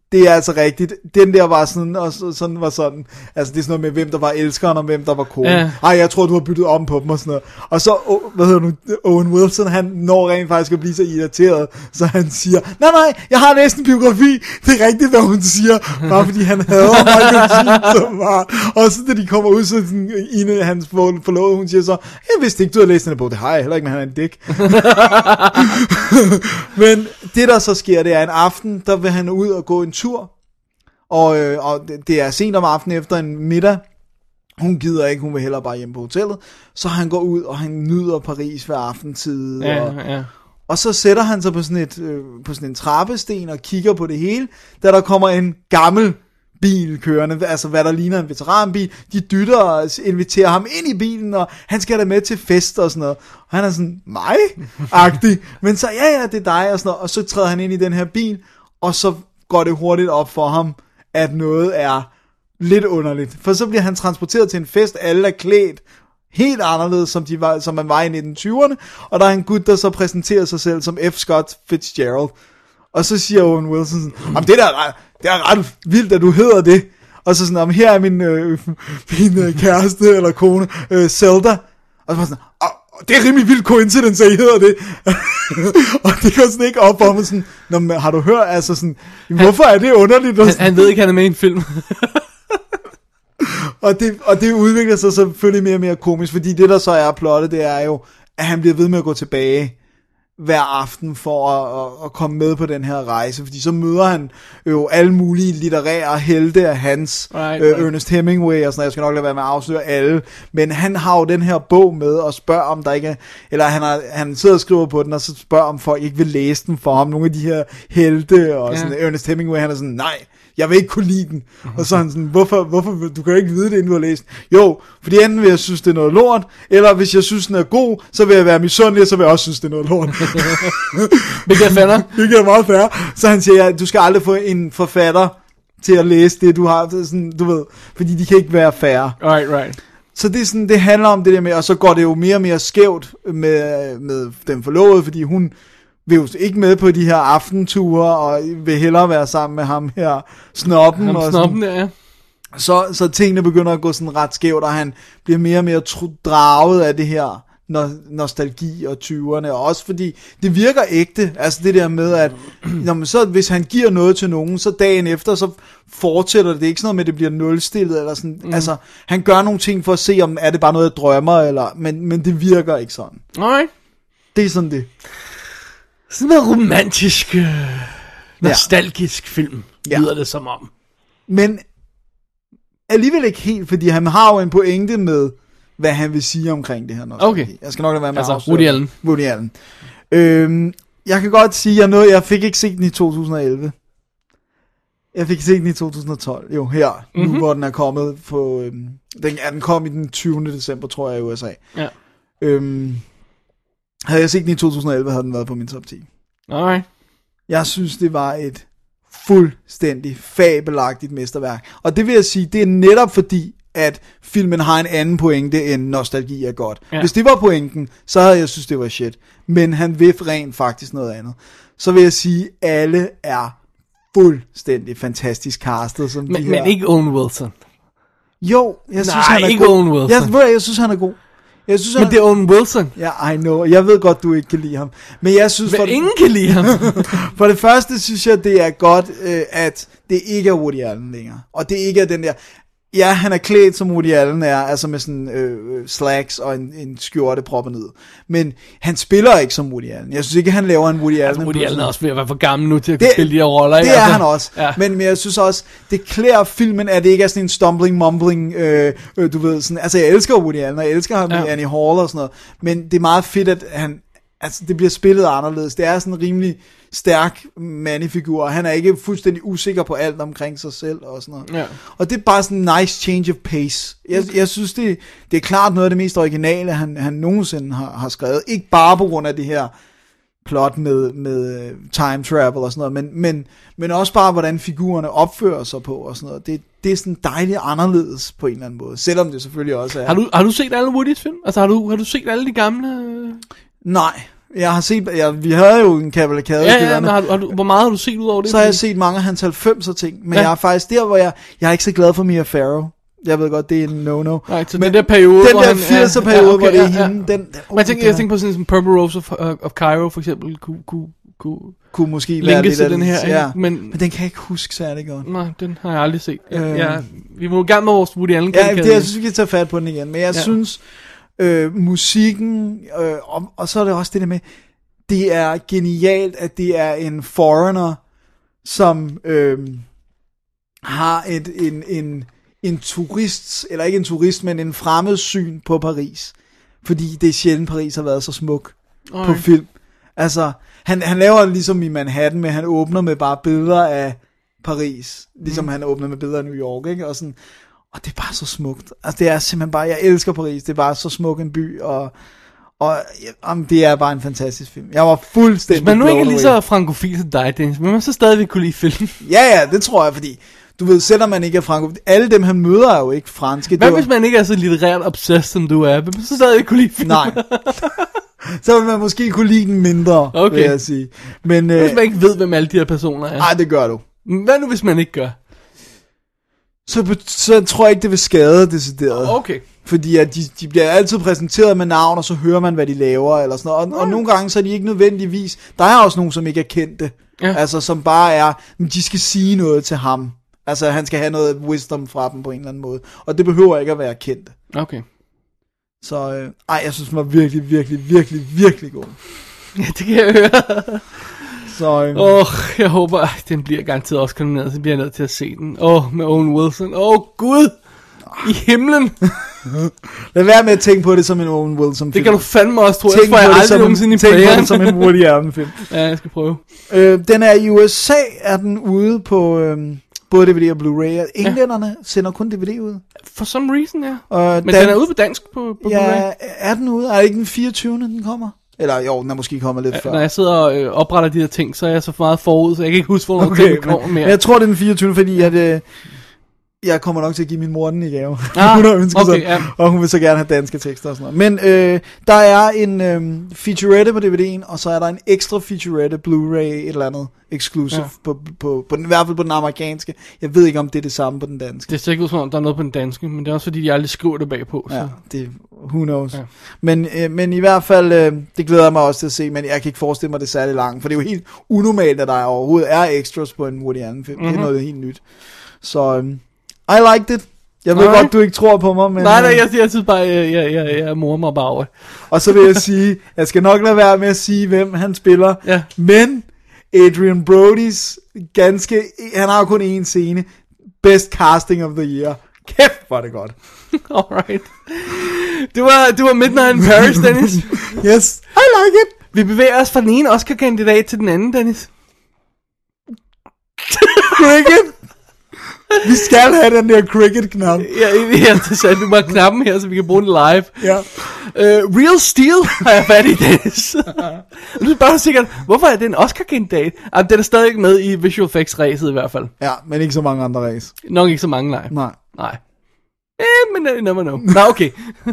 det er altså rigtigt. Den der var sådan, og sådan var sådan. Altså, det er sådan noget med, hvem der var elskeren, og hvem der var konen. Ja. Ej, jeg tror, du har byttet om på dem og sådan noget. Og så, hvad hedder nu, Owen Wilson, han når rent faktisk at blive så irriteret, så han siger, nej, nej, jeg har læst en biografi. Det er rigtigt, hvad hun siger. Bare fordi han hader Michael Sheen så meget. Og så da de kommer ud, så sådan, Ine, hans forlovede, hun siger så, jeg vidste ikke, du har læst den her bog. Det har jeg heller ikke, men han er en dæk. Men det, der så sker, det er en aften, der vil han ud og gå en tur, og, øh, og det er sent om aftenen efter en middag. Hun gider ikke, hun vil hellere bare hjem på hotellet. Så han går ud, og han nyder Paris hver aftentid. Ja, og, ja. og så sætter han sig på sådan, et, øh, på sådan en trappesten og kigger på det hele, da der kommer en gammel bil kørende, altså hvad der ligner en veteranbil. De dytter og inviterer ham ind i bilen, og han skal da med til fest og sådan noget. Og han er sådan, mig? Agtig. Men så, ja, ja, det er dig og sådan noget. Og så træder han ind i den her bil, og så går det hurtigt op for ham, at noget er lidt underligt. For så bliver han transporteret til en fest, alle er klædt helt anderledes, som, de var, som man var i nitten tyverne, og der er en gut, der så præsenterer sig selv som F. Scott Fitzgerald. Og så siger Owen Wilson sådan, jamen det der er, det er ret vildt, at du hedder det. Og så sådan, jamen her er min, øh, min øh, kæreste eller kone, øh, Zelda. Og så var sådan, oh, det er rimelig vildt coincidence, at I hedder det. Og det går sådan ikke op for mig sådan, nå, men, har du hørt, altså sådan, hvorfor er det underligt? Han, han ved ikke, han er med i en film. og, det, og det udvikler sig selvfølgelig mere og mere komisk, fordi det der så er plottet, det er jo, at han bliver ved med at gå tilbage hver aften for at, at, at komme med på den her rejse, fordi så møder han jo alle mulige litterære helte af hans, right, øh, right. Ernest Hemingway og sådan noget. Jeg skal nok lade være med at afsløre alle, men han har jo den her bog med og spørger om der ikke er, eller han, har, han sidder og skriver på den, og så spørger om folk ikke vil læse den for ham, nogle af de her helte, og sådan, yeah. Ernest Hemingway, han er sådan, nej, jeg vil ikke kunne lide den. Og så er han sådan, hvorfor, hvorfor, du kan jo ikke vide det, inden du har læst den. Jo, fordi enten vil jeg synes, det er noget lort, eller hvis jeg synes, den er god, så vil jeg være misundelig, og så vil jeg også synes, det er noget lort. Hvilket er fair. Hvilket er meget fair. Så han siger, at du skal aldrig få en forfatter til at læse det, du har, sådan, du ved, fordi de kan ikke være fair. Right, right. Så det, er sådan, det handler om det der med, og så går det jo mere og mere skævt med, med den forlovede, fordi hun vil jo ikke med på de her aftenture, og vil hellere være sammen med ham her, snobben. Ham og snobben, ja. Så, så tingene begynder at gå sådan ret skævt, og han bliver mere og mere tr- draget af det her no- nostalgi og tyverne, og også fordi det virker ægte, altså det der med, at når man så, hvis han giver noget til nogen, så dagen efter, så fortsætter det, det er ikke sådan noget med, at det bliver nulstillet, eller sådan, mm. altså han gør nogle ting for at se, om er det bare noget, jeg drømmer, eller, men, men det virker ikke sådan. Nej. Det er sådan det. Sådan en romantisk, øh, nostalgisk ja. film, lyder ja. det som om. Men alligevel ikke helt, fordi han har jo en pointe med, hvad han vil sige omkring det her nostalgi. Okay. Jeg skal nok lade være med altså, at afsløre. Woody Allen. Woody Allen. Øhm, jeg kan godt sige, at jeg, jeg fik ikke set den i to tusind og elleve. Jeg fik set den i to tusind og tolv, jo her, mm-hmm. nu hvor den er kommet på, øhm, den, ja, den kom i den tyvende december, tror jeg, i U S A. Ja. Øhm, havde jeg set den i to tusind og elleve, havde den været på min top ti. Okay. Jeg synes, det var et fuldstændig fabelagtigt mesterværk. Og det vil jeg sige, det er netop fordi, at filmen har en anden pointe, end nostalgi er godt. Ja. Hvis det var pointen, så havde jeg synes, det var shit. Men han vil rent faktisk noget andet. Så vil jeg sige, alle er fuldstændig fantastisk castet. Som men, de her. men ikke Owen Wilson. Jo, jeg synes, Nej, han er ikke god. Owen Wilson. Jeg, jeg, jeg synes, han er god. Jeg synes, men han... det er Owen Wilson. Ja, yeah, I know. Jeg ved godt, du ikke kan lide ham. Men jeg synes... Men for ingen kan lide ham. For det første synes jeg, det er godt, øh, at det ikke er Woody Allen længere. Og det ikke er den der... Ja, han er klædt som Woody Allen er, altså med sådan øh, slacks og en, en skjorte proppet ned. Men han spiller ikke som Woody Allen. Jeg synes ikke, han laver en Woody Allen. Altså, Woody Allen er også ved at være for gammel nu til at det, spille de her roller. Det ikke? er altså, han også. Ja. Men, men jeg synes også, det klæder filmen, at det ikke er sådan en stumbling, mumbling, øh, øh, du ved, sådan, altså jeg elsker Woody Allen, og jeg elsker ham ja. med Annie Hall og sådan noget. Men det er meget fedt, at han, altså det bliver spillet anderledes. Det er sådan en rimelig stærk mandefigur, og han er ikke fuldstændig usikker på alt omkring sig selv og sådan noget. Ja. Og det er bare sådan en nice change of pace. Jeg, jeg synes, det, det er klart noget af det mest originale, han, han nogensinde har, har skrevet. Ikke bare på grund af det her plot med, med time travel og sådan noget, men, men, men også bare, hvordan figurerne opfører sig på og sådan noget. Det, det er sådan dejligt anderledes på en eller anden måde, selvom det selvfølgelig også er... Har du, har du set alle Woodys film? Altså, har du, har du set alle de gamle... Nej. Jeg har set, jeg, vi havde jo en kavalkade. Ja, ja, men har du, har du, hvor meget har du set ud over det? Så har jeg set mange af hans halvfemser ting, men ja. jeg er faktisk der, hvor jeg, jeg er ikke så glad for Mia Farrow. Jeg ved godt, det er en no-no. Nej, så men den der periode, den hvor der han... firser periode, ja, okay, hvor det er ja, hende, ja. den... den oh, jeg, tænker, jeg tænker på sådan en Purple Rose of, of Cairo, for eksempel, kunne... kunne kunne, kunne måske være lidt af den her, ja. men, men den kan jeg ikke huske særlig godt. Nej, den har jeg aldrig set. Ja, øhm, ja, vi må gerne med vores Woody Allen. Ja, det, jeg synes, vi kan tage fat på den igen, men jeg ja. synes, øh, musikken, øh, og, og så er det også det der med, det er genialt, at det er en foreigner, som øh, har et, en, en, en turist, eller ikke en turist, men en fremmed syn på Paris. Fordi det er sjældent, Paris har været så smuk okay. på film. Altså, han, han laver ligesom i Manhattan, men han åbner med bare billeder af Paris. Ligesom mm. han åbner med billeder af New York, ikke? Og, sådan, og det er bare så smukt. Altså, det er simpelthen bare, jeg elsker Paris. Det er bare så smuk en by, og... Og jamen, det er bare en fantastisk film. Jeg var fuldstændig... Hvis man nu ikke er lige så frankofil som dig, Dennis, men man så stadigvæk kunne lide filmen. Ja, ja, det tror jeg, fordi... Du ved, selvom man ikke er frankofil... Alle dem, han møder, er jo ikke franske. Hvad var... hvis man ikke er så litterært obsessed, som du er? Men så stadigvæk kunne lide filmen. Nej. Så vil man måske kunne lide den mindre, okay. vil jeg sige. Men, hvis man ikke ved, hvem alle de her personer er. Nej, det gør du. Hvad nu, hvis man ikke gør? Så, så tror jeg ikke, det vil skade decideret. Okay. Fordi at de, de bliver altid præsenteret med navn, og så hører man, hvad de laver, eller sådan noget. Og, og nogle gange, så er de ikke nødvendigvis... Der er også nogen, som ikke er kendte. Ja. Altså, som bare er... De skal sige noget til ham. Altså, han skal have noget wisdom fra dem på en eller anden måde. Og det behøver ikke at være kendte. Okay. Så, øh, ej, jeg synes, den var virkelig, virkelig, virkelig, virkelig god. Ja, det kan jeg høre. Så, øh, Åh, oh, jeg håber, ej, den bliver garanteret også kanoneret, så bliver jeg nødt til at se den. Åh, oh, med Owen Wilson. Åh, oh, Gud! I himlen! Lad være med at tænke på det som en Owen Wilson film. Det kan du fandme også, tror jeg. Tænk jeg tror, jeg aldrig nogensinde i Tænk på det som en Woody Allen film. Ja, jeg skal prøve. Øh, den er i U S A, er den ude på... Øh, både D V D og Blu-ray. Englænderne ja. sender kun D V D ud. For some reason, ja. Og Men dan- den er ude på dansk på, på ja, Blu-ray. Er den ude? Er det ikke den fireogtyvende den kommer? Eller jo, den er måske kommet lidt ja, før. Når jeg sidder og øh, opretter de her ting, så er jeg så for meget forud, så jeg kan ikke huske, hvornår okay, den kommer mere. Jeg tror, det er den fireogtyvende, fordi at, øh, jeg kommer nok til at give min mor den i gave. Ah, hun har ønsket okay, sådan, ja. Og hun vil så gerne have danske tekster og sådan noget. Men øh, der er en øh, featurette på D V D'en, og så er der en ekstra featurette, Blu-ray, et eller andet exclusive, ja. på, på, på, på den, i hvert fald på den amerikanske. Jeg ved ikke, om det er det samme på den danske. Det ser ikke ud som om, der er noget på den danske, men det er også fordi, de aldrig skriver det bagpå. Så. Ja, det who knows. Ja. Ja. Men, øh, men i hvert fald, øh, det glæder jeg mig også til at se, men jeg kan ikke forestille mig det særlig langt, for det er jo helt unormalt, at der overhovedet er extras på en Woody Allen film. Mm-hmm. Det er noget helt nyt. Så øh, I liked it. Jeg ved okay. godt, du ikke tror på mig, men... Nej, nej, jeg, jeg synes bare, jeg, jeg, jeg, jeg morer mig bare over. Og så vil jeg sige, jeg skal nok lade være med at sige, hvem han spiller, ja. Men Adrian Brody's ganske... Han har jo kun én scene. Best casting of the year. Kæft, hvor er det godt. Alright. Det var, det var Midnight in Paris, Dennis. Yes, I like it. Vi bevæger os fra den ene Oscar-kandidat til den anden, Dennis. Cricket. Vi skal have den der cricket-knap. Ja, ja, så sagde du bare knappen her, så vi kan bruge den live. Ja. Uh, Real Steel har jeg fat i, Dennis. Du er bare sikkert, hvorfor er det en Oscar-kandidat? Ah, den er stadig med i Visual Effects-ræset i hvert fald. Ja, men ikke så mange andre ræs. Nok ikke så mange, nej. Nej. Nej. Eh, men you never know. Nå, okay.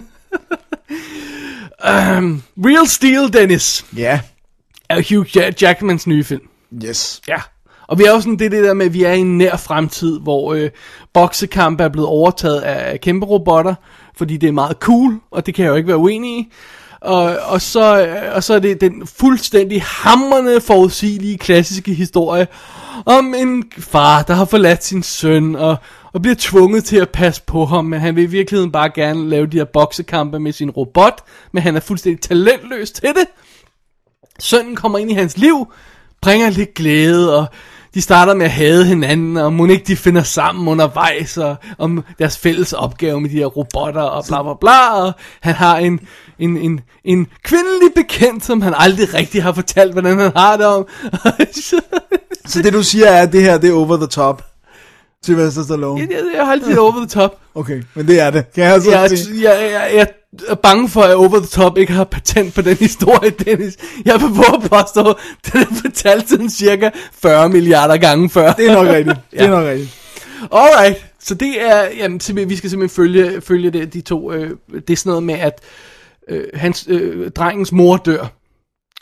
um, Real Steel, Dennis. Ja. Yeah. Er Hugh Jackmans nye film. Yes. Ja. Og vi er jo sådan det, det der med, at vi er i en nær fremtid, hvor øh, boksekampe er blevet overtaget af kæmpe robotter, fordi det er meget cool, og det kan jeg jo ikke være uenig i. Og, og, så, øh, og så er det den fuldstændig hamrende, forudsigelige, klassiske historie om en far, der har forladt sin søn, og, og bliver tvunget til at passe på ham, men han vil i virkeligheden bare gerne lave de her boksekampe med sin robot, men han er fuldstændig talentløs til det. Sønnen kommer ind i hans liv, bringer lidt glæde, og de starter med at hade hinanden, og må ikke de finder sammen undervejs, og om deres fælles opgave med de her robotter, og bla bla bla, og han har en, en, en, en kvindelig bekendt, som han aldrig rigtig har fortalt, hvordan han har det om. Så det du siger er, at det her, det er over the top? Sylvester Stallone? Jeg, jeg, jeg har altid over the top. Okay, men det er det. Kan jeg så jeg, sige? Jeg, jeg, jeg er bange for, at Over the Top ikke har patent på den historie, Dennis. Jeg vil prøve at påstå, at den er fortalt sådan cirka fyrre milliarder gange før. Det er nok rigtigt. Det er ja. nok rigtigt. Alright, så det er, jamen, vi skal simpelthen følge, følge det, de to. Øh, det er sådan noget med, at øh, hans, øh, drengens mor dør.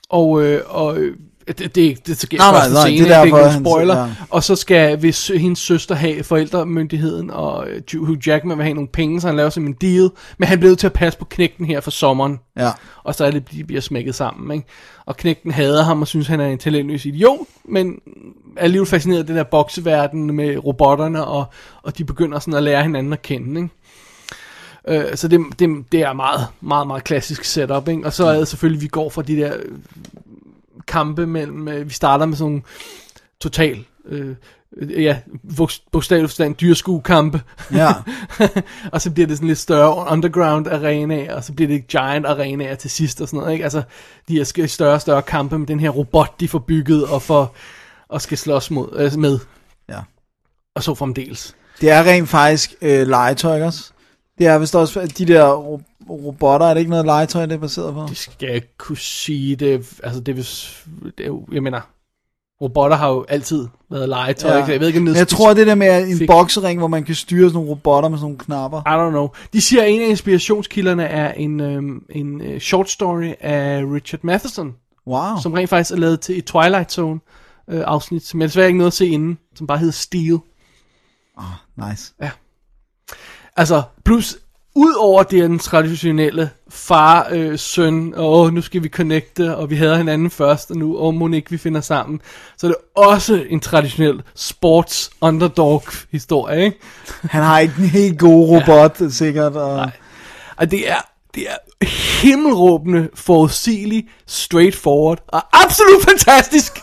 Og, øh, og øh, det, det, det, det sker nej, først nej, scene, det er ikke? Det er ikke nogen spoiler. Ja. Og så skal hvis hendes søster have forældremyndigheden, og Hugh Jackman vil have nogle penge, så han laver som en deal, men han bliver nødt til at passe på knægten her for sommeren. Ja. Og så er det, de bliver smækket sammen, ikke? Og knægten hader ham og synes, han er en talentløs idiot, men er alligevel fascineret af den der bokseverden med robotterne, og, og de begynder sådan at lære hinanden at kende, ikke? Øh, så det, det, det er meget, meget, meget klassisk setup, ikke? Og så er det selvfølgelig, vi går fra de der kampe mellem, øh, vi starter med sådan nogle total, øh, ja, bogstaveligt forstand dyrskuekampe. Ja. Og så bliver det sådan lidt større underground arena, og så bliver det giant arenaer til sidst og sådan noget, ikke? Altså, de her større og større kampe med den her robot, de får bygget og, får, og skal slås mod, øh, med. Ja. Og så fremdeles. Det er rent faktisk øh, legetøj også. Det er vist også de der ro- robotter, er det ikke noget legetøj, det er baseret på? Det skal jeg ikke kunne sige. Det, altså det, er, det er jo, jeg mener, robotter har jo altid været legetøj. Ja. Jeg ved ikke, om det jeg tror, det der med en fik... boksering, hvor man kan styre sådan nogle robotter med sådan nogle knapper. I don't know. De siger, at en af inspirationskilderne er en, øhm, en uh, short story af Richard Matheson. Wow. Som rent faktisk er lavet til et Twilight Zone øh, afsnit, men desværre ikke noget at se inden, som bare hedder Steel. Ah, oh, nice. Ja. Altså, plus, ud over det den traditionelle far, øh, søn, og nu skal vi connecte, og vi hader hinanden først, og nu, og må ikke vi finder sammen, så er det også en traditionel sports underdog historie, ikke? Han har ikke en helt god robot, ja. Sikkert. Og... Nej. Og det er, det er himmelråbende, forudsigelig, straightforward, og absolut fantastisk!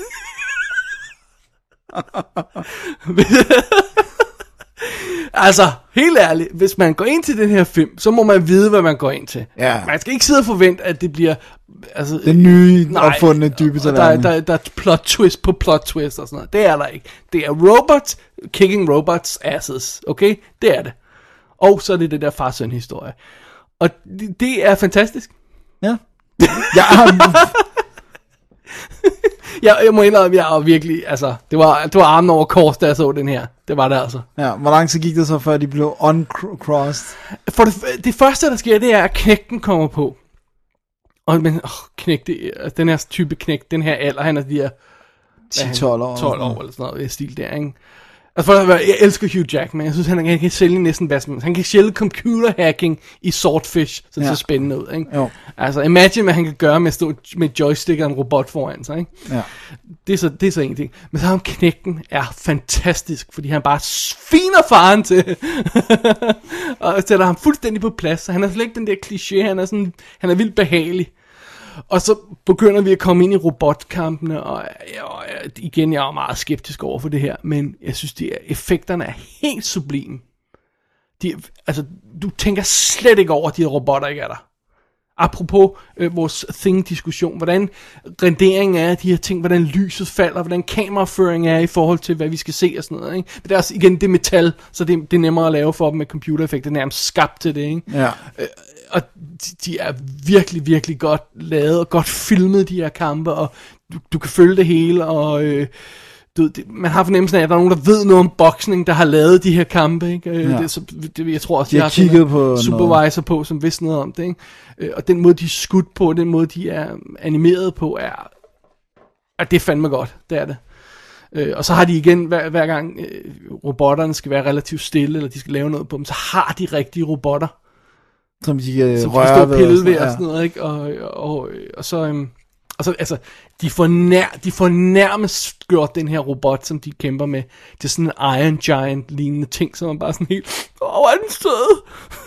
Altså, helt ærligt, hvis man går ind til den her film, så må man vide, hvad man går ind til. Ja. Man skal ikke sidde og forvente, at det bliver... Altså, den nye, nej, opfundne dybe der, der, der, der er plot twist på plot twist og sådan noget. Det er der ikke. Det er robot kicking robots asses, okay? Det er det. Og så er det det der far-søn historie. Og det, det er fantastisk. Ja. Ja. Jeg, jeg må indrømme, jeg var virkelig, altså, det var, det var armen over kors, da jeg så den her. Det var det altså. Ja, hvor lang tid gik det så, før de blev uncrossed? For det, det første, der sker, det er, at knægten kommer på. Og men, åh, knægt, det, den her type knægt, den her alder, han er de her ti tolv år. tolv år eller sådan noget, i stil der, ikke? Altså, for, jeg elsker Hugh Jackman. Jeg synes, han, han kan sælge næsten hvad som Han kan sælge computer hacking i Swordfish, så det ja. ser spændende ud, ikke? Jo. Altså, imagine, hvad han kan gøre med at stå med joystick og en robot foran sig, ikke? Ja. Det er så, det er så en ting. Men så ham knægten er fantastisk, fordi han bare sviner faren til. Og sætter ham fuldstændig på plads. Så han er slet ikke den der kliché, han er sådan, han er vildt behagelig. Og så begynder vi at komme ind i robotkampene, og, og igen, jeg er meget skeptisk over for det her, men jeg synes, de er, effekterne er helt sublime. De, altså, du tænker slet ikke over, at de robotter ikke er der. Apropos øh, vores Thing-diskussion, hvordan renderingen er af de her ting, hvordan lyset falder, hvordan kameraføring er i forhold til, hvad vi skal se og sådan noget, ikke? Men det er også, igen, det er metal, så det, det er nemmere at lave for dem med computereffekter, nærmest skabt til det, ikke? Ja. Øh, og de, de er virkelig, virkelig godt lavet, og godt filmet, de her kampe, og du, du kan følge det hele, og øh, du, det, man har fornemmelsen af, at der er nogen, der ved noget om boksning, der har lavet de her kampe, ikke? Øh, ja. det, så, det, jeg tror også, de, de har, har kigget på supervisor noget. På, som vidste noget om det, ikke? Øh, og den måde, de er skudt på, den måde, de er animeret på, er, at det er fandme godt, det er det. Øh, og så har de igen, hver, hver gang øh, robotterne skal være relativt stille, eller de skal lave noget på dem, så har de rigtige robotter, som de kan som røre ved, pille ved og, og sådan noget, ikke? Og, og, og, og så, øhm, og så, altså, de får, nær, de får nærmest gjort den her robot, som de kæmper med, til sådan en Iron Giant lignende ting, som er bare sådan helt, åh, hvor er den sød.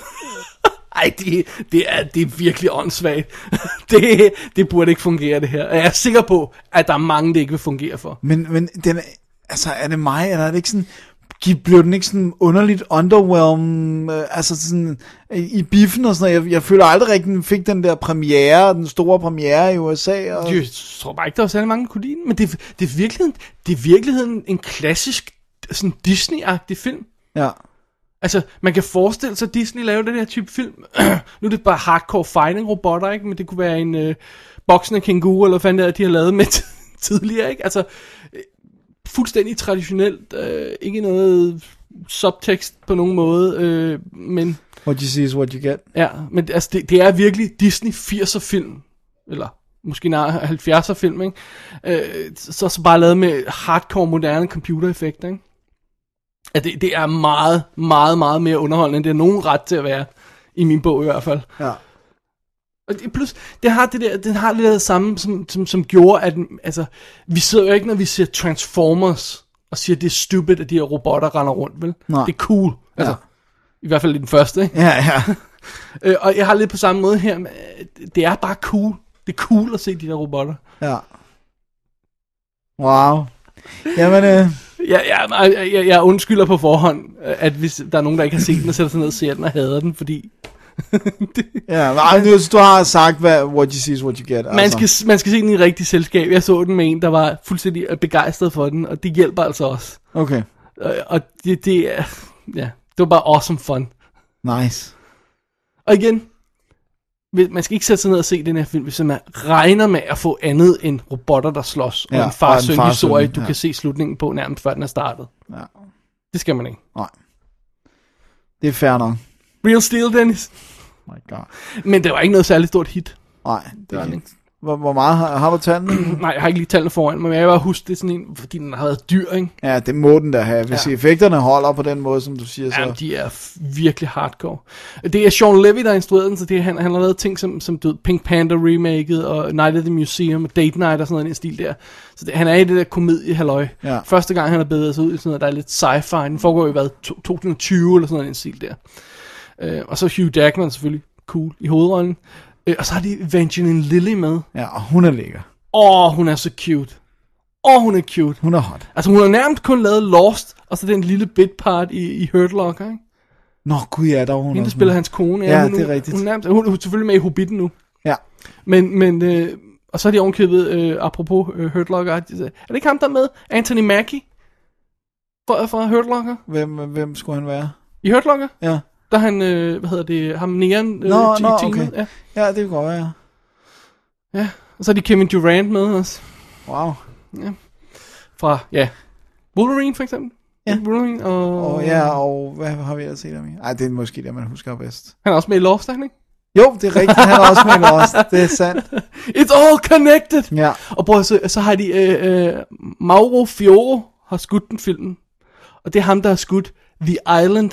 Ej, det, det, er, det er virkelig åndssvagt. det, det burde ikke fungere, det her. Jeg er sikker på, at der er mange, det ikke vil fungere for. Men, men den, altså, er det mig, eller er det ikke sådan... Blev den ikke sådan underligt underwhelm, øh, altså sådan i biffen og sådan noget. Jeg, jeg føler aldrig rigtig, den fik den der premiere, den store premiere i U S A. Og... Jeg tror bare ikke, der var særlig mange, der kunne lide den, men det, det, er virkeligheden, det er virkeligheden en klassisk sådan Disney-agtig film. Ja. Altså, man kan forestille sig, at Disney laver den her type film. Nu er det bare hardcore fighting-robotter, ikke? Men det kunne være en øh, boksende kænguru, eller hvad fanden det er, de har lavet med t- tidligere, ikke? Altså... fuldstændig traditionelt, øh, ikke noget subtekst på nogen måde, øh, men... What you see is what you get. Ja, men altså, det, det er virkelig Disney firser film, eller måske nær halvfjerdser film, ikke? Øh, så, så bare lavet med hardcore, moderne computereffekter, ikke? At det, det er meget, meget, meget mere underholdende, end det er nogen ret til at være, i min bog i hvert fald. Ja. Og det, plus, det har det der, den har det der samme, som, som, som gjorde, at altså, vi sidder jo ikke, når vi ser Transformers, og siger, at det er stupid, at de her robotter render rundt, vel? Nej. Det er cool, altså. Ja. I hvert fald i den første, ikke? Ja, ja. øh, og jeg har lidt på samme måde her, det er bare cool. Det er cool at se de der robotter. Ja. Wow. Jamen, øh... Ja, ja, jeg, jeg, jeg undskylder på forhånd, at hvis der er nogen, der ikke har set den, og sætter sig ned og ser den og hader den, fordi... det... Ja, men du, du har sagt, hvad, what you see is what you get. Man, altså. skal, man skal se den i rigtig selskab. Jeg så den med en, der var fuldstændig begejstret for den, og det hjælper altså også. Okay. Og, og det, det er... Ja, det var bare awesome fun. Nice. Og igen, man skal ikke sætte sig ned og se den her film, hvis man regner med at få andet end robotter, der slås, og ja, en far-søn historie, du ja. kan se slutningen på nærmest før den er startet. Ja. Det skal man ikke. Nej. Det er fair nok. Real Steel, Dennis. My God. Men det var ikke noget særligt stort hit. Nej, det var ikke. Hvor, hvor meget har, har du tallene? Nej, jeg har ikke lige tallene foran, men jeg vil bare huske, det er sådan en, fordi den har været dyr, ikke? Ja, det må den der have. Hvis ja. effekterne holder på den måde, som du siger, så... Ja, de er f- virkelig hardcore. Det er Sean Levy, der har instrueret den, så det er, han, han har lavet ting som, som du, Pink Panther remaket, og Night at the Museum, og Date Night og sådan noget, en stil der. Så det, han er i det der komedie-halløj. Ja. Første gang, han har bevæget sig ud i sådan noget, der er lidt sci-fi. Den foregår i hvad, to tusind og tyve eller sådan noget, en stil der. Uh, og så Hugh Jackman selvfølgelig, cool, i hovedrollen. Uh, og så har de Evangeline Lilly med. Ja, og hun er lækker. Åh, oh, hun er så cute. Åh, oh, hun er cute. Hun er hot. Altså, hun har nærmest kun lavet Lost, og så den lille bit part i, i Hurt Locker, ikke? Nå, gud ja, der var hun Hende, der spiller med hans kone. Ja, hun, det er rigtigt. Hun, hun, hun, hun er selvfølgelig med i Hobbiten nu. Ja. Men, men øh, og så har de ovenkøbet, øh, apropos øh, Hurt Locker, er det ikke ham der med? Anthony Mackie? Fra, fra Hurt Locker? Hvem, hvem skulle han være? I Hurt Locker? Ja. Der han, øh, hvad hedder det, ham Neon øh, nå, i nå, teamet. Okay. Ja. ja, det kan godt være. Ja, og så er de Kevin Durant med også. Wow. Ja. Fra, ja, Wolverine for eksempel. Ja. Wolverine og... og ja, og hvad har vi ellers set ham i? Ej, det er måske det, man husker bedst. Han er også med i Lost, er han ikke? Jo, det er rigtigt, han er også med i Lost. Det er sandt. It's all connected. Ja. Og prøv så, så har de, øh, øh, Mauro Fiore har skudt den filmen. Og det er ham, der har skudt The Island,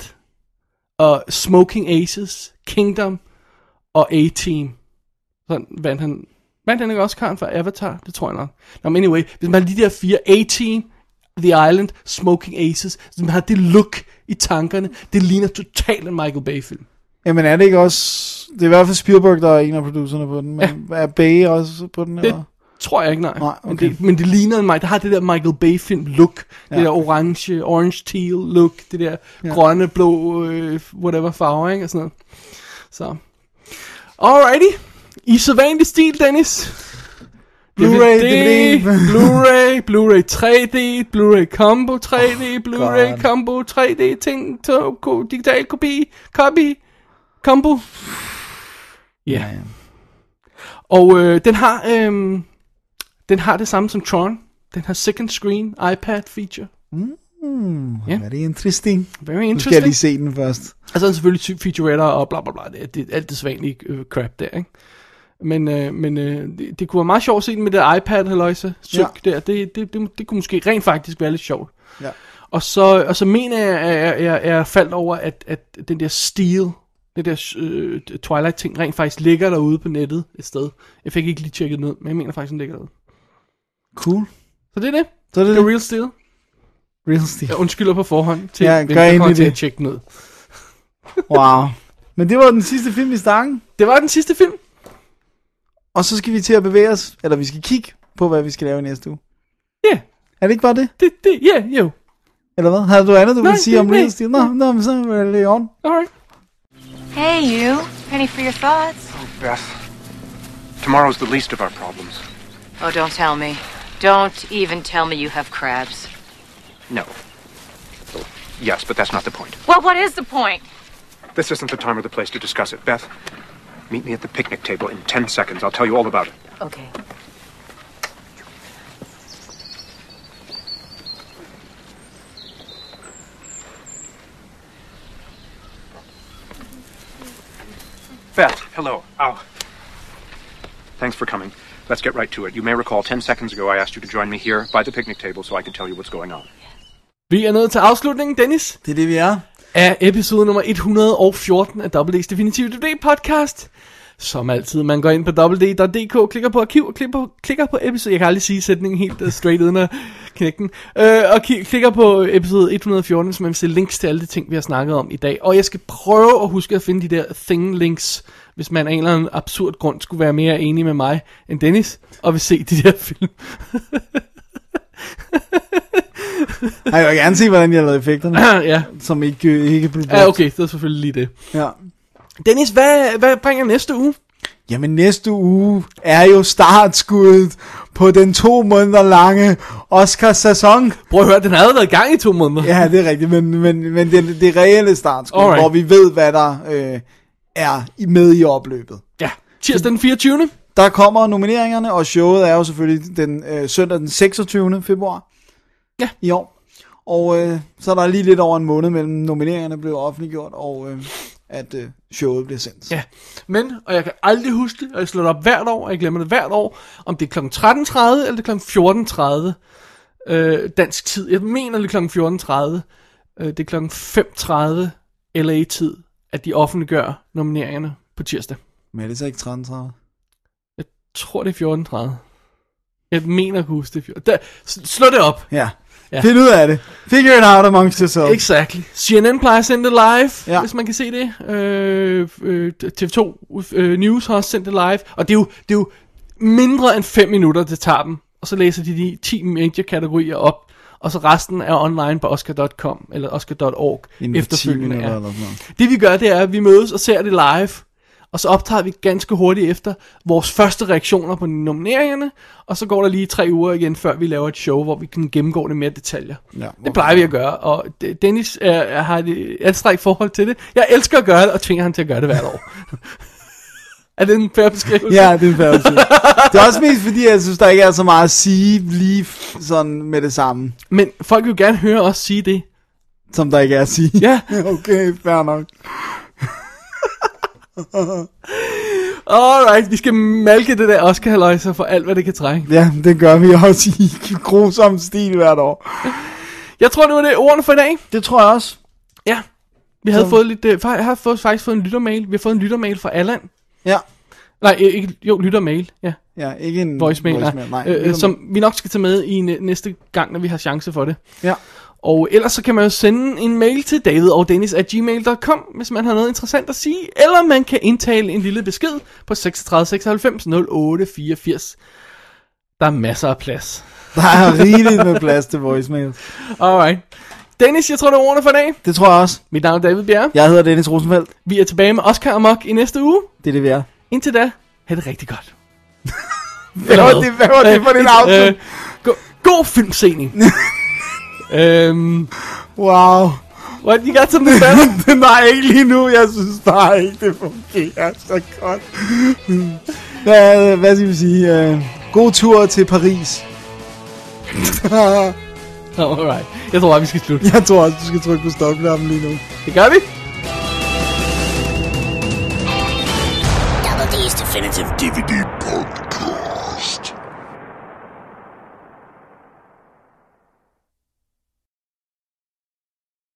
og Smoking Aces, Kingdom og A-Team. Så vandt han, vandt han ikke også Oscar'en for Avatar? Det tror jeg nok. Nå, men anyway, hvis man har de der fire, A-Team, The Island, Smoking Aces, så man har det look i tankerne, det ligner totalt en Michael Bay-film. Jamen er det ikke også, det er i hvert fald Spielberg, der er en af producerne på den, men ja. Er Bay også på den? Eller? Det tror jeg ikke, nej. nej okay. men, det, men det ligner en Michael, det har det der Michael Bay-film look, ja. Det der orange, orange teal look, det der ja. grønne, blå, øh, whatever farver, ikke, og sådan noget. Så, alrighty, i sædvanlig stil, Dennis. Blu-ray, D V D, Blu-ray, Blu-ray tre D, Blu-ray combo tre D, oh, Blu-ray God. Combo tre D, ting, to, ko, digital kopi, copy, combo. Ja. Yeah. Yeah. Og øh, den har øh, den har det samme som Tron. Den har second screen iPad feature. Mm, yeah. Very interesting. Very interesting. Nu skal jeg lige se den først. Og så er den selvfølgelig featuretter og bla bla bla. Det, det er alt det svanlige øh, crap der, ikke? Men, øh, men øh, det, det kunne være meget sjovt at se den med det iPad-halløjse søg ja. der. Det, det, det, det kunne måske rent faktisk være lidt sjovt. Ja. Og, så, og så mener jeg, at jeg, jeg er faldt over, at, at den der Steel, det der øh, Twilight-ting, rent faktisk ligger derude på nettet et sted. Jeg fik ikke lige tjekket den ud, men jeg mener faktisk, den ligger derude. Cool. Så det er det. Så er det det er det. Real Steel. Real Steel. Jeg undskylder på forhånd til, ja, hvem der kommer til at tjekke den ud. Wow. Men det var den sidste film i stangen. Det var den sidste film. Og så skal vi til at bevæge os, eller vi skal kigge på, hvad vi skal lave i næste uge. Ja. Yeah. Er det ikke bare det? Det, det, ja, yeah, jo. Eller hvad? Har du andet, du nej, vil sige det, om Real Steel? Nå, nå, men så er det on. Alright. Hey, you. Ready for your thoughts? Oh, Beth. Tomorrow's the least of our problems. Oh, don't tell me. Don't even tell me you have crabs. No. Yes, but that's not the point. Well, what is the point? This isn't the time or the place to discuss it. Beth, meet me at the picnic table in ten seconds. I'll tell you all about it. Okay. Beth, hello. Oh. Thanks for coming. let's get right to it. You may recall ten seconds ago I asked you to join me here by the picnic table so I could tell you what's going on. Vi er nået til afslutningen, Dennis. Det er det, vi er. Af episode nummer et hundrede og fjorten af Double D's Definitive D V D podcast. Som altid, man går ind på double d punktum d k, klikker på arkiv og klikker på, klikker på episode. Jeg kan aldrig sige sætningen helt uh, straight uden at knække den. Uh, og k- klikker på episode et hundrede og fjorten, så man vil se links til alle de ting, vi har snakket om i dag. Og jeg skal prøve at huske at finde de der thing links, hvis man af en eller anden absurd grund skulle være mere enig med mig end Dennis, og vil se de der film. Ej, jeg vil gerne se, hvordan jeg har lavet effekterne. Ja. Som ikke, ikke blev brugt. Ja, okay, det er selvfølgelig lige det. Ja. Dennis, hvad, hvad bringer næste uge? Jamen næste uge er jo startskuddet på den to måneder lange Oscar-sæson. Prøv at høre, den havde været i gang i to måneder. Ja, det er rigtigt, men, men, men det, det reelle startskud, hvor vi ved, hvad der øh, er med i opløbet. Ja, tirsdag den fireogtyvende Der kommer nomineringerne, og showet er jo selvfølgelig den øh, søndag den seksogtyvende februar ja. i år. Og øh, så er der lige lidt over en måned mellem nomineringerne blev offentliggjort, og øh, at øh, showet bliver sendt. Ja, men, og jeg kan aldrig huske det, og jeg slår det op hvert år, og jeg glemmer det hvert år, om det er klokken tretten tredive eller det er klokken fjorten tredive øh, dansk tid. Jeg mener det er klokken fjorten tredive. Øh, det er klokken fem tredive L A-tid, at de offentliggør nomineringerne på tirsdag. Men er det så ikke tretten tredive? Jeg tror det er fjorten tredive. Jeg mener at huske det. Der, slå det op. Ja. Ja. Find ud af det. Figure it out amongst yourself. Exactly. C N N plejer at sende det live, ja. hvis man kan se det. Øh, øh, T V to øh, News har også sendt det live. Og det er, jo, det er jo mindre end fem minutter, det tager dem. Og så læser de de ti major-kategorier op. Og så resten er online på oscar punktum com eller oscar punktum org efterfølgende. Ja. Det vi gør, det er, at vi mødes og ser det live. Og så optager vi ganske hurtigt efter vores første reaktioner på nomineringerne. Og så går der lige tre uger igen, før vi laver et show, hvor vi kan gennemgå det mere detaljer. Ja, det plejer vi at gøre. Og Dennis er, har et anstrengt forhold til det. Jeg elsker at gøre det, og tvinger han til at gøre det hvert år. Er det en fair beskrivelse? Ja, det er en fair beskrivelse. Det er også mest fordi, jeg synes, der ikke er så meget at sige lige sådan med det samme. Men folk vil jo gerne høre os sige det. Som der ikke er at sige? Ja. Okay, fair nok. Alright, vi skal malke det der Oscar-halløjser for alt, hvad det kan trække. Ja, det gør vi også i grusom stil hvert år. Jeg tror, det var det ordene for i dag. Det tror jeg også. Ja, vi havde Så... fået lidt, jeg har fået, faktisk fået en lyttermail. Vi har fået en lyttermail fra Allan. Ja. Nej, ikke, jo, lyttermail, ja. Ja, ikke en voicemail, voicemail nej. nej. Øh, som vi nok skal tage med i næste gang, når vi har chance for det. Ja. Og ellers så kan man jo sende en mail til david og dennis at gmail punktum com, hvis man har noget interessant at sige. Eller man kan indtale en lille besked på seksogtredive seksoghalvfems nul otte fireogfirs. Der er masser af plads. Der er rigeligt med plads til voicemail. Alright. Dennis, jeg tror, det er ordene for i dag. Det tror jeg også. Mit navn er David Bjerre. Jeg hedder Dennis Rosenfeldt. Vi er tilbage med Oscar Amok i næste uge. Det er det, vi er. Indtil da, ha' det rigtig godt. Hvad var det, hvad var det for din aften? Øh, go- god filmsening. øhm, wow. What, you got something better? Nej, ikke lige nu. Jeg synes bare ikke, det fungerer så godt. hvad, hvad skal vi sige? Uh, god tur til Paris. Alright. Jeg tror bare, vi skal slutte. Jeg tror også, du skal trykke på stopknappen lige nu. Det gør vi. Double D's Definitive D V D Podcast.